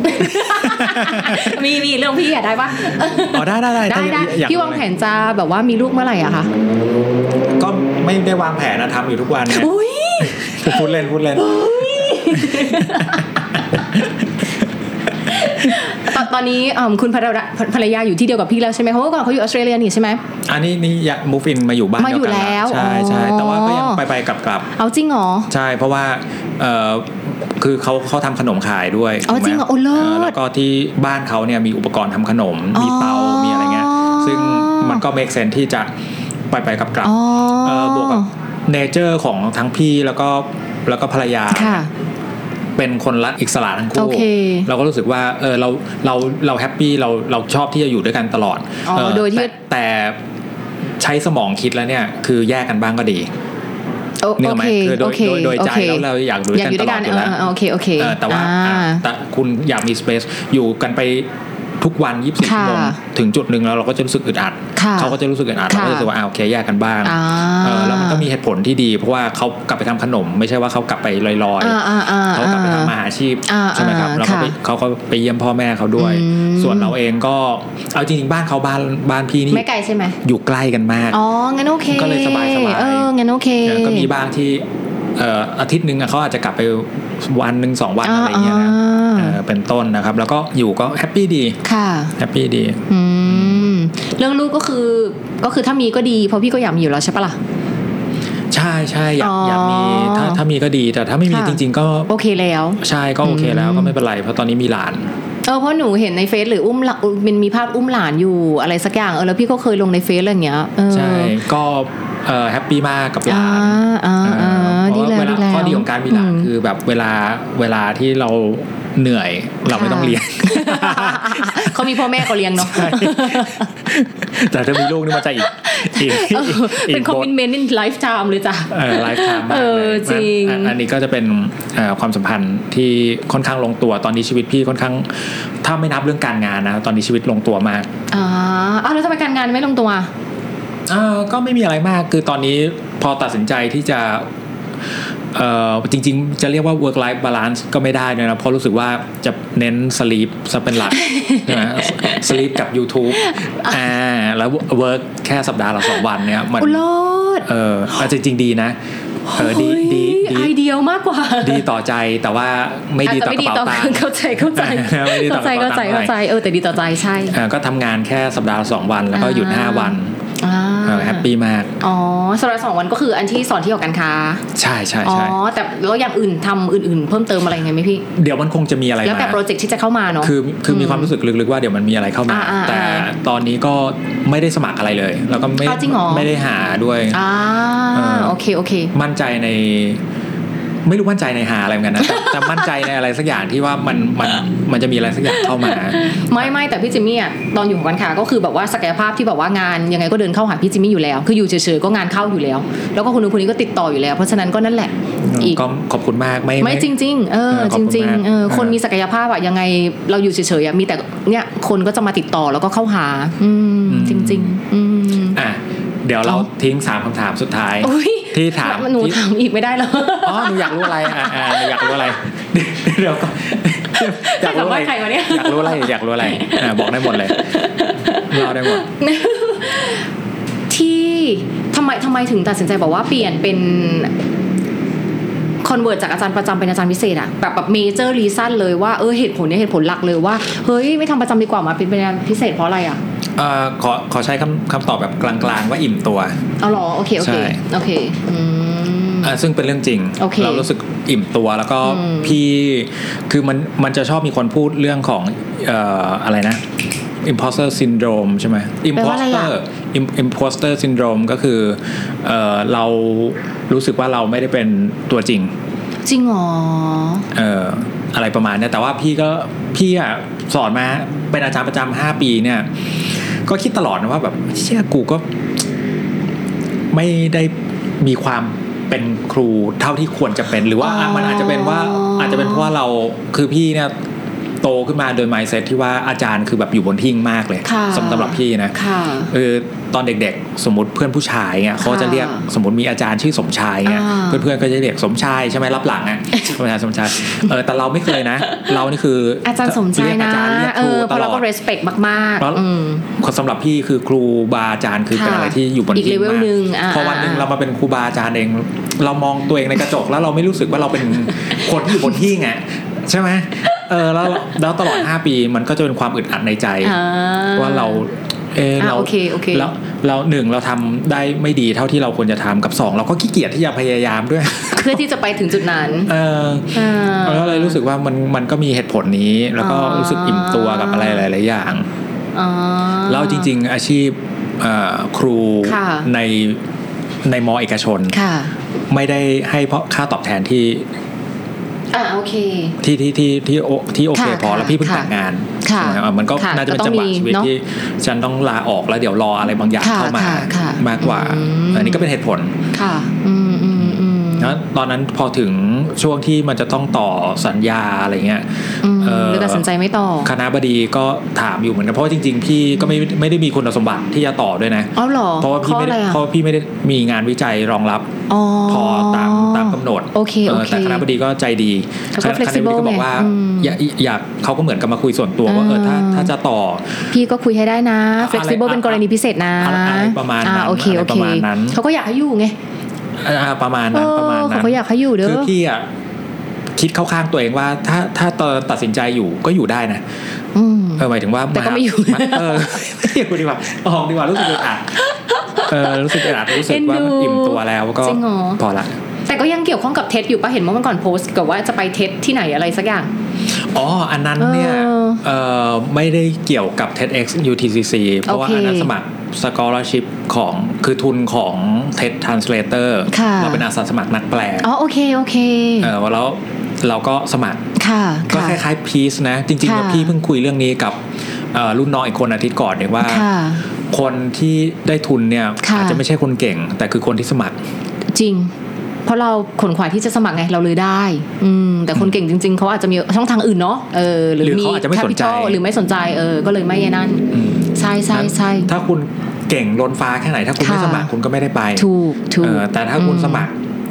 S1: มีมีเรื่องพี่อยากได้ปะ
S2: อ๋อได้ได้ได้
S1: ได้พี่วางแผนจะแบบว่ามีลูกเมื่อไหร่อะคะ
S2: ก็ไม่ได้วางแผนนะทำอยู่ทุกวันนะพูดเล่นพูดเล่น
S1: ตอนตอนนี้คุณภรรยาอยู่ที่เดียวกับพี่แล้วใช่ไหมเพราะว่าก่อนเขาอยู่ออสเตรเลียนี่ใช่ไหม
S2: อันนี้นี่อยาก move in มาอยู่บ้าน
S1: มาอยู่แล้ว
S2: ใช่ใช่แต่ว่าก็ยังไปไปกลับกลับ
S1: เอาจริงเหรอ
S2: ใช่เพราะว่าเออคือเขาเขาทำขนมขายด้วย
S1: อ๋อจริงเหรอโอ้เลิศ
S2: แล้วก็ที่บ้านเขาเนี่ยมีอุปกรณ์ทำขนมมีเตามีอะไรเงี้ยซึ่งมันก็ make sense ที่จะไปไปกลับกลับบวกกับ nature ของทั้งพี่แล้วก็แล้วก็ภรรยาเป็นคนรักอิสระทั้งคู่เราก็รู้สึกว่าเออเราเราเราแฮปปี้เราเราชอบที่จะอยู่ด้วยกันตลอด
S1: เออโดยที่
S2: แต่ใช้สมองคิดแล้วเนี่ยคือแยกกันบ้างก็ดี
S1: นี่ก็หมาย
S2: คือโดยโดยใจแล้วเราอยากอยู่ด้วยกันตลอดอยู่แล้ว
S1: โอเคโอเค
S2: แต่ว่าแต่คุณอยากมีสเปซอยู่กันไปทุกวันยี่สิบสี่ชั่วโมงถึงจุดนึงแล้วเราก็จะรู้สึกอึดอัดเขาก็จะรู้สึกอึดอัดเราก็รู้สึกว่าอ่าโอเคแยกกันบ้างแล้วมันก็มีเหตุผลที่ดีเพราะว่าเขากลับไปทำขนมไม่ใช่ว่าเขากลับไปลอยๆเขากลับไปทำมหาชีพใช่ไหมครับแล้วเขาก็ไปเยี่ยมพ่อแม่เขาด้วยส่วนเราเองก็เอาจริงๆบ้านเขาบ้านบ้านพี่นี่
S1: ไม่ไกลใช่ไหม
S2: อยู่ใกล้กันมาก
S1: อ๋องั้นโอเค
S2: ก็เลยสบายสบาย
S1: เอองั้นโอเค
S2: ก็มีบ้างที่เอ่ออาทิตย์นึงเขาอาจจะกลับไปวันนึงสองวันอะไรอย่างเงี้ยนะเป็นต้นนะครับแล้วก็อยู่ก็แฮปปี้ดี
S1: ค่ะ
S2: แฮปปี้ดี
S1: อืมเรื่องลูกก็คือก็คือถ้ามีก็ดีเพราะพี่ก็อยากมีอยู่แล้วใช่ปะล่ะ
S2: ใช่ใช่อยากอยากมีถ้าถ้ามีก็ดีแต่ถ้าไม่มีจริงๆก็
S1: โอเคแล้ว
S2: ใช่ก็โอเคแล้วก็ไม่เป็นไรเพราะตอนนี้มีหลาน
S1: เออเพราะหนูเห็นในเฟซหรืออุ้มมันมีภาพอุ้มหลานอยู่อะไรสักอย่างเออแล้วพี่ก็เคยลงในเฟซอะไรอย่างเงี้ย
S2: ใช่ก็เอ่อแฮปปี้มากกับหลานเพราะว่าเวลาข้อดีของการมีหลานคือแบบเวลาเวลาที่เราเหนื่อยเราไม่ต้องเลี้ยง
S1: เขามีพ่อแม่เขาเลี้ยงเนาะ
S2: แต่ถ้ามีลูกนี่มันจะอีกอีก
S1: เป็นคอมมิตเมนต์ในไลฟ์ไทม์เลยจ้ะ
S2: เออไลฟ์ไทม์มากเลยจริงอันนี้ก็จะเป็นความสัมพันธ์ที่ค่อนข้างลงตัวตอนนี้ชีวิตพี่ค่อนข้างถ้าไม่นับเรื่องการงานนะตอนนี้ชีวิตลงตัวมาก
S1: อ๋ออ้าวแล้วทำไมการงานไม่ลงตัว
S2: อ่าก็ไม่มีอะไรมากคือตอนนี้พอตัดสินใจที่จะเอ่อจริงๆจะเรียกว่า work life balance ก็ไม่ได้นะเพราะรู้สึกว่าจะเน้น sleep ซะเป็นหลัก ใช่ไหม sleep กับ YouTube อ่าแล้ว work แค่สัปดาห์ละสองวันเนี่ยมันเออจริงๆดีนะเออดีดี
S1: ดีไอเดียมากกว่า
S2: ดีต่อใจแต่ว่าไม่ดีต่อกระเป๋าตังค์
S1: เข้าใจเข้าใจเข้าใจเข้าใจเข้าใจเออแต่ดีต่อใจใช่
S2: ก็ทำงานแค่สัปดาห์ละสองวันแล้วก็หยุดห้าวันแฮปปี้มาก
S1: อ๋อสัปดาห์สองวันก็คืออันที่สอนที่หอการค้า
S2: ใช่ใช่ใช่
S1: อ๋อแต่แล้วอย่างอื่นทำอื่นๆเพิ่มเติมอะไรไงไหมพี่
S2: เดี๋ยวมันคงจะมีอะไรมา
S1: แล้วแต่โปรเจกต์ที่จะเข้ามาเนาะ
S2: คือคือมีความรู้สึกลึกๆว่าเดี๋ยวมันมีอะไรเข้ามาแต่ตอนนี้ก็ไม่ได้สมัครอะไรเลยแล้วก็ไม่ไม่ได้หาด้วย
S1: อ่าโอเคโอเค
S2: มั่นใจในไม่รู้มั่นใจในหาอะไรเหมือนกันนะแต่มั่นใจในอะไรสักอย่างที่ว่ามันมันมันจะมีอะไรสักอย่างเข้ามา
S1: ไม่ไม่แต่พี่จิมมี่อ่ะตอนอยู่ของการค้าก็คือแบบว่าศักยภาพที่แบบว่างานยังไงก็เดินเข้าหาพี่จิมมี่อยู่แล้วคืออยู่เฉยๆก็งานเข้าอยู่แล้วแล้วก็คนนู้นคนนี้ก็ติดต่ออยู่แล้วเพราะฉะนั้นก็นั่นแหละ
S2: อีกก็ขอบคุณมากไม่
S1: ไม่จริงๆเออจริงๆเออคนมีศักยภาพอ่ะยังไงเราอยู่เฉยๆมีแต่เนี่ยคนก็จะมาติดต่อแล้วก็เข้าหาอืมจริงๆอืม
S2: อ่ะเดี๋ยวเราทิ้งสามคำถามสุดท้ายที่ถาม
S1: หนูถามอีกไม่ได้หรอ
S2: อ๋อหนูอยากรู้อะไรอ่าหนูอยากรู้อะไรเดี๋ยวก็
S1: อยากรู้อะไร
S2: อยากรู้อะไรอยากรู้อะไรอ่าบอกได้หมดเลยเล่าได้หมด
S1: ที่ทำไมทำไมถึงตัดสินใจบอกว่าเปลี่ยนเป็นคอนเวิร์ตจากอาจารย์ประจำเป็นอาจารย์พิเศษอะแบบแบบเมเจอร์รีซันเลยว่าเออเหตุผลเนี่ยเหตุผลหลักเลยว่าเฮ้ยไม่ทำประจำดีกว่ามาเป็นเป็นอาจารย์พิเศษเพราะอะไรอะ
S2: เอ่อขอขอใช้คำคำตอบแบบกลางๆว่าอิ่มตัว
S1: เอาหรอโอเคโอเคโอเคอืม
S2: อ่าซึ่งเป็นเรื่องจริง
S1: okay.
S2: เรารู้สึกอิ่มตัวแล้วก็พี่คือมันมันจะชอบมีคนพูดเรื่องของเอ่ออะไรนะ imposter syndrome ใช่ไหม imposter imposter syndrome ก็คือเอ่อเรารู้สึกว่าเราไม่ได้เป็นตัวจริง
S1: จริงหรอ
S2: เอ่ออะไรประมาณนี้แต่ว่าพี่ก็พี่อ่ะสอนมาเป็นอาจารย์ประจำห้าปีเนี่ยก็คิดตลอดนะว่าแบบเชื่อกูก็ไม่ได้มีความเป็นครูเท่าที่ควรจะเป็นหรือว่ามันอาจจะเป็นว่าอาจจะเป็นเพราะว่าเราคือพี่เนี่ยโตขึ้นมาโดย mindset ที่ว่าอาจารย์คือแบบอยู่บนหิ้งมากเลยสำหรับพี่นะเออตอนเด็กๆสมมติเพื่อนผู้ชายเนี่ยเขาจะเรียกสมมติมีอาจารย์ชื่อสมชายเนี่ยเพื่อนๆก็จะเรียกสมชายใช่ไหมรับหลังอ่ะอาจารย์สมชายเออแต่เราไม่เคยนะเรานี่คือ
S1: อาจารย์สมชายนะเออเพราะเราก็ respect มากๆ
S2: เพราะสำหรับพี่คือครูบาอาจารย์คือเป็นอะไรที่อยู่บนหิ้งมากพอวันนึงเรามาเป็นครูบาอาจารย์เองเรามองตัวเองในกระจกแล้วเราไม่รู้สึกว่าเราเป็นคนที่อยู่บนหิ้งอ่ะใช่ไหมเออแล้วแล้วตลอดห้าปีมันก็จะเป็นความอึดอัดในใจว่าเราเออเราแล้วเราหนึ่งเราทำได้ไม่ดีเท่าที่เราควรจะทำกับสองเราก็ขี้เกียจที่จะพยายามด้วย
S1: เพื่อที่จะไปถึงจุดนั้น
S2: เออแล้วเลยรู้สึกว่ามันมันก็มีเหตุผลนี้แล้วก็รู้สึกอิ่มตัวกับอะไรหลายๆอย่างแล้วจริงๆอาชีพครูในในม.เอกชนไม่ได้ให้เพราะค่าตอบแทนที่
S1: อ่าโอเค
S2: ที่ที่ที่ที่ที่โอเคพอแล้วพี่เพิ่งแต่งงานมันก็น่าจะเป็นจังหวะชีวิตที่ฉันต้องลาออกแล้วเดี๋ยวรออะไรบางอย่างเข้ามามากกว่าอันนี้ก็เป็นเหตุผล
S1: ค่ะอืมอืมอืม
S2: แล้วตอนนั้นพอถึงช่วงที่มันจะต้องต่อสัญญาอะไรเงี้ย
S1: เออตัดสินใจไม่ต่อ
S2: คณะบดีก็ถามอยู่เหมือนกันเพราะจริงๆพี่ก็ไม่ไม่ได้มีคุณสมบัติที่จะต่อด้วยนะ
S1: อ๋อเหรอ
S2: เพราะว่าพี่ไม่ได้เพราะพี่ไม่ได้มีงานวิจัยรองรับพอตามตามกำหนด
S1: โอเคโอเค
S2: แต่คณะบดีก็ใจดี
S1: คณะบดี
S2: ก็บอกว่าอยากอยากเขาก็เหมือนกับมาคุยส่วนตัวว่าเออถ้าถ้าจะต่อ
S1: พี่ก็คุยให้ได้นะ flexible เป็นกรณีพิเศษนะ
S2: อะไรประมาณนั้น
S1: โอเคโอเคเขาก็อยากให้อยู่ไง
S2: ประมาณนั้นประมาณนั้น
S1: เขาอยากให้อยู่เด้อ
S2: คือพี่อ่ะคิดเข้าข้างตัวเองว่าถ้าถ้าตอนตัดสินใจอยู่ก็อยู่ได้นะเออหมายถึงว่า
S1: แต่ก็ไม่อยู่
S2: เออไม่อยู่ดีกว่าออกดีกว่ารู้สึกอึดอัดเออรู้สึกอึดอัดรู้สึกว่าอิ่มตัวแล้วก็พอละ
S1: แต่ก็ยังเกี่ยวข้องกับเทสอยู่ป่ะเห็นว่าเมื่อก่อนโพสต์กับว่าจะไปเทสที่ไหนอะไรสักอย่าง
S2: อ๋ออันนั้นเนี่ยเอ่อไม่ได้เกี่ยวกับ เท็ด เอ็กซ์ ยู ที ซี ซี เพราะว่าอันนั้นสมัคร scholarship ของคือทุนของ เท็ด Translator เราเป็นอาสาสมัครนักแปล
S1: อ๋อโอเคโอเค
S2: เออแล้วเราก็สมัครก็คล้ายๆ Peace นะจริงๆพี่เพิ่งคุยเรื่องนี้กับรุ่นน้องอีกคนอาทิตย์ก่อนเนี่ยว่าคนที่ได้ทุนเนี่ยอาจจะไม่ใช่คนเก่งแต่คือคนที่สมัคร
S1: จริงเพราะเราขนขวายที่จะสมัครไงเราเลยได้อืมแต่คนเก่งจริงๆเขาอาจจะมีช่องทางอื่นเนาะเออหรือมี capital หรือไม่สนใจเออก็เลยไม่ยันนั่นใช่ใช่ใช่
S2: ถ้าคุณเก่งล้นฟ้าแค่ไหนถ้าคุณไม่สมัครคุณก็ไม่ได้ไป
S1: ถูกถูก
S2: แต่ถ้าคุณสมัคร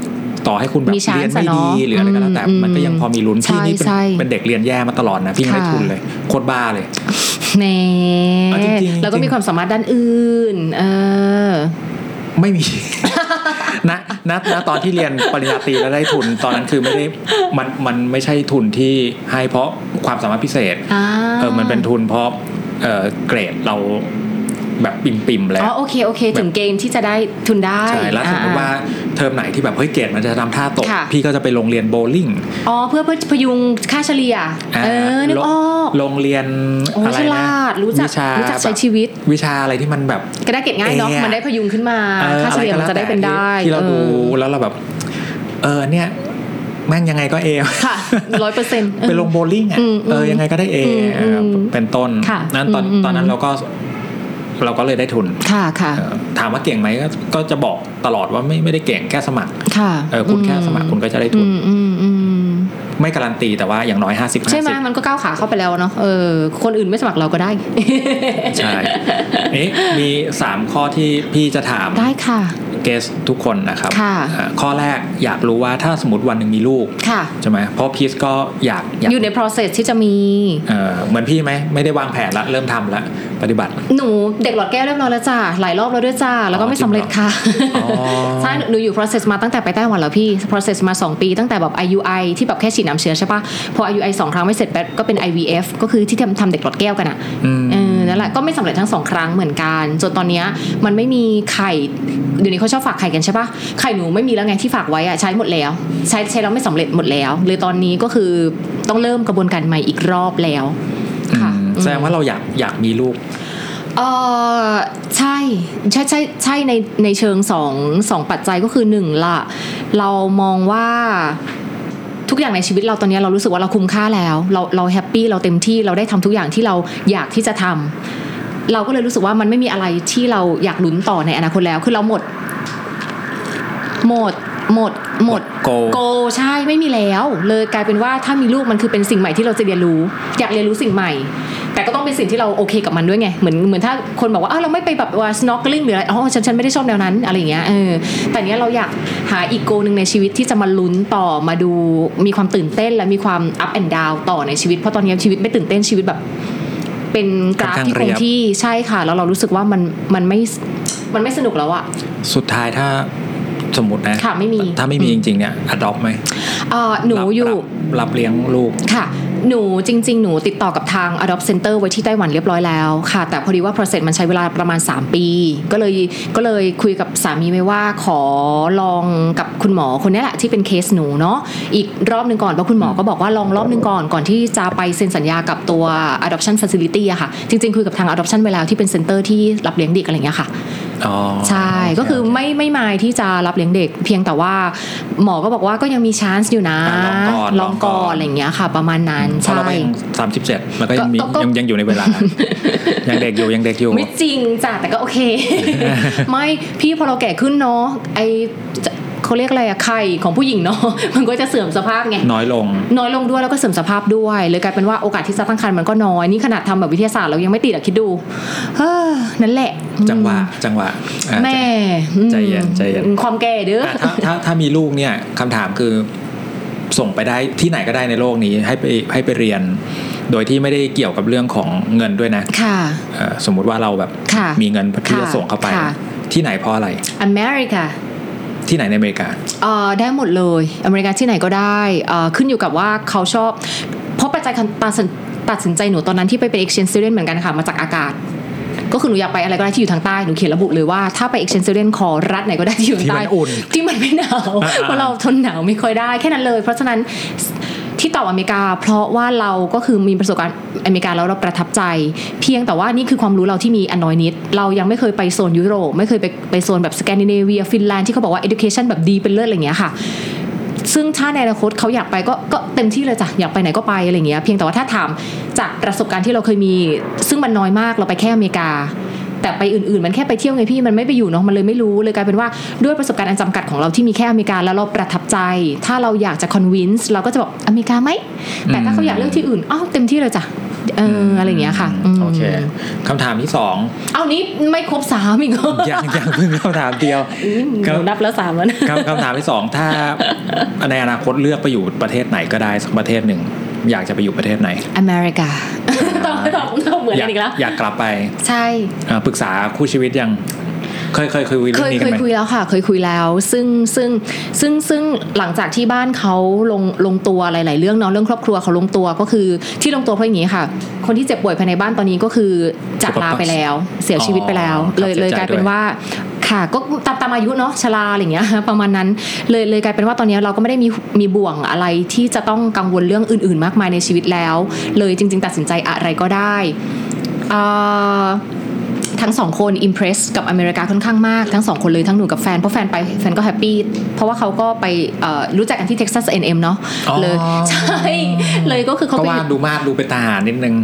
S2: ต่อให้คุณแบบเรียนไม่ดีหรืออะไรก็แล้วแต่มันก็ยังพอมีลุ้นพี่นี่เป็นเด็กเรียนแย่มาตลอดนะพี่ไม่ได้ทุนเลยโคตรบ้าเลย
S1: แน่แล้วก็มีความสามารถด้านอื่นเออ
S2: ไม่มี นะนะนะตอนที่เรียนปริญญาตรีแล้วได้ทุนตอนนั้นคือไม่ได้มันมันไม่ใช่ทุนที่ให้เพราะความสามารถพิเศษเออมันเป็นทุนเพราะเออเกรดเราแบบปิ่มๆแล้ว
S1: อ๋อโอเคโอเคถึงเกณฑ์ที่จะได้ทุนได้
S2: ใช่แล้วสมมติว่าเทอมไหนที่แบบเฮ้ยเกรดมันจะทำท่าตกพี่ก็จะไปโรงเรียนโบว์ลิ่ง
S1: อ๋อเพื่อเพื่อพยุงค่าเฉลี่ยเออนึกออก
S2: โรงเรียนอะไรนะ
S1: รู้จักรู้จักใช้ชีวิต
S2: วิชาอะไรที่มันแบบ
S1: ก็ได้เกรดง่ายเนาะมันได้พยุงขึ้นมาค่าเฉลี่ยมันจะได้เป็นได้
S2: ที่เราดูแล้วเราแบบเออเนี่ยแม่งยังไงก็เอ
S1: ค่ะร้อยเปอร์เซ็นต์
S2: ไปลงโบว์ลิ่งอ่ะเออยังไงก็ได้เอเป็นต้นนั้นตอนตอนนั้นเราก็เราก็เลยได้ทุน
S1: ค่ะค่ะ
S2: ถามว่าเก่งไหมก็จะบอกตลอดว่าไม่ไม่ได้เก่งแค่สมัคร
S1: ค่ะ
S2: เออคุณแค่สมัครคุณก็จะได้ทุนไม่การันตีแต่ว่าอย่างน้อยห้าสิบ ห้าสิบ
S1: ใช่ไหมมันก็ก้าวขาเข้าไปแล้วเนาะเออคนอื่นไม่สมัครเราก็ได้
S2: ใช่เอ๊ะมีสามข้อที่พี่จะถาม
S1: ได้ค่ะ
S2: เกสทุกคนนะครับข้อแรกอยากรู้ว่าถ้าสมมติวันหนึ่งมีลูกใช่ไหมเพราะพีชก็อยาก
S1: อยู่ใน process ที่จะมี
S2: เออเหมือนพี่ไหมไม่ได้วางแผนละเริ่มทำละปฏิบัติ
S1: หนูเด็กหลอดแก้วเรียบร้อยแล้วจ้าหลายรอบแล้วด้วยจ้าแล้วก็ไม่สำเร็จค่ะใช่หนูอยู่ process มาตั้งแต่ไปไต้หวันแล้วพี่ process มาสองปีตั้งแต่แบบ ไอ ยู ไอ ที่แบบแค่ฉีดน้ำเชื้อใช่ปะพอ ไอ ยู ไอ สองครั้งไม่เสร็จก็เป็น ไอ วี เอฟ ก็คือที่ทำทำเด็กหลอดแก้วกันอ่ะเออนั่นแหละก็ไม่สำเร็จทั้งสองครั้งเหมือนกันจนตอนนี้มันไม่มีไข่เดี๋ยวนี้เขาชอบฝากไข่กันใช่ปะไข่หนูไม่มีแล้วไงที่ฝากไว้อะใช้หมดแล้วใช้ใช้แล้วไม่สำเร็จหมดแล้วเลยตอนนี้ก็คือต้องเริ่มกระบวนการใหม่อีกรอบแล้วค่ะ
S2: แสดงว่าเราอยากอยากมีลูก
S1: เออใช่ใช่ใช่ใช่ในในเชิงสองสองปัจจัยก็คือหนึ่งละเรามองว่าทุกอย่างในชีวิตเราตอนนี้เรารู้สึกว่าเราคุ้มค่าแล้วเราเราแฮปปี้เราเต็มที่เราได้ทำทุกอย่างที่เราอยากที่จะทำเราก็เลยรู้สึกว่ามันไม่มีอะไรที่เราอยากลุ้นต่อในอนาคตแล้วคือเราหมดหมดหมดหมด
S2: โก
S1: โกใช่ไม่มีแล้วเลยกลายเป็นว่าถ้ามีลูกมันคือเป็นสิ่งใหม่ที่เราจะเรียนรู้อยากเรียนรู้สิ่งใหม่แต่ก็ต้องเป็นสิ่งที่เราโอเคกับมันด้วยไงเหมือนเหมือนถ้าคนบอกว่าอ้าวเราไม่ไปแบบว่า snorkeling หรืออะไรอ๋อฉันฉันไม่ได้ชอบแนวนั้นอะไรอย่างเงี้ยเออแต่เนี้ยเราอยากหาอีกโกนึงในชีวิตที่จะมาลุ้นต่อมาดูมีความตื่นเต้นและมีความ up and down ต่อในชีวิตเพราะตอนนี้ชีวิตไม่ตื่นเต้นชีวิตแบบเป็นกราฟที่คงที่ใช่ค่ะแล้วเรารู้สึกว่ามันมันไม่มันไม่สนุกแล้วอะ
S2: สุดท้ายถ้าสมมตินะ
S1: ค่ะไม่มี
S2: ถ้าไม่มีจริงๆเนี่ย adopt ไหม
S1: เอ่อหนูอยู่
S2: รับเลี้ยงลูก
S1: ค่ะหนูจริงๆหนูติดต่อกับทาง Adopt Center ไว้ที่ไต้หวันเรียบร้อยแล้วค่ะแต่พอดีว่า process มันใช้เวลาประมาณสามปีก็เลยก็เลยคุยกับสามีไว้ว่าขอลองกับคุณหมอคนนี้แหละที่เป็นเคสหนูเนาะอีกรอบนึงก่อนเพราะคุณหมอก็บอกว่าลองรอบนึงก่อนก่อนที่จะไปเซ็นสัญญากับตัว Adoption Facility อะค่ะจริงๆคุยกับทาง Adoption ไว้แล้วที่เป็น Center ที่รับเลี้ยงเด็กอะไรอย่างเงี้ยค่ะ
S2: อ๋อ
S1: ใช่ก็คือไม่ไม่มายที่จะรับเลี้ยงเด็กเพียงแต่ว่าหมอก็บอกว่าก็ยังมี chance อยู่นะลองก่อนอะไรอย่างเงี้ยค่ะประมาณนั้นใช่
S2: สามสิบเจ็ดมันก็ยังมียังยังอยู่ในเวลายังเด็กอยู่ยังเด็กอยู่
S1: ไม่จริงจ้ะแต่ก็โอเค ไม่พี่พอเราแก่ขึ้นเนาะไอเขาเรียกอะไรอะไข่ของผู้หญิงเนาะมันก็จะเสื่อมสภาพไง
S2: น้อยลง
S1: น้อยลงด้วยแล้วก็เสื่อมสภาพด้วยเลยกลายเป็นว่าโอกาสที่จะตั้งครรภ์มันก็น้อยนี่ขนาดทำแบบวิทยาศาสตร์เรายังไม่ติดอะคิดดูเฮ้อนั่นแหละ
S2: จังหวะจังหวะ
S1: แม่
S2: ใจเย็นใจเย็น
S1: ความแก่เด้อ
S2: ถ้าถ้าถ้ามีลูกเนี่ยคำถามคือส่งไปได้ที่ไหนก็ได้ในโลกนี้ให้ไปให้ไปเรียนโดยที่ไม่ได้เกี่ยวกับเรื่องของเงินด้วยนะ
S1: ค่ะ
S2: สมมุติว่าเราแบบมีเงินที่จะส่งเข้าไปที่ไหนเพราะอะไร
S1: อเมริกา
S2: ที่ไหนในอเมริกา
S1: เอ่อได้หมดเลยอเมริกาที่ไหนก็ได้เอ่อขึ้นอยู่กับว่าเขาชอบเพราะปัจจัยตัดสินใจหนูตอนนั้นที่ไปเป็น exchange student เหมือนกันค่ะมาจากอากาศก็คือหนูอยากไปอะไรก็ได้ที่อยู่ทางใต้หนูเขียนระบุเลยว่าถ้าไป exchange student ขอรัฐไหนก็ได้ที่อยู่ทางใต้ที่มันไม่หนาวเพราะเราทนหนาวไม่ค่อยได้แค่นั้นเลยเพราะฉะนั้นที่ตอบอเมริกาเพราะว่าเราก็คือมีประสบการณ์อเมริกาแล้วเราประทับใจเพียงแต่ว่านี่คือความรู้เราที่มีอันน้อยนิดเรายังไม่เคยไปโซนยุโรปไม่เคยไปไปโซนแบบสแกนดิเนเวียฟินแลนด์ที่เขาบอกว่า education แบบดีเป็นเลิศอะไรอย่างเงี้ยค่ะซึ่งถ้าในอนาคตเขาอยากไปก็ก็เต็มที่เลยจ้ะอยากไปไหนก็ไปอะไรอย่างเงี้ยเพียงแต่ว่าถ้าถามจากประสบการณ์ที่เราเคยมีซึ่งมันน้อยมากเราไปแค่อเมริกาแต่ไปอื่นๆมันแค่ไปเที่ยวไงพี่มันไม่ไปอยู่เนาะมันเลยไม่รู้เลยกลายเป็นว่าด้วยประสบการณ์อันจำกัดของเราที่มีแค่อเมริกาแล้วเราประทับใจถ้าเราอยากจะ convince เราก็จะบอกอเมริกาไหมแต่ถ้าเขาอยากเลือกที่อื่นอ้าวเต็มที่เลยจ้ะเอออะไรอย่างเงี้ยค่ะ
S2: โอเคคำถามที่สอง
S1: เอานี้ไม่ครบสามอีกเหรอ
S2: ยังยังเพิ่งคำถามเดียว
S1: นับแล้วสามแล้ว
S2: คำคำถามที่สองถ้าในอนาคตเลือกไปอยู่ประเทศไหนก็ได้สักประเทศหนึ่งอยากจะไปอยู่ประเทศไหน
S1: อเมริกาต้องตอบต้องเหมือนกันอีกแล้ว
S2: อยากกลับไป
S1: ใช่
S2: ปรึกษาคู่ชีวิตยังเคยเคยคุยเรื่องนี้กันไหม
S1: เคยคุยแล้วค่ะเคยคุยแล้วซึ่งซึ่งซึ่งซึ่งหลังจากที่บ้านเขาลงลงตัวหลายๆเรื่องเนาะเรื่องครอบครัวเขาลงตัวก็คือที่ลงตัวเพราะอย่างนี้ค่ะคนที่เจ็บป่วยภายในบ้านตอนนี้ก็คือจากลาไปแล้วเสียชีวิตไปแล้วเลยเลยกลายเป็นว่าค่ะก็ตามตามอายุเนาะชราอะไรอย่างเงี้ยประมาณนั้นเลยเลยกลายเป็นว่าตอนนี้เราก็ไม่ได้มีมีบ่วงอะไรที่จะต้องกังวลเรื่องอื่นๆมากมายในชีวิตแล้วเลยจริงๆตัดสินใจอะไรก็ได้ทั้งสองคนอิมเพรสกับอเมริกาค่อนข้างมากทั้งสองคนเลยทั้งหนูกับแฟนเพราะแฟนไปแฟนก็แฮปปี้เพราะว่าเขาก็ไปรู้จักกันที่ Texas เอ็น เอ็ม เนาะเลยใช่เลยก็คือเขา
S2: ก็ว่าดูมากดูเป็นทหารนิดนึง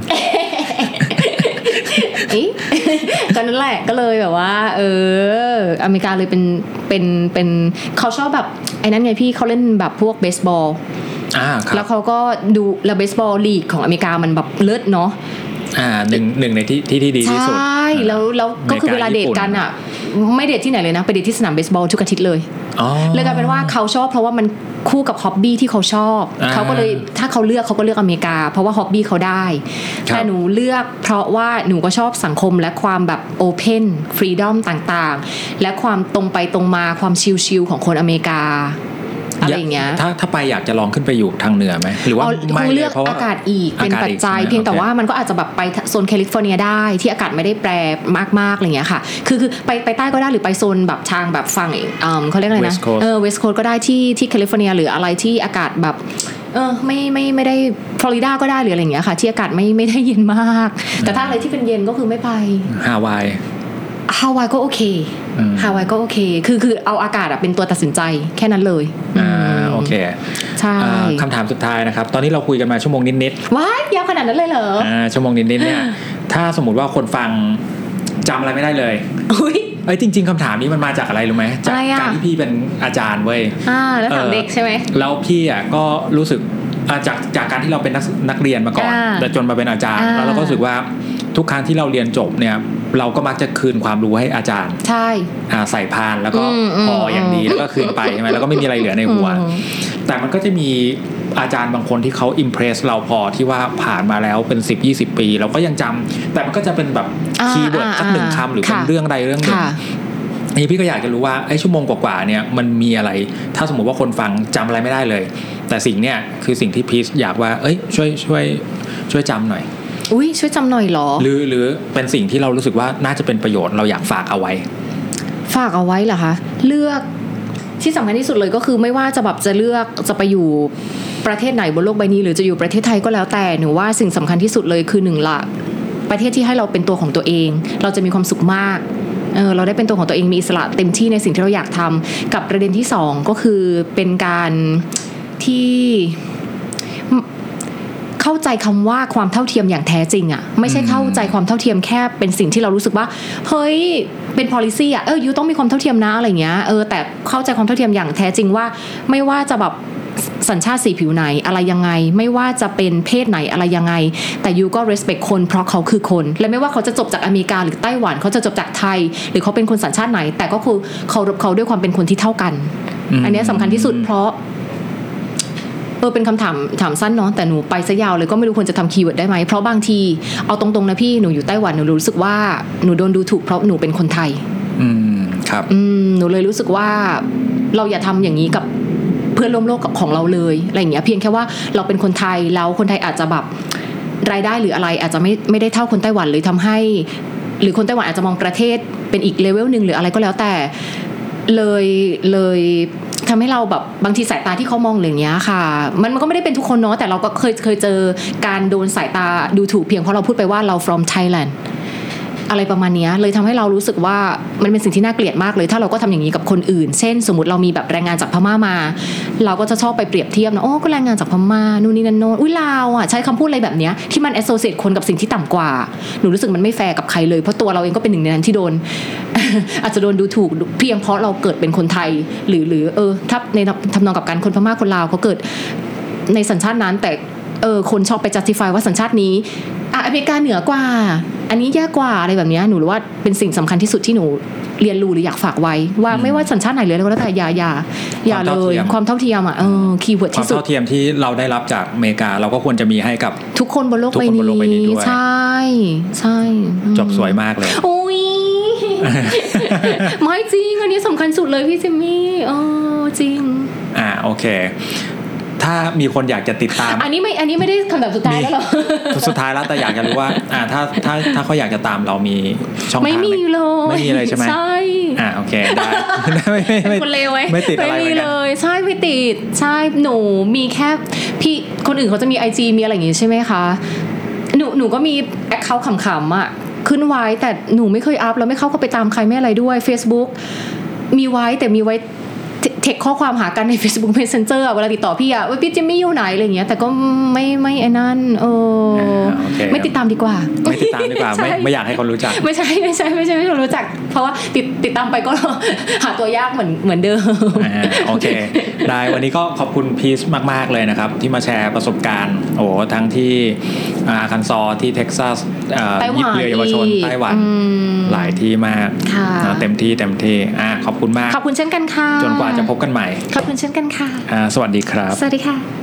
S1: ก็นั่นแหละก็เลยแบบว่าเอออเมริกาเลยเป็นเป็นเป็นเขาชอบแบบไอ้นั้นไงพี่เขาเล่นแบบพวกเบสบอลแล้วเขาก็ดูแล้วเบสบอลลีกของอเมริกามันแบบเลิศเนาะ
S2: อ่าหนึ่งหนึ่งในที่ที่ที่ดีที่สุด
S1: ใช่แล้วแล้วก็คือเวลาเดทกันอ่ะไม่เดทที่ไหนเลยนะไปเดทที่สนามเบสบอลทุกอาทิตย์เลยเลยกลายเป็นว่าเขาชอบเพราะว่ามันคู่กับฮ็อบบี้ที่เขาชอบเขาก็เลยถ้าเขาเลือกเขาก็เลือกอเมริกาเพราะว่าฮ็อบบี้เขาได้แต่หนูเลือกเพราะว่าหนูก็ชอบสังคมและความแบบโอเพนฟรีดอมต่างๆและความตรงไปตรงมาความชิลๆของคนอเมริกาอะไรอย่างเงี้ย
S2: ถ้าถ้าไปอยากจะลองขึ้นไปอยู่ทางเหนือไหมหรือว่า
S1: ไม่เลือกอากาศอีกเป็นปัจจัยเพียงแต่ว่ามันก็อาจจะแบบไปโซนแคลิฟอร์เนียได้ที่อากาศไม่ได้แปรมากๆอะไรเงี้ยค่ะคือคือไปไปใต้ก็ได้หรือไปโซนแบบทางแบบฝั่งเอ่อเขาเรียกอะไรนะเออเวสต์โคสต์ก็ได้ที่ที่แคลิฟอร์เนียหรืออะไรที่อากาศแบบเออไม่ไม่ไม่ได้ฟลอริดาก็ได้หรืออะไรอย่างเงี้ยค่ะที่อากาศไม่ไม่ได้เย็นมากแต่ถ้าอะไรที่เป็นเย็นก็คือไม่ไป
S2: ฮาวาย
S1: ฮาวายก็โอเคฮาวายก็โอเคคือคือเอาอากาศเป็นตัวตัดสินใจแค่นั้นเลย
S2: อ่าโอเค
S1: ใช่
S2: คำถามสุดท้ายนะครับตอนนี้เราคุยกันมาชั่วโมงนิด
S1: ๆว้ายยาวขนาดนั้นเลยเหรอ
S2: อ่าชั่วโมงนิดๆเนี่ยถ้าสมมุติว่าคนฟังจำอะไรไม่ได้เลย
S1: อุ้ย
S2: เอ้ยจริงๆคำถามนี้มันมาจากอะไรรู้ไหมจากการที่พี่เป็นอาจารย์เว้ย
S1: อ่าแล้วถามเด็กใช่ไหม
S2: แล้วพี่อ่ะก็รู้สึกจากจากการที่เราเป็นนักนักเรียนมาก่อนแต่จนมาเป็นอาจารย์แล้วเราก็รู้สึกว่าทุกครั้งที่เราเรียนจบเนี่ยเราก็มักจะคืนความรู้ให้อาจารย์
S1: ใช่
S2: ใส่พานแล้วก็ห่ออย่างดีแล้วก็คืนไปใช่ไหมแล้วก็ไม่มีอะไรเหลือในหัวแต่มันก็จะมีอาจารย์บางคนที่เขาอิมเพรสเราพอที่ว่าผ่านมาแล้วเป็นสิบ ยี่สิบปีเราก็ยังจำแต่มันก็จะเป็นแบบคีย์เวิร์ดสักหนึ่งคำหรือเป็นเรื่องใดเรื่องหนึ่งนี่พี่ก็อยากจะรู้ว่าไอ้ชั่วโมงกว่าๆเนี่ยมันมีอะไรถ้าสมมติว่าคนฟังจำอะไรไม่ได้เลยแต่สิ่งเนี้ยคือสิ่งที่พีชอยากว่าเอ้ยช่วยช่วยช่วยจำหน่อย
S1: อุ้ยช่วยจำหน่อยเหรอ
S2: หรือหรือเป็นสิ่งที่เรารู้สึกว่าน่าจะเป็นประโยชน์เราอยากฝากเอาไว้
S1: ฝากเอาไว้เหรอคะเลือกที่สำคัญที่สุดเลยก็คือไม่ว่าจะแบบจะเลือกจะไปอยู่ประเทศไหนบนโลกใบนี้หรือจะอยู่ประเทศไทยก็แล้วแต่หนูว่าสิ่งสำคัญที่สุดเลยคือหนึ่งละประเทศที่ให้เราเป็นตัวของตัวเองเราจะมีความสุขมากเออเราได้เป็นตัวของตัวเองมีอิสระเต็มที่ในสิ่งที่เราอยากทำกับประเด็นที่สองก็คือเป็นการที่เข้าใจคำว่าความเท่าเทียมอย่างแท้จริงอ่ะไม่ใช่เข้าใจความเท่าเทียมแค่เป็นสิ่งที่เรารู้สึกว่าเฮ้ยเป็น policy อ่ะเออยูต้องมีความเท่าเทียมนะอะไรเงี้ยเออแต่เข้าใจความเท่าเทียมอย่างแท้จริงว่าไม่ว่าจะแบบสัญชาติสีผิวไหนอะไรยังไงไม่ว่าจะเป็นเพศไหนอะไรยังไงแต่ยูก็ respect คนเพราะเขาคือคนและไม่ว่าเขาจะจบจากอเมริกาหรือไต้หวันเขาจะจบจากไทยหรือเขาเป็นคนสัญชาติไหนแต่ก็คือเคารพเขาด้วยความเป็นคนที่เท่ากัน อ, อันนี้สำคัญที่สุดเพราะเออเป็นคำถามถามสั้นเนาะแต่หนูไปซะยาวเลยก็ไม่รู้ควรจะทำคีย์เวิร์ดได้ไหมเพราะบางทีเอาตรงๆนะพี่หนูอยู่ไต้หวันหนูรู้สึกว่าหนูโดนดูถูกเพราะหนูเป็นคนไทย
S2: อืมครับ
S1: อืมหนูเลยรู้สึกว่าเราอย่าทำอย่างนี้กับเพื่อนร่วมโลกของเราเลยอะไรอย่างเงี้ยเพียงแค่ว่าเราเป็นคนไทยแล้วคนไทยอาจจะแบบรายได้หรืออะไรอาจจะไม่ไม่ได้เท่าคนไต้หวันเลยทำให้หรือคนไต้หวันอาจจะมองประเทศเป็นอีกเลเวลนึงหรืออะไรก็แล้วแต่เลยเลยทำให้เราแบบบางทีสายตาที่เขามองอย่างเงี้ยค่ะมันมันก็ไม่ได้เป็นทุกคนเนาะแต่เราก็เคยเคยเจอการโดนสายตาดูถูกเพียงเพราะเราพูดไปว่าเรา from Thailand อะไรประมาณนี้เลยทำให้เรารู้สึกว่ามันเป็นสิ่งที่น่าเกลียดมากเลยถ้าเราก็ทำอย่างนี้กับคนอื่นเช่นสมมติเรามีแบบแรงงานจากพม่ามาเราก็จะชอบไปเปรียบเทียบนะโอ้ก็แรงงานจากพม่านู่นนี่นั่นโน่นอุ้ยลาวอ่ะใช้คำพูดอะไรแบบนี้ที่มัน associate คนกับสิ่งที่ต่ำกว่าหนูรู้สึกมันไม่แฟร์กับใครเลยเพราะตัวเราเองก็เป็นหนึ่งในนั้นที่โดน อาจจะโดนดูถูกเพียงเพราะเราเกิดเป็นคนไทยหรือหรือเออถ้าในทำนองกับการคนพม่าคนลาวเขาเกิดในสัญชาตินั้นแต่เออคนชอบไป justify ว่าสัญชาตินี้ออ่ะอเมริกาเหนือกว่าอันนี้ยากกว่าอะไรแบบนี้หนูรู้ว่าเป็นสิ่งสำคัญที่สุดที่หนูเรียนรู้หรืออยากฝากไว้ว่าไม่ว่าสัญชาติไหนเลยก็แล้วแต่อย่าอย่าอย่าเลยความเท่าเทียมอ่ะเออคีย์เวิร์ดที่สุด
S2: ความเท่าเทียมที่เราได้รับจากอเมริกาเราก็ควรจะมีให้กับ
S1: ทุกคนบนโลกใบนี้ใช่ใช่
S2: จบสวยมากเลย
S1: อุ้ยไม่จริงอันนี้สำคัญสุดเลยพี่จิมมี่เออจริง
S2: อ่าโอเคถ้ามีคนอยากจะติดตาม
S1: อันนี้ไม่อันนี้ไม่ได้คำแบบสุดท้ายแล้วหรอ
S2: สุดท้ายแล้วแต่อยากจะรู้ว่าอ่าถ้าถ้าถ้าเขาอยากจะตามเรามีช่องทาง
S1: ไม่มีเลย
S2: ไม่มีเลยใช่ไหม
S1: ใช่
S2: อ่าโอเคได้ไม่ไม่ไม่
S1: คนเลวไหม
S2: ไม่ติดอะไร
S1: เลยใช่ไม่ติดใช่หนูมีแค่พี่คนอื่นเขาจะมี ไอ จี มีอะไรอย่างงี้ใช่ไหมคะหนูหนูก็มีแอคเคาท์ขำๆอ่ะขึ้นไว้แต่หนูไม่เคยอัพแล้วไม่เข้าก็ไปตามใครไม่อะไรด้วย Facebook มีไว้แต่มีไว้เทคข้อความหากันใน Facebook Messenger เวลาติดต่อพี่อะว่าพี่จิมมี่อยู่ไหนอะไรอย่างเงี้ยแต่ก็ไม่ไม่ไอ้นั่นเออไม่ติดตามดีกว่า
S2: ไม่ติดตามดีกว่าไม่ไม่อยากให้คนรู้จัก
S1: ไม่ใช่ไม่ใช่ไม่ใช่ไม่รู้จักเพราะว่าติดติดตามไปก็หาตัวยากเหมือนเหมือนเดิม
S2: โอเคได้วันนี้ก็ขอบคุณพีชมากๆเลยนะครับที่มาแชร์ประสบการณ์โอ้ทั้งที่อาคันซอที่เท็กซัสยิปเรือเยาวชนไต้หวันหลายที่มากเต็มที่เต็มที่อ่ะขอบคุณมาก
S1: ขอบคุณเช่นกันค่ะ
S2: จนกว่าจะพบกันใหม่
S1: ขอบคุณเช่นกันค่ะ
S2: สวัสดีครับ
S1: สวัสดีค่ะ